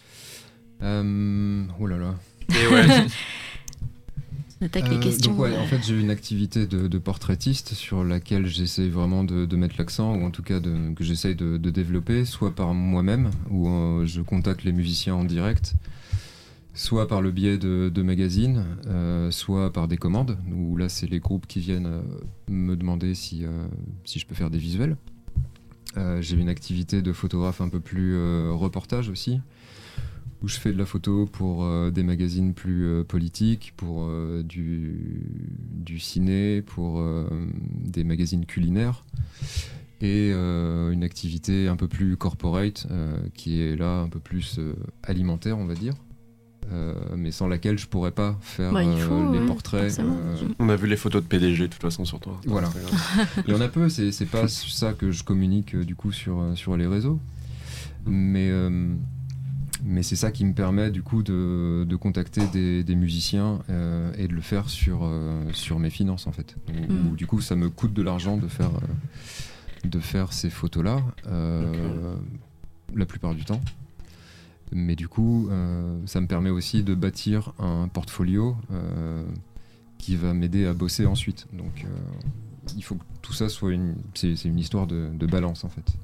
Euh, oh là là. Et ouais. Attaque Euh, les questions. Donc ouais, en fait, j'ai une activité de, de portraitiste sur laquelle j'essaye vraiment de, de mettre l'accent, ou en tout cas de, que j'essaye de, de développer, soit par moi-même, où euh, je contacte les musiciens en direct, soit par le biais de, de magazines, euh, soit par des commandes, où là, c'est les groupes qui viennent euh, me demander si, euh, si je peux faire des visuels. Euh, j'ai une activité de photographe un peu plus euh, reportage aussi, où je fais de la photo pour euh, des magazines plus euh, politiques, pour euh, du, du ciné, pour euh, des magazines culinaires, et euh, une activité un peu plus corporate, euh, qui est là un peu plus euh, alimentaire, on va dire, euh, mais sans laquelle je pourrais pas faire Bah, il euh, faut, les ouais, portraits. forcément. On a vu les photos de P D G de toute façon sur toi. Voilà. Il y en a peu, c'est, c'est pas ça que je communique euh, du coup sur, euh, sur les réseaux. Mais, euh, mais c'est ça qui me permet du coup de, de contacter des, des musiciens euh, et de le faire sur, euh, sur mes finances en fait. Où, Mm. où, du coup ça me coûte de l'argent de faire, euh, de faire ces photos-là, euh, la plupart du temps. Mais du coup, euh, ça me permet aussi de bâtir un portfolio euh, qui va m'aider à bosser ensuite. Donc, euh, il faut que tout ça soit une... C'est, c'est une histoire de, de balance, en fait.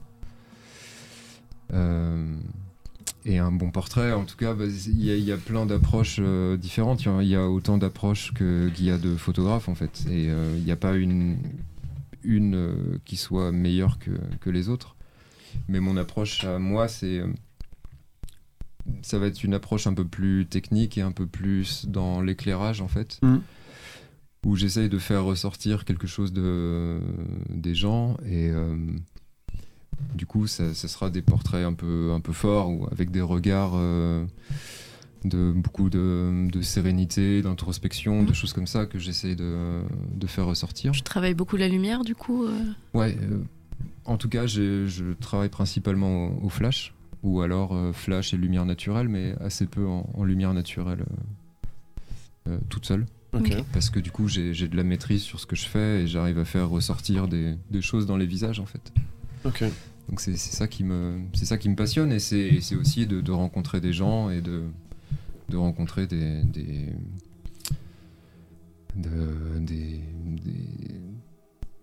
Euh, et un bon portrait, en tout cas, bah, il y, a- il y a plein d'approches euh, différentes. Il y a- il y a autant d'approches que, qu'il y a de photographes, en fait. Et euh, il n'y a pas une, une euh, qui soit meilleure que, que les autres. Mais mon approche à moi, c'est... euh, ça va être une approche un peu plus technique et un peu plus dans l'éclairage en fait, Mm. où j'essaye de faire ressortir quelque chose de, des gens et euh, du coup ça, ça sera des portraits un peu, un peu forts ou avec des regards euh, de beaucoup de, de sérénité, d'introspection, Mm. de choses comme ça que j'essaye de, de faire ressortir. Je travaille beaucoup la lumière, du coup. euh, Ouais, euh, en tout cas j'ai- je travaille principalement au, au flash. Ou alors euh, flash et lumière naturelle, mais assez peu en, en lumière naturelle euh, euh, toute seule. Ok. Parce que du coup, j'ai, j'ai de la maîtrise sur ce que je fais et j'arrive à faire ressortir des, des choses dans les visages, en fait. Ok. Donc c'est, c'est, ça, qui me, c'est ça qui me passionne et c'est, et c'est aussi de, de rencontrer des gens et de, de rencontrer des... des de, des, des,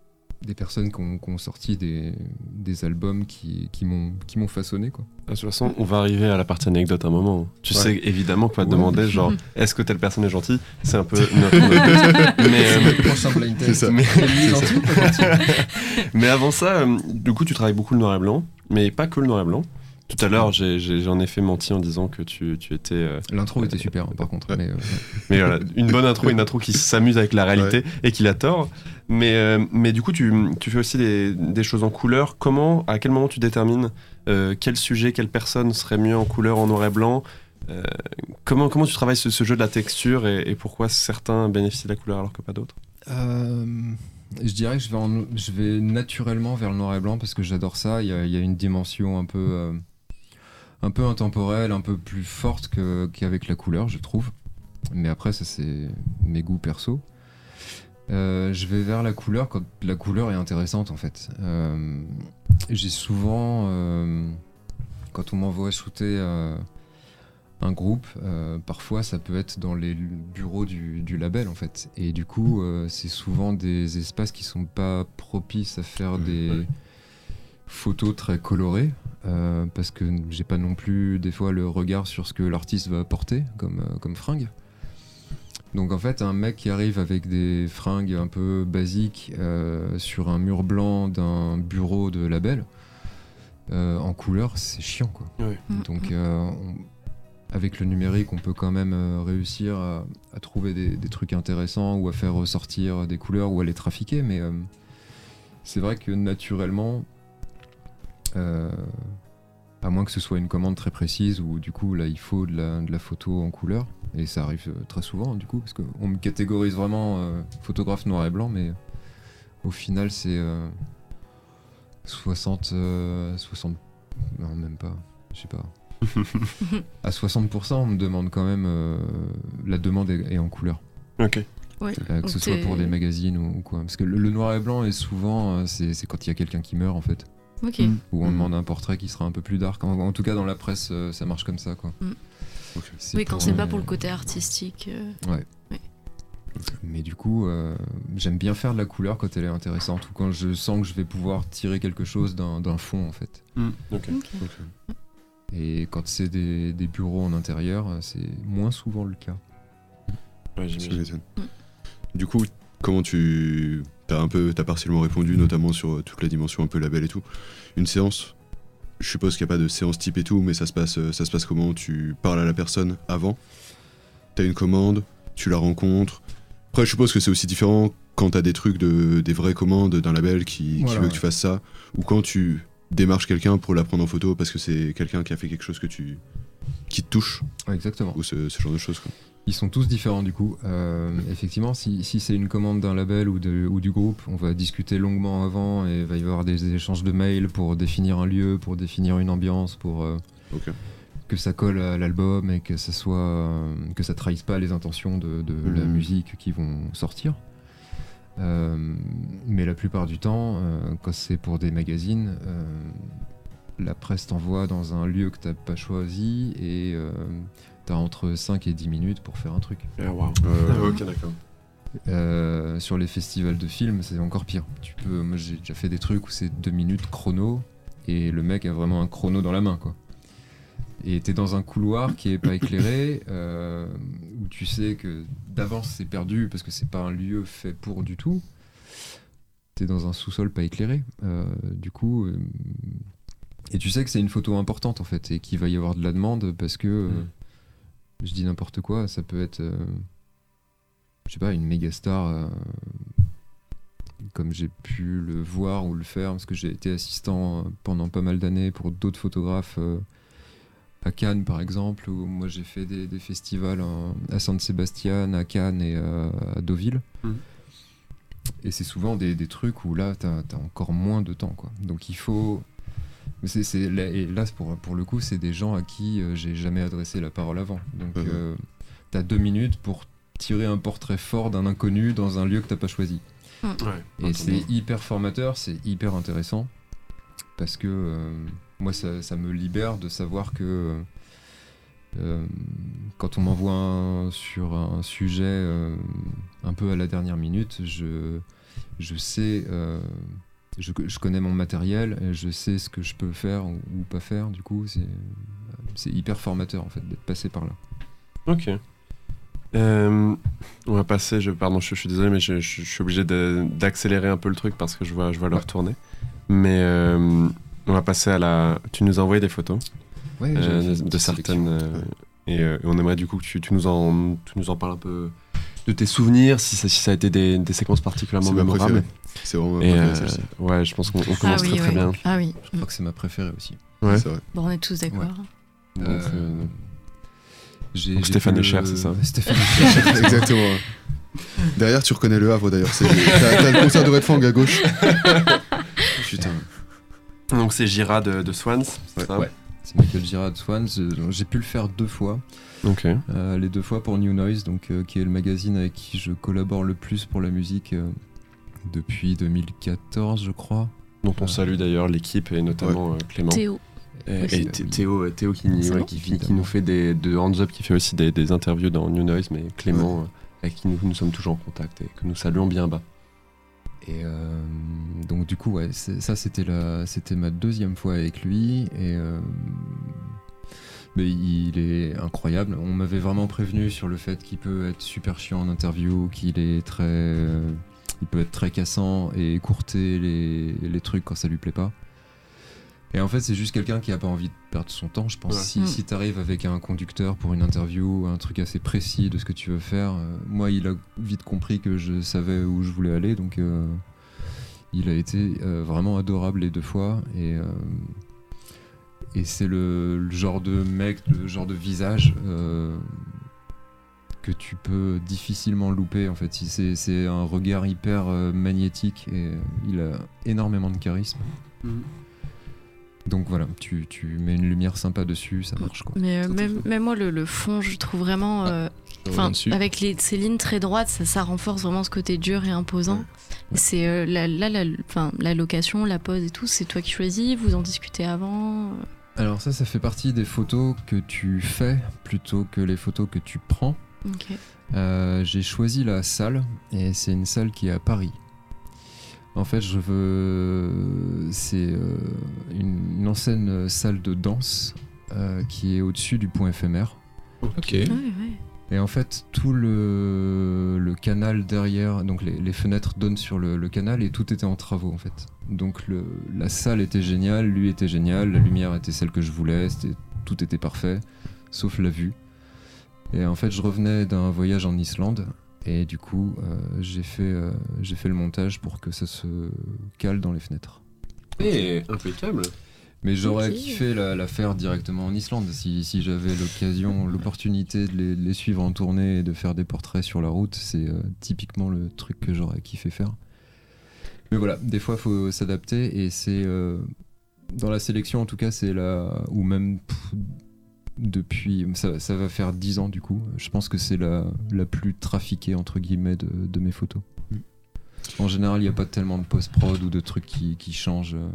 des personnes qui ont, qui ont sorti des, des albums qui, qui, m'ont, qui m'ont façonné, quoi. De toute façon, on va arriver à la partie anecdote à un moment. Tu Ouais. sais évidemment qu'on va te Ouais. demander, genre, est-ce que telle personne est gentille ? C'est un peu notre, notre but. Mais, euh, Le prochain blind test. c'est ça. Mais, Elle est gentille ou pas gentille ? mais avant ça, euh, du coup, tu travailles beaucoup le noir et blanc, mais pas que le noir et blanc. Tout à l'heure, j'ai, j'ai, j'en ai fait menti en disant que tu, tu étais. euh, L'intro était super, hein, par contre. Ouais. Mais, euh, Mais voilà, une bonne intro, une intro qui s'amuse avec la réalité et qui la tord. Mais, euh, mais du coup, tu, tu fais aussi des, des choses en couleur. Comment, à quel moment tu détermines euh, quel sujet, quelle personne serait mieux en couleur, en noir et blanc ? Euh, comment, comment tu travailles ce, ce jeu de la texture et, et pourquoi certains bénéficient de la couleur alors que pas d'autres ? Euh, je dirais que je vais, en- je vais naturellement vers le noir et blanc parce que j'adore ça. Il y a, il y a une dimension un peu, euh, un peu intemporelle, un peu plus forte que, qu'avec la couleur, je trouve. Mais après, ça, c'est mes goûts perso. Euh, je vais vers la couleur quand la couleur est intéressante, en fait. Euh, j'ai souvent, euh, quand on m'envoie shooter euh, un groupe, euh, parfois ça peut être dans les bureaux du, du label, en fait. Et du coup, euh, c'est souvent des espaces qui sont pas propices à faire des Ouais. photos très colorées, euh, parce que j'ai pas non plus des fois le regard sur ce que l'artiste va apporter comme, euh, comme fringue. Donc en fait, un mec qui arrive avec des fringues un peu basiques euh, sur un mur blanc d'un bureau de label, euh, en couleur, c'est chiant, quoi. Ouais. Donc euh, on- avec le numérique, on peut quand même euh, réussir à, à trouver des, des trucs intéressants ou à faire ressortir des couleurs ou à les trafiquer, mais euh, c'est vrai que naturellement, euh, à moins que ce soit une commande très précise où du coup là il faut de la, de la photo en couleur, et ça arrive euh, très souvent du coup, parce qu'on me catégorise vraiment euh, photographe noir et blanc, mais au final c'est euh, soixante, euh, soixante, non même pas, je sais pas. À soixante pour cent on me demande quand même, euh, la demande est, est en couleur. Ok. Ouais. Euh, que Donc ce soit t'es- pour des magazines ou, ou quoi. Parce que le, le noir et blanc est souvent, euh, c'est, c'est quand il y a quelqu'un qui meurt en fait. Ok. Mm. Où on Mm. demande un portrait qui sera un peu plus dark. En, en tout cas dans la presse, euh, ça marche comme ça, quoi. Mm. C'est Oui, quand pour, c'est pas euh, pour le côté artistique. euh, Ouais. Ouais. Mais du coup, euh, j'aime bien faire de la couleur quand elle est intéressante ou quand je sens que je vais pouvoir tirer quelque chose d'un, d'un fond en fait. Mm. Ok. Ok. Et quand c'est des, des bureaux en intérieur, euh, c'est moins souvent le cas. Ouais, Tu j'imagine. m'étonnes. Du coup, comment tu. T'as un peu. T'as partiellement répondu, notamment sur euh, toute la dimension un peu label et tout. Une séance, je suppose qu'il n'y a pas de séance type et tout, mais ça se passe, euh, ça se passe comment ? Tu parles à la personne avant, t'as une commande, tu la rencontres. Après, je suppose que c'est aussi différent quand t'as des trucs, de, des vraies commandes d'un label qui, qui Voilà, veut ouais. que tu fasses ça, ou quand tu démarches quelqu'un pour la prendre en photo parce que c'est quelqu'un qui a fait quelque chose que tu. Qui te touche, Ouais, exactement. ou ce, ce genre de choses, quoi. Ils sont tous différents du coup. Euh, effectivement, si, si c'est une commande d'un label ou, de, ou du groupe, on va discuter longuement avant et il va y avoir des échanges de mails pour définir un lieu, pour définir une ambiance, pour euh, Ok. que ça colle à l'album et que ça soit euh, que ça trahisse pas les intentions de, de la Mhm. musique qui vont sortir. Euh, mais la plupart du temps, euh, quand c'est pour des magazines, euh, la presse t'envoie dans un lieu que t'as pas choisi et euh, t'as entre cinq et dix minutes pour faire un truc. Ah, waouh. Euh, Ah, ok, d'accord. Euh, sur les festivals de films, c'est encore pire. Tu peux, moi j'ai déjà fait des trucs où c'est deux minutes chrono et le mec a vraiment un chrono dans la main, quoi. Et t'es dans un couloir qui est pas éclairé, euh, où tu sais que d'avance c'est perdu parce que c'est pas un lieu fait pour du tout. T'es dans un sous-sol pas éclairé, euh, du coup. euh, et tu sais que c'est une photo importante en fait, et qu'il va y avoir de la demande parce que. euh, Mm. Je dis n'importe quoi, ça peut être. euh, je sais pas, une méga star, euh, comme j'ai pu le voir ou le faire, parce que j'ai été assistant euh, pendant pas mal d'années pour d'autres photographes euh, à Cannes par exemple, où moi j'ai fait des, des festivals en- à San Sebastian, à Cannes et euh, à Deauville. Mhm. Et c'est souvent des, des trucs où là t'as, t'as encore moins de temps, quoi. Donc il faut. Mais c'est, c'est, là, et là pour, pour le coup, c'est des gens à qui euh, j'ai jamais adressé la parole avant. Donc Mhm. euh, t'as deux minutes pour tirer un portrait fort d'un inconnu dans un lieu que t'as pas choisi. Ouais. Et c'est hyper formateur, c'est hyper intéressant parce que euh, moi ça, ça me libère de savoir que euh, quand on m'envoie un- sur un sujet euh, un peu à la dernière minute, je je sais, euh, je, je connais mon matériel, et je sais ce que je peux faire ou, ou pas faire. Du coup, c'est, c'est hyper formateur en fait d'être passé par là. Ok. Euh, on va passer, je, pardon, je, je suis désolé, mais je, je, je suis obligé de, d'accélérer un peu le truc parce que je vois, je vois l'heure tourner. Mais euh, on va passer à la. Tu nous as envoyé des photos ouais, euh, de, de certaines. Euh, et, euh, et on aimerait du coup que tu, tu, nous en, tu nous en parles un peu de tes souvenirs, si ça, si ça a été des, des séquences particulièrement c'est mémorables. C'est vraiment ma et préférée, euh, celle-ci. Ouais, je pense qu'on on commence ah, oui, très très ouais. bien. Ah oui. Je crois que c'est ma préférée aussi. Ouais, c'est vrai. Bon, on est tous d'accord. Ouais. Donc, Euh, euh, J'ai, Donc j'ai Stéphane pu Echer, le- c'est ça Stéphane Echer. Exactement. Derrière, tu reconnais le Havre d'ailleurs. C'est... T'as, t'as le concert de Red Fang à gauche. Putain. Donc c'est Gira de, de Swans, c'est Ouais, ça ouais. C'est Michael Gira de Swans. Euh, J'ai pu le faire deux fois. Ok. Euh, les deux fois pour New Noise, donc, euh, qui est le magazine avec qui je collabore le plus pour la musique euh, depuis deux mille quatorze, je crois. dont on salue d'ailleurs l'équipe et notamment euh, Clément. Théo. Et, Oui, et oui. Thé- Théo, euh, Théo qui, C'est ouais, bon. qui, qui- qui nous fait des de Hands Up, qui fait aussi des, des interviews dans New Noise, mais Clément, euh, avec qui nous, nous sommes toujours en contact et que nous saluons bien bas. Et euh, donc du coup, ouais, c'est- ça c'était la, c'était ma deuxième fois avec lui. Et euh, mais il est incroyable. On m'avait vraiment prévenu sur le fait qu'il peut être super chiant en interview, qu'il est très, euh, il peut être très cassant et écourter les, les trucs quand ça lui plaît pas. Et en fait, c'est juste quelqu'un qui a pas envie de perdre son temps. Je pense Ouais. si, Mm. si t'arrives avec un conducteur pour une interview, un truc assez précis de ce que tu veux faire, euh, moi, il a vite compris que je savais où je voulais aller, donc euh, il a été euh, vraiment adorable les deux fois. Et, euh, et c'est le, le genre de mec, le genre de visage euh, que tu peux difficilement louper. En fait, c'est, c'est un regard hyper euh, magnétique et euh, il a énormément de charisme. Donc voilà, tu, tu mets une lumière sympa dessus, ça marche quoi. Mais euh, même, même moi, le, le fond, je trouve vraiment. euh, Je Enfin, reviens dessus. avec les, ces lignes très droites, ça, ça renforce vraiment ce côté dur et imposant. C'est euh, la, là, la, enfin, la location, la pose et tout, c'est toi qui choisis, vous en discutez avant. euh. Alors ça, ça fait partie des photos que tu fais plutôt que les photos que tu prends. Ok. Euh, j'ai choisi la salle et c'est une salle qui est à Paris. En fait, je veux. C'est euh, une, une ancienne salle de danse euh, qui est au-dessus du pont éphémère. Ok. Ouais, ouais. Et en fait, tout le, le canal derrière, donc les, les fenêtres donnent sur le, le canal et tout était en travaux en fait. Donc le, la salle était géniale, lui était génial, la lumière était celle que je voulais, c'était, tout était parfait, sauf la vue. Et en fait, je revenais d'un voyage en Islande et du coup, euh, j'ai fait, euh, j'ai fait le montage pour que ça se cale dans les fenêtres. Et impeccable. Mais j'aurais Ok. kiffé la, la faire directement en Islande si, si j'avais l'occasion, l'opportunité de les, de les suivre en tournée et de faire des portraits sur la route. C'est euh, typiquement le truc que j'aurais kiffé faire. Mais voilà, des fois il faut s'adapter et c'est euh, dans la sélection en tout cas, c'est la ou même pff, depuis ça, ça va faire dix ans du coup. Je pense que c'est la, la plus trafiquée entre guillemets de, de mes photos. En général, il n'y a pas tellement de post-prod ou de trucs qui, qui changent. euh.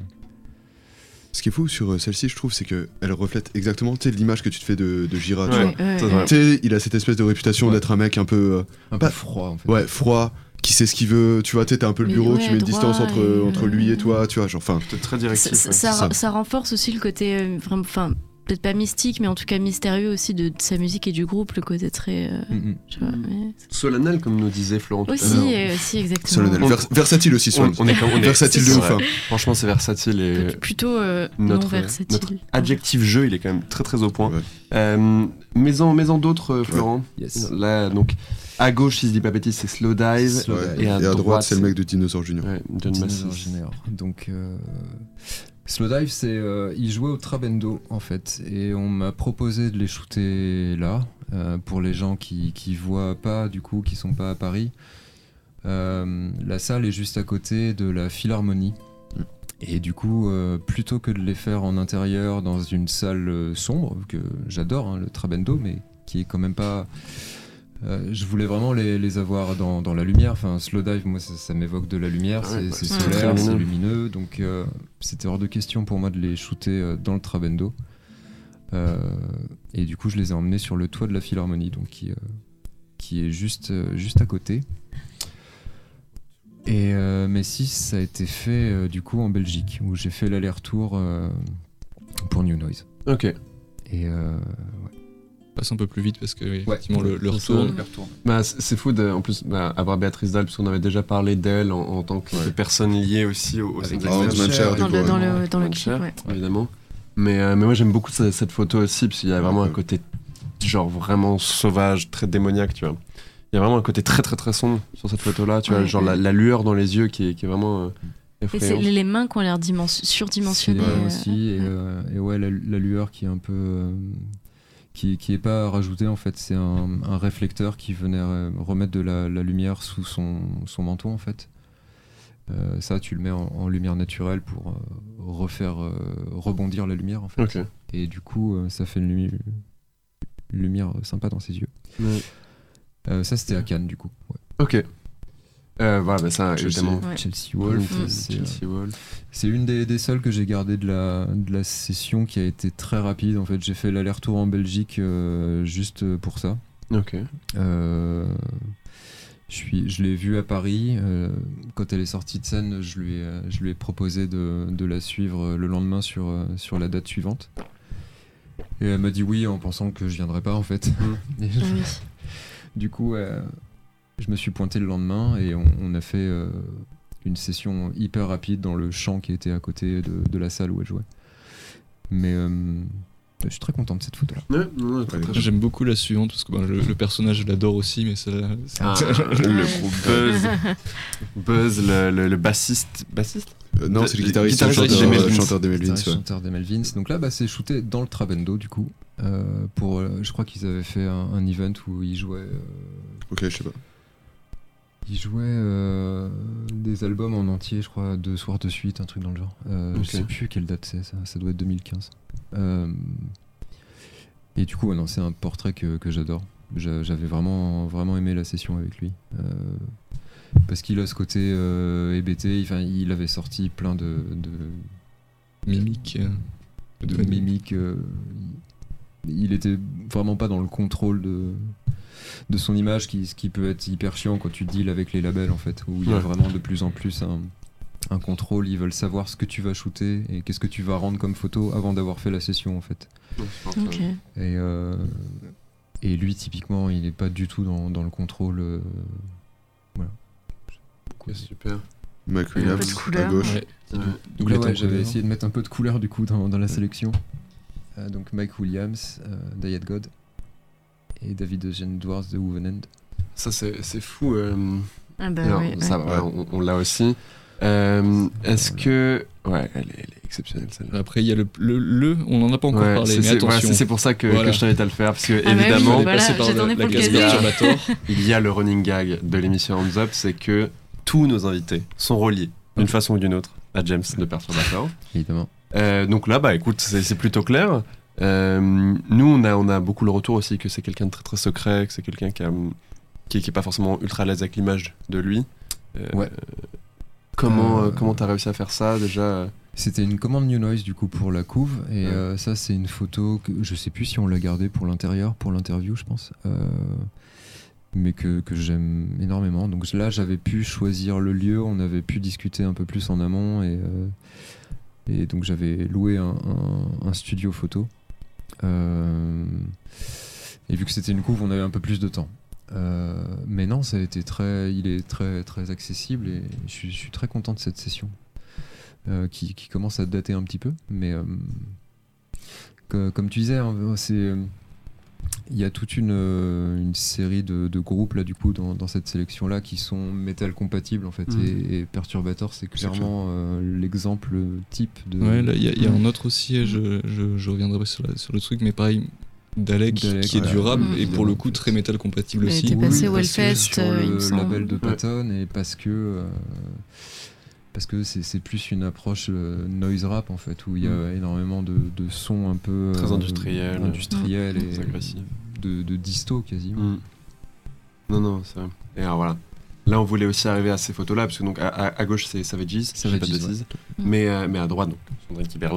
Ce qui est fou sur euh, celle-ci, je trouve, c'est qu'elle reflète exactement tu sais, l'image que tu te fais de, de Gira. tu Ouais, vois. ouais, ça, ouais. ouais. Tu sais, il a cette espèce de réputation Ouais. d'être un mec un peu. euh, Un Pas- peu froid en fait. ouais, froid, qui sait ce qu'il veut. Tu vois, tu sais, t'as un peu le Mais bureau ouais, qui met une droit distance entre, et, entre lui et toi, tu vois. Genre, enfin, Peut-être très Ça, directif. ça, ouais. ça- c'est ça. ça renforce aussi le côté euh, vraiment, enfin, peut-être pas mystique, mais en tout cas mystérieux aussi de, de sa musique et du groupe, le côté très. euh, Mm, mm. je sais pas, mais- Solennel, comme nous disait Florent tout à Aussi, l'heure. euh, aussi, exactement. solennel. On- Vers- versatile aussi, On, Swan. on est comme on est Versatile c'est de vrai. ouf. hein. Franchement, c'est versatile et P- Plutôt euh, notre, non versatile. notre adjectif jeu, il est quand même très très au point. Ouais. Euh, mais en, mais en d'autres, euh, Florent. Yes. Là, donc, à gauche, si je dis pas bêtise, c'est Slow Dive. Slow Ouais. Dive. Et à, Et à droite, droite, c'est le mec de Dinosaur Junior. Ouais, John Dinosaur Massey. Junior. Donc, euh, Slowdive, c'est, euh, il jouait au Trabendo en fait, et on m'a proposé de les shooter là euh, pour les gens qui qui voient pas du coup, qui sont pas à Paris. Euh, la salle est juste à côté de la Philharmonie. Et du coup, euh, plutôt que de les faire en intérieur dans une salle euh, sombre, que j'adore, hein, le Trabendo, mais qui est quand même pas. Euh, je voulais vraiment les, les avoir dans, dans la lumière. Enfin, Slowdive, moi, ça, ça m'évoque de la lumière, Ah ouais, c'est, bah, c'est c'est solaire, très c'est lumineux. lumineux, donc euh, c'était hors de question pour moi de les shooter euh, dans le Trabendo. Euh, et du coup, je les ai emmenés sur le toit de la Philharmonie, donc qui, euh, qui est juste, euh, juste à côté. Et euh, mes six, ça a été fait euh, du coup en Belgique, où j'ai fait l'aller-retour euh, pour New Noise. Ok. Et euh, ouais. Passe un peu plus vite parce que oui, Ouais. effectivement le, le C'est retour. ça. Bah, c'est c'est fou de, en plus bah, avoir Béatrice Dalle, parce qu'on avait déjà parlé d'elle en, en tant que Ouais. personne liée aussi au, au Avec Sex Ah, Education, Osman Cher, du Dans coup, le, ouais. dans le, dans le Osman clip, Cher, ouais. évidemment. Mais, euh, mais moi j'aime beaucoup cette, cette photo aussi, parce qu'il y a vraiment Ouais. un côté genre vraiment sauvage, très démoniaque, tu vois. Il y a vraiment un côté très très très sombre sur cette photo-là, tu vois, Ouais, genre ouais. La, la lueur dans les yeux qui est, qui est vraiment euh, Et c'est effrayante. les, les mains qui ont l'air dimens- C'est surdimensionnées. les mains euh, aussi, et, ouais. euh, et ouais, la, la lueur qui est un peu. euh, qui, qui est pas rajoutée en fait, c'est un, un réflecteur qui venait euh, remettre de la, la lumière sous son, son manteau en fait. Euh, ça, tu le mets en, en lumière naturelle pour euh, refaire euh, rebondir la lumière en fait. Ok. Et du coup, euh, ça fait une, lumi- une lumière sympa dans ses yeux. Ouais. Euh, ça, c'était à Cannes du coup. Ouais. Ok. Euh, voilà, bah ça, Chelsea. évidemment. Ouais. Chelsea Wolf, Mm. c'est, Chelsea euh, Wolf. c'est une des, des seules que j'ai gardées de la, de la session qui a été très rapide. En fait, j'ai fait l'aller-retour en Belgique euh, juste pour ça. Ok. Euh, je, suis, je l'ai vue à Paris. Euh, quand elle est sortie de scène, je lui ai, je lui ai proposé de, de la suivre le lendemain sur, euh, sur la date suivante. Et elle m'a dit oui en pensant que je viendrais pas en fait. Et je- Ah oui. du coup, euh, je me suis pointé le lendemain et on, on a fait euh, une session hyper rapide dans le champ qui était à côté de, de la salle où elle jouait. Mais euh, je suis très content de cette photo-là. Ouais, non, non, très, très chouette. J'aime beaucoup la suivante parce que ben, le, le personnage je l'adore aussi, mais ça. ça- Ah, le groupe Buzz. Buzz, le, le, le bassiste. Bassiste Euh, non, c'est le Le guitariste, guitariste chanteur, des Melvins. euh, chanteur des Melvins. Guitariste, Ouais. chanteur des Melvins. Donc là, bah, c'est shooté dans le Trabendo du coup. Euh, pour, euh, je crois qu'ils avaient fait un, un event où ils jouaient. euh, Ok, je sais pas. Ils jouaient euh, des albums en entier, je crois, deux soirs de suite, un truc dans le genre. Euh, Ok. Je sais plus quelle date c'est, ça, ça doit être deux mille quinze. Euh, et du coup, ouais, non, c'est un portrait que, que j'adore. J'a- J'avais vraiment, vraiment aimé la session avec lui. Euh, parce qu'il a ce côté euh, hébété, enfin, il avait sorti plein de, de, Mimique. euh, de mimiques. euh, il, il était vraiment pas dans le contrôle de, de son image, qui, ce qui peut être hyper chiant quand tu deals avec les labels en fait, où il y a Ouais. vraiment de plus en plus un, un contrôle. Ils veulent savoir ce que tu vas shooter et qu'est-ce que tu vas rendre comme photo avant d'avoir fait la session en fait. Ok. Et, euh, et lui, typiquement, il n'est pas du tout dans, dans le contrôle. euh, voilà. Super. Mike Un peu Williams, de à couleur. gauche. Ouais. Ouais. Donc là, était ouais, en j'avais couleur. essayé de mettre un peu de couleur du coup dans, dans la sélection. Euh, donc Mike Williams, euh, Diet God et David Eugene Edwards de Wovenend. Ça, c'est c'est fou. euh, Ah bah alors, oui, ça, ouais. ouais, on, on l'a aussi. Euh, Est-ce que. Ouais, elle est, elle est exceptionnelle celle-là. Après, il y a le, le, le- on en a pas encore Ouais, parlé, c'est- mais c'est voilà, attention. c'est- c'est pour ça que, Voilà. que je t'invite à le faire, parce que Ah bah oui, évidemment, voilà, passer par j'attendais le- pour la le case caser. perturbator. il y a le running gag de l'émission Hands Up, c'est que tous nos invités sont reliés, d'une façon ou d'une autre, à James de Perturbator. Évidemment. Euh, donc là, bah écoute, c'est c'est plutôt clair. Euh, nous, on a, on a beaucoup le retour aussi que c'est quelqu'un de très très secret, que c'est quelqu'un qui, a, qui, qui est pas forcément ultra à l'aise avec l'image de lui. Euh, Ouais. Comment Euh, euh, comment t'as réussi à faire ça déjà? C'était une commande New Noise du coup pour la couve et Ouais. euh, ça c'est une photo que je sais plus si on l'a gardée pour l'intérieur, pour l'interview je pense, euh, mais que, que j'aime énormément. Donc là j'avais pu choisir le lieu, on avait pu discuter un peu plus en amont et, euh, et donc j'avais loué un, un- un studio photo. Euh, et vu que c'était une couve, on avait un peu plus de temps. Euh, mais non, ça a été très, il est très très accessible et je suis, je suis très content de cette session. Euh, qui, qui commence à dater un petit peu, mais euh, que- comme tu disais, hein, c'est il y a toute une, euh, une série de, de groupes là du coup dans, dans cette sélection là qui sont métal compatibles en fait Mhm. et, et Perturbator c'est clairement euh, l'exemple type de Ouais, là, il y, a- il y a un autre aussi, et je, je, je reviendrai sur, la- sur le truc, mais pareil, Dalek, Dalek, qui est voilà. durable, Mhm. et pour le coup très métal compatible Il a aussi. été passé Oui, au parce que Hellfest, sur euh, il me le semble. label de Ouais. Patton et parce que euh, parce que c'est c'est plus une approche euh, noise rap en fait où il y a énormément de, de sons un peu Très euh, industriels. industriels Très et agressif. de, de disto quasiment. Mm. Non, non, c'est vrai. Et alors voilà. Là, on voulait aussi arriver à ces photos-là, parce que donc à, à- à gauche, c'est Savages, si je dis pas de Savages, bêtises. ouais. Mais, euh, mais à droite, donc, Sandrine Kiberlin.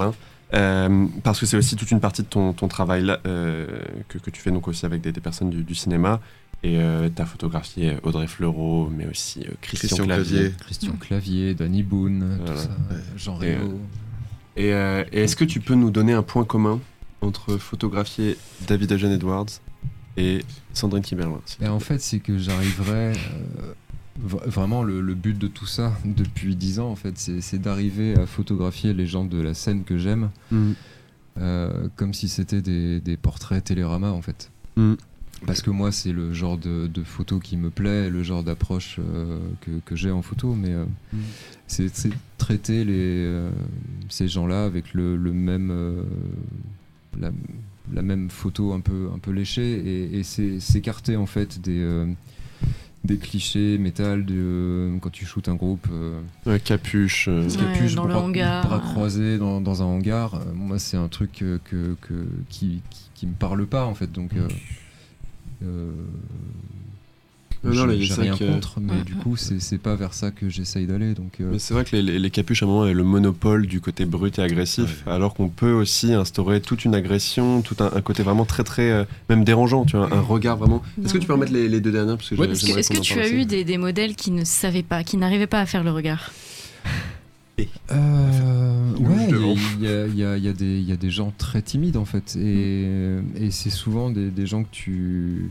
Euh, parce que c'est aussi toute une partie de ton, ton travail là, euh, que, que tu fais donc aussi avec des, des personnes du, du cinéma. Et euh, tu as photographié Audrey Fleurot, mais aussi euh, Christian, Christian Clavier. Clavier. Christian Clavier, Danny Boone, Voilà. tout ça, Ouais. Jean Et, Reno. Et, euh, et est-ce que tu peux nous donner un point commun entre photographier David Eugene Edwards et Sandrine Kiberlin? Et en fait, c'est que j'arriverais... euh, v- vraiment, le, le but de tout ça, depuis dix ans, en fait, c'est, c'est d'arriver à photographier les gens de la scène que j'aime, Mm. euh, comme si c'était des, des portraits Télérama, en fait. Mm. Parce que moi, c'est le genre de, de photo qui me plaît, le genre d'approche euh, que, que j'ai en photo, mais euh, Mm. c'est, c'est traiter les, euh, ces gens-là avec le, le même, euh, la, la même photo un peu, un peu léchée et, et c'est, s'écarter en fait des, euh, des clichés métal de, euh, quand tu shootes un groupe. Euh, Ouais, capuche. euh, Ouais, capuche, dans le bras, hangar. bras croisés dans, dans un hangar. Euh, moi, c'est un truc que, que, que- qui, qui, qui me parle pas en fait. Donc, euh, euh, Non, non, là, j'ai, c'est j'ai vrai rien que- contre, mais Ouais, du ouais. coup, c'est, c'est pas vers ça que j'essaye d'aller. Donc, euh, Mais c'est vrai que les, les- les capuches à un moment avaient le monopole du côté brut et agressif, alors qu'on peut aussi instaurer toute une agression, tout un, un côté vraiment très très euh, même dérangeant, tu vois, un regard vraiment. Est-ce que tu peux remettre les, les deux dernières parce que Ouais, j'ai- Est-ce que, j'aimerais est-ce que qu'on en tu parle as aussi. eu des, des modèles qui ne savaient pas, qui n'arrivaient pas à faire le regard? Euh, ouais, de il y, a- il y a- il y a des- il y a des gens très timides en fait, et, et c'est souvent des, des gens que tu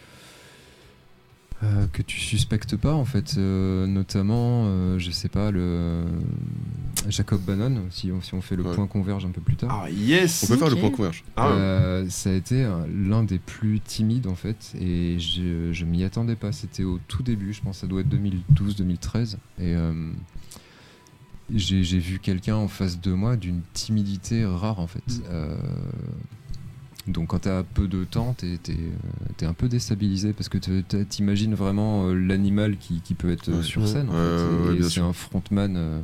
euh, que tu suspectes pas en fait, euh, notamment, euh, je sais pas, le Jacob Bannon, si on, si on fait le Ouais. point converge un peu plus tard. Ah yes. On peut faire Ok. le point converge. Ah, Euh, ça a été un- l'un des plus timides en fait, et je, je m'y attendais pas. C'était au tout début, je pense que ça doit être deux mille douze deux mille treize, et euh, j'ai, j'ai vu quelqu'un en face de moi d'une timidité rare en fait. Euh, donc quand t'as peu de temps, t'es, t'es, euh, t'es un peu déstabilisé parce que te- te- t'imagines vraiment euh, l'animal qui, qui peut être euh, Ouais. sur scène en Ouais, fait. ouais, ouais, Et bien c'est sûr. un frontman. Euh,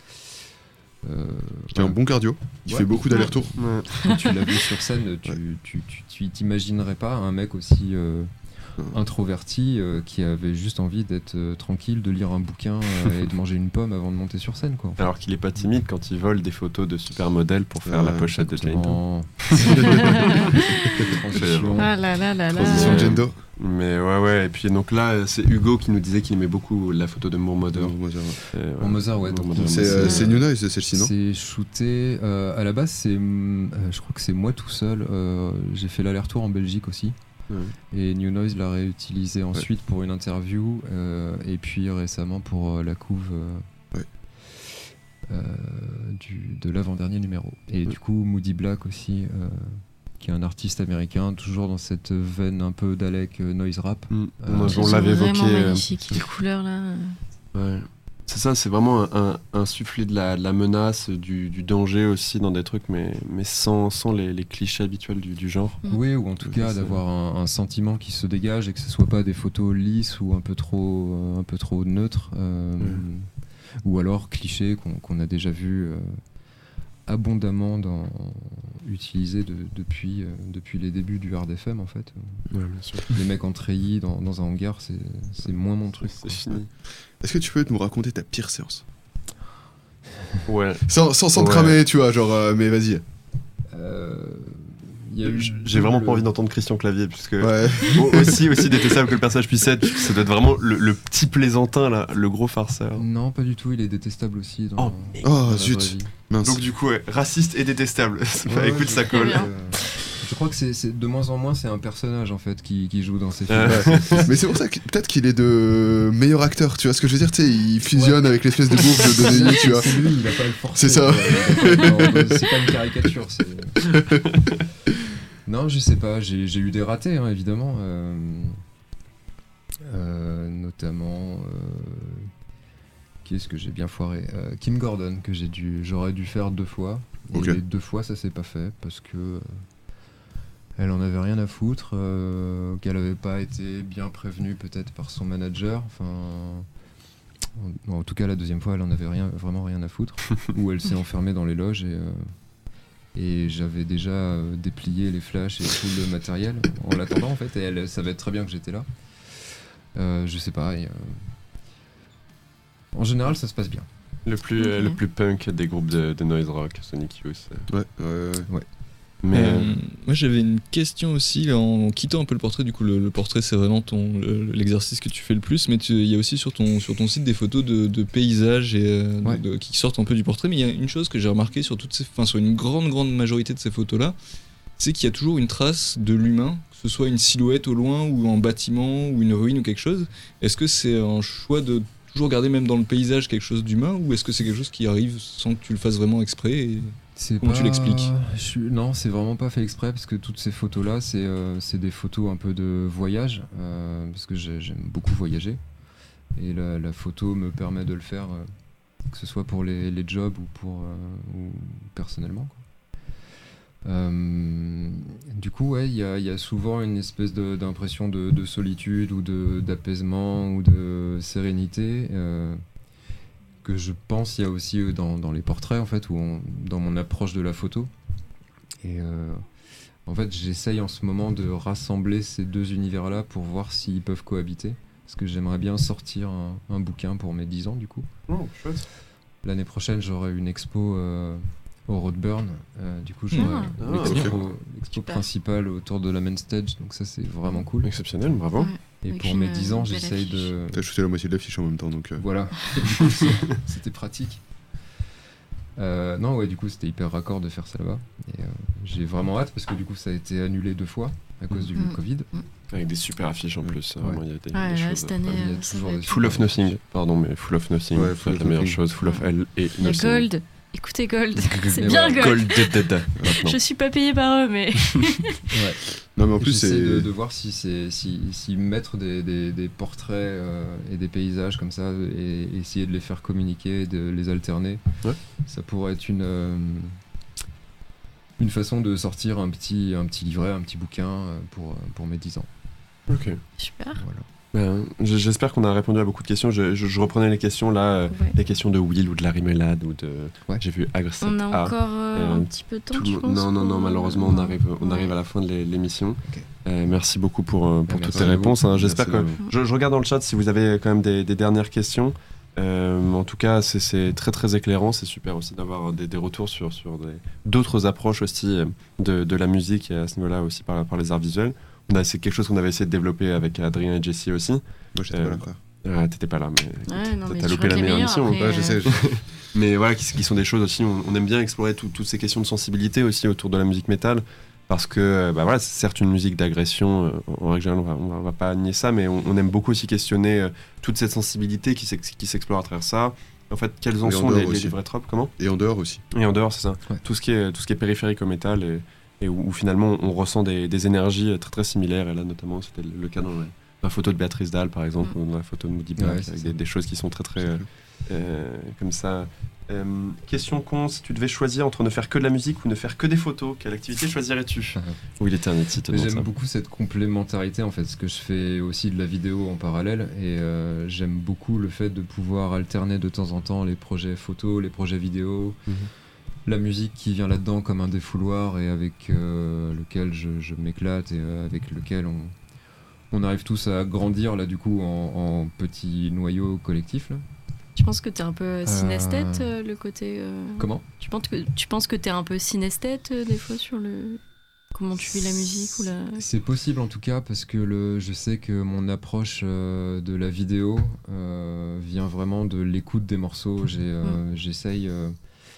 euh, Qui a un bon cardio, qui Ouais. fait beaucoup d'allers-retours. ouais. quand tu l'as vu sur scène, tu, Ouais. tu, tu, tu t'imaginerais pas un mec aussi euh, introverti euh, qui avait juste envie d'être euh, tranquille, de lire un bouquin euh, et de manger une pomme avant de monter sur scène, quoi. Alors qu'il est pas timide quand il vole des photos de supermodèles pour faire la Ouais, pochette de Clayton. Exactement. Transition. Ah là là là là. Transition Euh, Gendo. Mais ouais ouais et puis donc là c'est Hugo qui nous disait qu'il aimait beaucoup la photo de Mourmoder. Euh, Bon, Mozart, ouais. donc, Mourmoder. C'est c'est- euh, c'est New Noise, c'est celle-ci, non C'est shooté. euh, à la base, c'est, hum, euh, je crois que c'est moi tout seul. euh, j'ai fait l'aller-retour en Belgique aussi. Ouais. Et New Noise l'a réutilisé ensuite pour une interview. euh, et puis récemment pour euh, la couve euh, Ouais. euh, du, de l'avant-dernier numéro. Et du coup, Moody Black aussi, euh, qui est un artiste américain, toujours dans cette veine un peu d'Alec euh, noise rap. Mm. Euh, Moi, Elles on sont l'avait vraiment évoqué. euh, magnifiques, les couleurs là. Ouais. C'est ça, c'est vraiment un, un, un soufflet de la, de la menace, du, du danger aussi dans des trucs, mais, mais sans, sans les, les clichés habituels du, du genre. Mm. Oui, ou en tout Ouais, cas c'est- d'avoir un, un sentiment qui se dégage et que ce soit pas des photos lisses ou un peu trop, euh, un peu trop neutres, euh, Mm. ou alors clichés qu'on qu'on a déjà vu euh, abondamment dans, utilisés de- depuis, euh, depuis les débuts du hard F M en fait. Ouais, bien sûr. Les mecs en treillis dans, dans un hangar, c'est c'est moins mon truc. C'est quoi. fini. Est-ce que tu peux nous raconter ta pire séance Ouais. Sans, sans, sans te Ouais. cramer, tu vois, genre, euh, mais vas-y. Euh, il y a eu J'ai vraiment le- pas envie d'entendre Christian Clavier, puisque Ouais. au- aussi, aussi détestable que le personnage puisse être, ça doit être vraiment le, le petit plaisantin, là, le gros farceur. Non, pas du tout, il est détestable aussi. Dans, Oh, dans Oh, la zut. vraie vie. Mince. Donc du coup, ouais, raciste et détestable. Ça fait- Ouais, écoute, je- ça colle. bien. Euh, je crois que c'est, c'est- de moins en moins c'est un personnage en fait qui, qui joue dans ces films. Euh. Ouais. Mais c'est pour ça que peut-être qu'il est de meilleur acteur, tu vois ce que je veux dire, tu sais, il fusionne avec l'espèce de bouffe de Denis, tu vois. C'est lui, il va pas le forcer. C'est ça. quoi. Il va pas- non, c'est pas une caricature. C'est... Non, je sais pas. J'ai, j'ai eu des ratés, hein, évidemment. Euh, euh, notamment. Euh, qui est-ce que j'ai bien foiré Euh, Kim Gordon, que j'ai dû, j'aurais dû faire deux fois. Et Ok. les deux fois, ça s'est pas fait parce que. euh, Elle en avait rien à foutre, euh, qu'elle avait pas été bien prévenue peut-être par son manager. Enfin, en, en tout cas, la deuxième fois, elle en avait rien, vraiment rien à foutre. Où elle s'est enfermée dans les loges et, euh, et j'avais déjà euh, déplié les flashs et tout le matériel en l'attendant en fait. Et elle savait très bien que j'étais là. Euh, je sais pas. Et, euh, en général, ça se passe bien. Le plus, Ok. euh, le plus punk des groupes de, de noise rock, Sonic Youth. Ouais, ouais, ouais. Ouais. Mais Euh, euh, moi j'avais une question aussi là, en quittant un peu le portrait. Du coup le, le portrait c'est vraiment ton le- l'exercice que tu fais le plus, mais tu- il y a aussi sur ton sur ton site des photos de, de paysages et euh, de- Ouais. de- qui sortent un peu du portrait. Mais il y a une chose que j'ai remarqué sur toutes ces, enfin sur une grande grande majorité de ces photos là, c'est qu'il y a toujours une trace de l'humain, que ce soit une silhouette au loin ou un bâtiment ou une ruine ou quelque chose. Est-ce que c'est un choix de toujours garder même dans le paysage quelque chose d'humain, ou est-ce que c'est quelque chose qui arrive sans que tu le fasses vraiment exprès et... C'est Comment pas- tu l'expliques? je suis- Non, c'est vraiment pas fait exprès parce que toutes ces photos-là, c'est euh, c'est des photos un peu de voyage, euh, parce que j'ai- j'aime beaucoup voyager. Et la, la photo me permet de le faire, euh, que ce soit pour les, les jobs ou, pour, euh, ou personnellement, quoi. Euh, du coup, ouais, il y a, il y a souvent une espèce de- d'impression de, de solitude ou de- d'apaisement ou de sérénité. euh, que je pense il y a aussi euh, dans, dans les portraits en fait, où on- dans mon approche de la photo. Et euh, en fait j'essaye en ce moment de rassembler ces deux univers là pour voir s'ils peuvent cohabiter, parce que j'aimerais bien sortir un, un bouquin pour mes dix ans du coup. oh, chouette. L'année prochaine j'aurai une expo euh, au Roadburn, euh, du coup j'aurai Ah. l'expo, l'expo Super. principale autour de la main stage, donc ça c'est vraiment cool. Exceptionnel, bravo. Ouais. Et Avec pour une, mes dix ans euh, belle j'essaye affiche. de... T'as shooté la moitié de l'affiche en même temps, donc. euh, Voilà, Du coup, c'est- c'était pratique. Euh, non, ouais, du coup, c'était hyper raccord de faire ça là-bas. Et euh, j'ai vraiment hâte parce que du coup, ça a été annulé deux fois à cause du Mhm. Covid. Avec des super affiches en plus. Ouais. Vraiment, il y a des, Ouais, des là, choses. cette année, il y a euh, ça toujours va des être- Full of Nothing, pardon, mais Full of Nothing, Ouais, ça Full va être of la meilleure Nothing. chose. Full of L et Il y a Nothing. Gold. Écoutez Gold. C'est Mais bien voilà. Gold. Gold dead, dead, maintenant. Je suis pas payé par eux, mais. Ouais. Non, mais en plus, J'essaie c'est. de, de voir si, c'est, si, si mettre des, des, des portraits euh, et des paysages comme ça et essayer de les faire communiquer, de les alterner, Ouais. ça pourrait être une, euh, une façon de sortir un petit, un petit livret, un petit bouquin euh, pour, pour mes dix ans. Ok. Super. Voilà. Ben, j- j'espère qu'on a répondu à beaucoup de questions. Je, je- je reprenais les questions là, euh, Ouais. les questions de Will ou de la Rimelade ou de. Ouais. J'ai vu Agressette. On a A. encore euh, Euh, un petit peu de temps, Tout le tu monde- penses Non, non, non, pour- malheureusement, on arrive, on Ouais. arrive à la fin de l'é- l'émission. Ok. Euh, merci beaucoup pour, euh, pour Bah, toutes merci tes à vous. réponses. hein. J'espère que. Merci Je, je regarde dans le chat si vous avez quand même des, des dernières questions. Euh, en tout cas, c'est- c'est très très éclairant. C'est super aussi d'avoir des, des retours sur, sur des- d'autres approches aussi euh, de, de la musique et à ce niveau-là aussi par, par les arts visuels. On a- C'est quelque chose qu'on avait essayé de développer avec Adrien et Jessie aussi. Moi, j'étais Euh, pas là, frère. Ah, t'étais pas là, mais Ouais, non, t'as- mais t'as je loupé crois la que les meilleure meilleurs, émission. après, Ouais, je sais. je- Mais voilà, qui, qui sont des choses aussi, on, on aime bien explorer tout- toutes ces questions de sensibilité aussi autour de la musique métal, parce que euh, bah voilà, c'est certes une musique d'agression, euh, en règle générale, on va, on va, on va pas nier ça, mais on, on aime beaucoup aussi questionner euh, toute cette sensibilité qui s'ex- qui s'explore à travers ça. En fait, quelles en Et en sont dehors les, les, aussi. les vrais tropes, comment Et en dehors aussi. Et en dehors, c'est ça. Ouais. Tout, ce qui est, tout ce qui est périphérique au métal, et, et où, où finalement on ressent des, des énergies très très similaires, et là notamment c'était le, le cas dans la, la photo de Béatrice Dalle par exemple, ou dans la photo de Moody Black, Ouais, c'est avec ça. des, des choses qui sont très très... euh, euh, comme ça. Euh, question con, si tu devais choisir entre ne faire que de la musique ou ne faire que des photos, quelle activité choisirais-tu? Oui, l'Eternity te Mais demande j'aime ça. beaucoup cette complémentarité en fait, parce que je fais aussi de la vidéo en parallèle et euh, j'aime beaucoup le fait de pouvoir alterner de temps en temps les projets photos, les projets vidéo, Mhm. la musique qui vient là-dedans comme un défouloir et avec euh, lequel je, je m'éclate et euh, avec lequel on, on arrive tous à grandir là du coup en, en petit noyau collectif là. Tu penses que t'es un peu synesthète, euh, le côté. euh, Comment Tu penses que tu penses que t'es un peu synesthète euh, des fois sur le comment tu vis la musique ou la. C'est possible en tout cas parce que le, je sais que mon approche euh, de la vidéo euh, vient vraiment de l'écoute des morceaux. J'ai, euh, J'essaye. euh,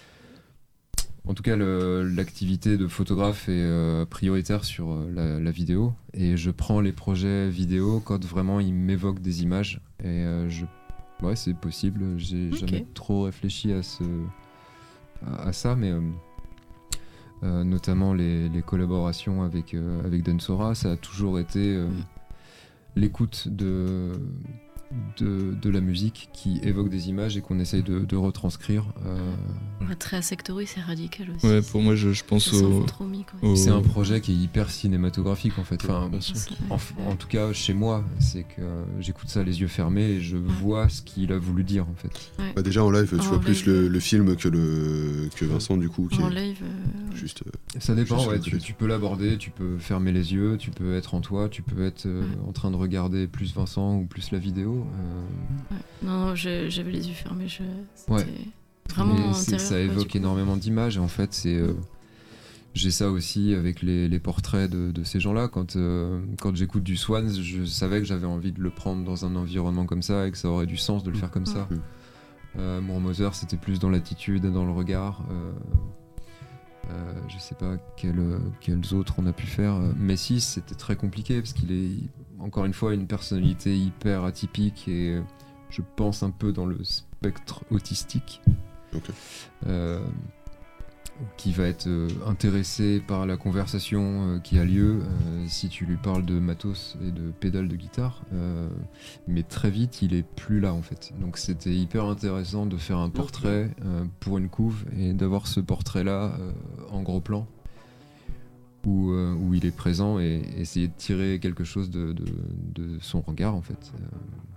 en tout cas, le- l'activité de photographe est euh, prioritaire sur euh, la, la vidéo et je prends les projets vidéo quand vraiment ils m'évoquent des images. Et euh, je, ouais, c'est possible. J'ai Ok. jamais trop réfléchi à ce, à, à ça, mais. euh, Euh, notamment les, les collaborations avec, euh, avec Densora, ça a toujours été euh, l'écoute de, de, de la musique qui évoque des images et qu'on essaye de, de retranscrire. Euh, Ouais, très Insectory, c'est radical aussi. Ouais, pour moi, je, je pense Ça s'en au. fout trop mis, quoi. au- C'est un projet qui est hyper cinématographique en fait. Enfin, Bien sûr. en, en tout cas, chez moi, c'est que euh, j'écoute ça les yeux fermés et je vois ce qu'il a voulu dire en fait. Ouais. Bah, déjà en live, tu En vois plus live, le, ouais. le film que, le, que Vincent, du coup, qui En est live. euh, juste. euh, Ça dépend, Juste ouais, le tu, côté. tu peux l'aborder, tu peux fermer les yeux, tu peux être en toi, tu peux être euh, en train de regarder plus Vincent ou plus la vidéo. euh, ouais. Non, non, je- j'avais les yeux fermés. Je... c'était- Ouais. vraiment Mais c'est- intérieur, ça quoi, évoque du coup. énormément d'images et en fait c'est euh, j'ai ça aussi avec les, les portraits de, de ces gens-là. Quand, euh, quand j'écoute du Swans, je savais que j'avais envie de le prendre dans un environnement comme ça et que ça aurait du sens de le faire comme ça. Mm. Euh, Moore Mother, c'était plus dans l'attitude, dans le regard. Euh, euh, je sais pas quels, quels autres on a pu faire. Messi, c'était très compliqué parce qu'il est encore une fois une personnalité hyper atypique et je pense un peu dans le spectre autistique. Ok. Euh, qui va être euh, intéressé par la conversation euh, qui a lieu euh, si tu lui parles de matos et de pédales de guitare, euh, mais très vite il est plus là en fait. Donc c'était hyper intéressant de faire un portrait euh, pour une couve et d'avoir ce portrait là euh, en gros plan où, euh, où il est présent et essayer de tirer quelque chose de, de, de son regard en fait. Euh,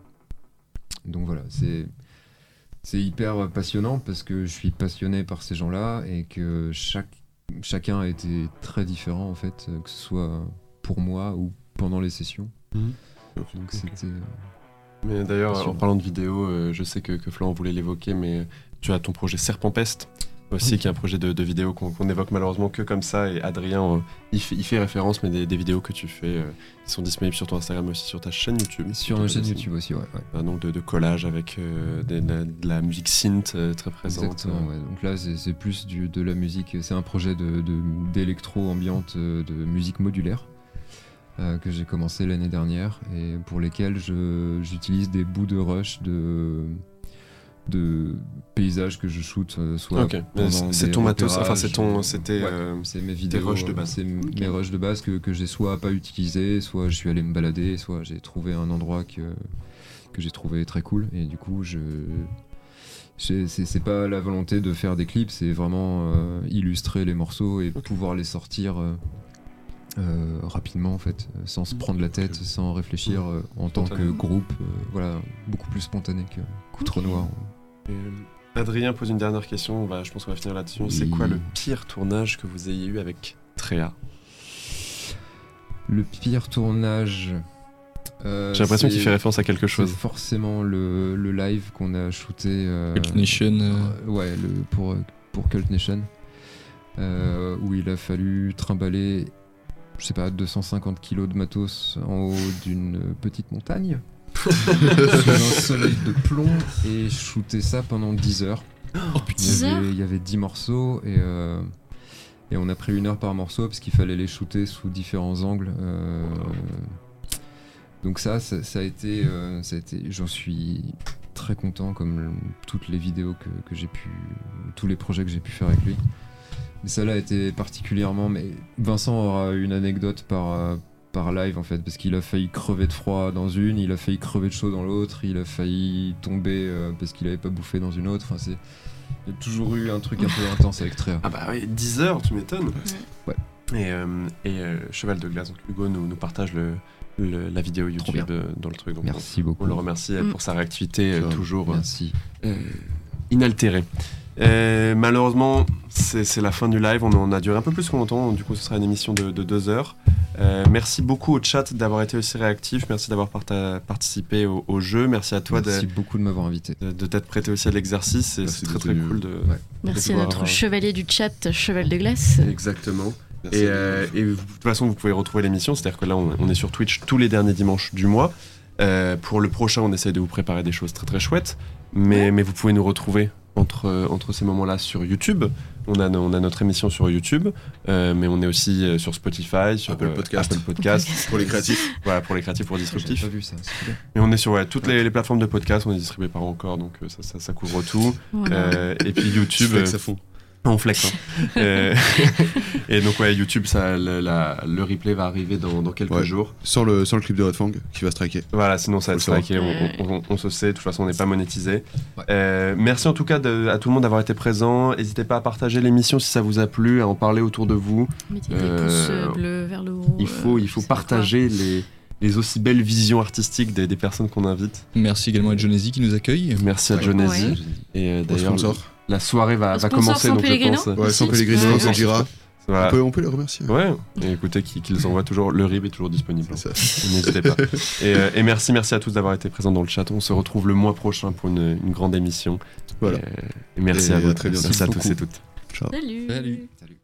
donc voilà, c'est C'est hyper passionnant parce que je suis passionné par ces gens-là et que chaque, chacun a été très différent en fait, que ce soit pour moi ou pendant les sessions. Mmh. Donc c'était. Mais d'ailleurs, en passionnant. parlant de vidéo, euh, je sais que, que Florent voulait l'évoquer, mais tu as ton projet Serpent Peste aussi, Oui. qui est un projet de, de vidéo qu'on qu'on évoque malheureusement que comme ça. Et Adrien, euh, il, fait, il fait référence, mais des, des vidéos que tu fais, euh, qui sont disponibles sur ton Instagram, mais aussi sur ta chaîne YouTube. Sur ma chaîne YouTube aussi, ouais. ouais. Ah, donc de, de collage avec euh, de, de- de la musique synth euh, très présente. Exactement, ouais. Donc là, c'est c'est plus du, de la musique. C'est un projet de, de- d'électro ambiante, euh, de musique modulaire euh, que j'ai commencé l'année dernière et pour lesquels je, j'utilise des bouts de rush de, de paysages que je shoot, euh, soit Ok. pendant C'est- c'est des ton matos, repérages, enfin, c'est ton- euh, c'était, ouais, euh, c'est mes tes vidéos, rushs de euh, base. c'est m- mes rushs de base que, que j'ai soit pas utilisé, soit je suis allé me balader, soit j'ai trouvé un endroit que que j'ai trouvé très cool et du coup je j'ai- c'est c'est pas la volonté de faire des clips, c'est vraiment euh, illustrer les morceaux et pouvoir les sortir euh, euh, rapidement en fait, euh, sans se prendre la tête, sans réfléchir euh, en tant que Spontanément. groupe, euh, voilà, beaucoup plus spontané que Coutre Noir. Et, euh, Adrien pose une dernière question, on va, je pense qu'on va finir là-dessus. Oui. C'est quoi le pire tournage que vous ayez eu avec Tréa? Le pire tournage. euh, J'ai l'impression c'est- qu'il fait référence à quelque chose. C'est forcément le, le live qu'on a shooté. euh, Cult Nation, euh. euh, ouais, le, pour, pour Cult Nation. euh, où il a fallu trimballer, je sais pas, deux cent cinquante kilos de matos en haut d'une petite montagne. sous un soleil de plomb et shooter ça pendant dix heures. Oh, il, y avait, il y avait dix morceaux et, euh, et on a pris une heure par morceau parce qu'il fallait les shooter sous différents angles. euh, donc ça, ça, ça a été, euh, ça a été, j'en suis très content comme le- toutes les vidéos que, que j'ai pu, tous les projets que j'ai pu faire avec lui. Mais ça là a été particulièrement, mais Vincent aura une anecdote par, euh, par live en fait, parce qu'il a failli crever de froid dans une, il a failli crever de chaud dans l'autre, il a failli tomber euh, parce qu'il avait pas bouffé dans une autre, enfin c'est... Il y a toujours eu un truc un peu intense avec Tréa. Ah bah oui, dix heures, tu m'étonnes. Ouais. Et, euh, et euh, Cheval de Glace, donc Hugo nous, nous partage le, le- la vidéo YouTube euh, dans le truc. Donc Merci on, beaucoup. On le remercie euh, Mm. pour sa réactivité euh, Sure. toujours euh, Merci. euh, inaltérée. Euh, malheureusement, c'est c'est la fin du live. On, on a duré un peu plus longtemps. Du coup, ce sera une émission de, de deux heures. Euh, merci beaucoup au chat d'avoir été aussi réactif. Merci d'avoir parta- participé au, au jeu. Merci à toi Merci de, beaucoup de m'avoir invité. de, de t'être prêté aussi à l'exercice. Et Merci c'est très d'être très venu. cool de. Ouais. Merci de à pouvoir, notre euh, chevalier du chat, Cheval de Glace. Exactement. Merci. Et, euh, et de toute façon, vous pouvez retrouver l'émission. C'est-à-dire que là, on, on est sur Twitch tous les derniers dimanches du mois. Euh, pour le prochain, on essaie de vous préparer des choses très très chouettes. Mais, mais vous pouvez nous retrouver entre, euh, entre ces moments-là sur YouTube. On a, no- on a notre émission sur YouTube, euh, mais on est aussi euh, sur Spotify, sur Apple euh, Podcast. Apple Podcast. Pour les créatifs. Voilà, pour les créatifs, pour J'ai disruptifs. pas vu ça, c'est bien. Et on est sur ouais, toutes les, les plateformes de podcast. On est distribué par encore, donc euh, ça, ça, ça couvre tout. Voilà. Euh, et puis Tu YouTube. flex euh, à fond. on flex. Hein. Euh, et donc ouais, YouTube, ça, le, la- le replay va arriver dans, dans quelques Ouais. jours. Sans le, sans le clip de Red Fang qui va striker. Voilà, sinon ça va être Faut le striké, on, on, on- on se sait, de toute façon on n'est pas monétisé. Ouais. Euh, merci en tout cas de- à tout le monde d'avoir été présent. N'hésitez pas à partager l'émission si ça vous a plu, à en parler autour de vous. Mettez des Euh, pouces euh, bleus vers le haut. Il faut, euh, il faut je sais pas partager les, les aussi belles visions artistiques des, des personnes qu'on invite. Merci également à Jonesy qui nous accueille. Merci à Ouais. Jonesy. Ouais. Et euh, Au d'ailleurs, sponsor. la soirée va, Au va sponsor commencer, San donc je Pellegrino. pense. Ouais, Aussi. sans Pellegrino, Ouais. sans Gira. Voilà. On, peut, on peut les remercier. Ouais, et écoutez, qu'ils, qu'ils envoient toujours. Le R I B est toujours disponible. Ça. N'hésitez pas. Et, euh, et merci, merci à tous d'avoir été présents dans le chat. On se retrouve le mois prochain pour une, une grande émission. Voilà. Et, et merci et à vous. À très bientôt. Merci à tous et toutes. Ciao. Salut. Salut. Salut.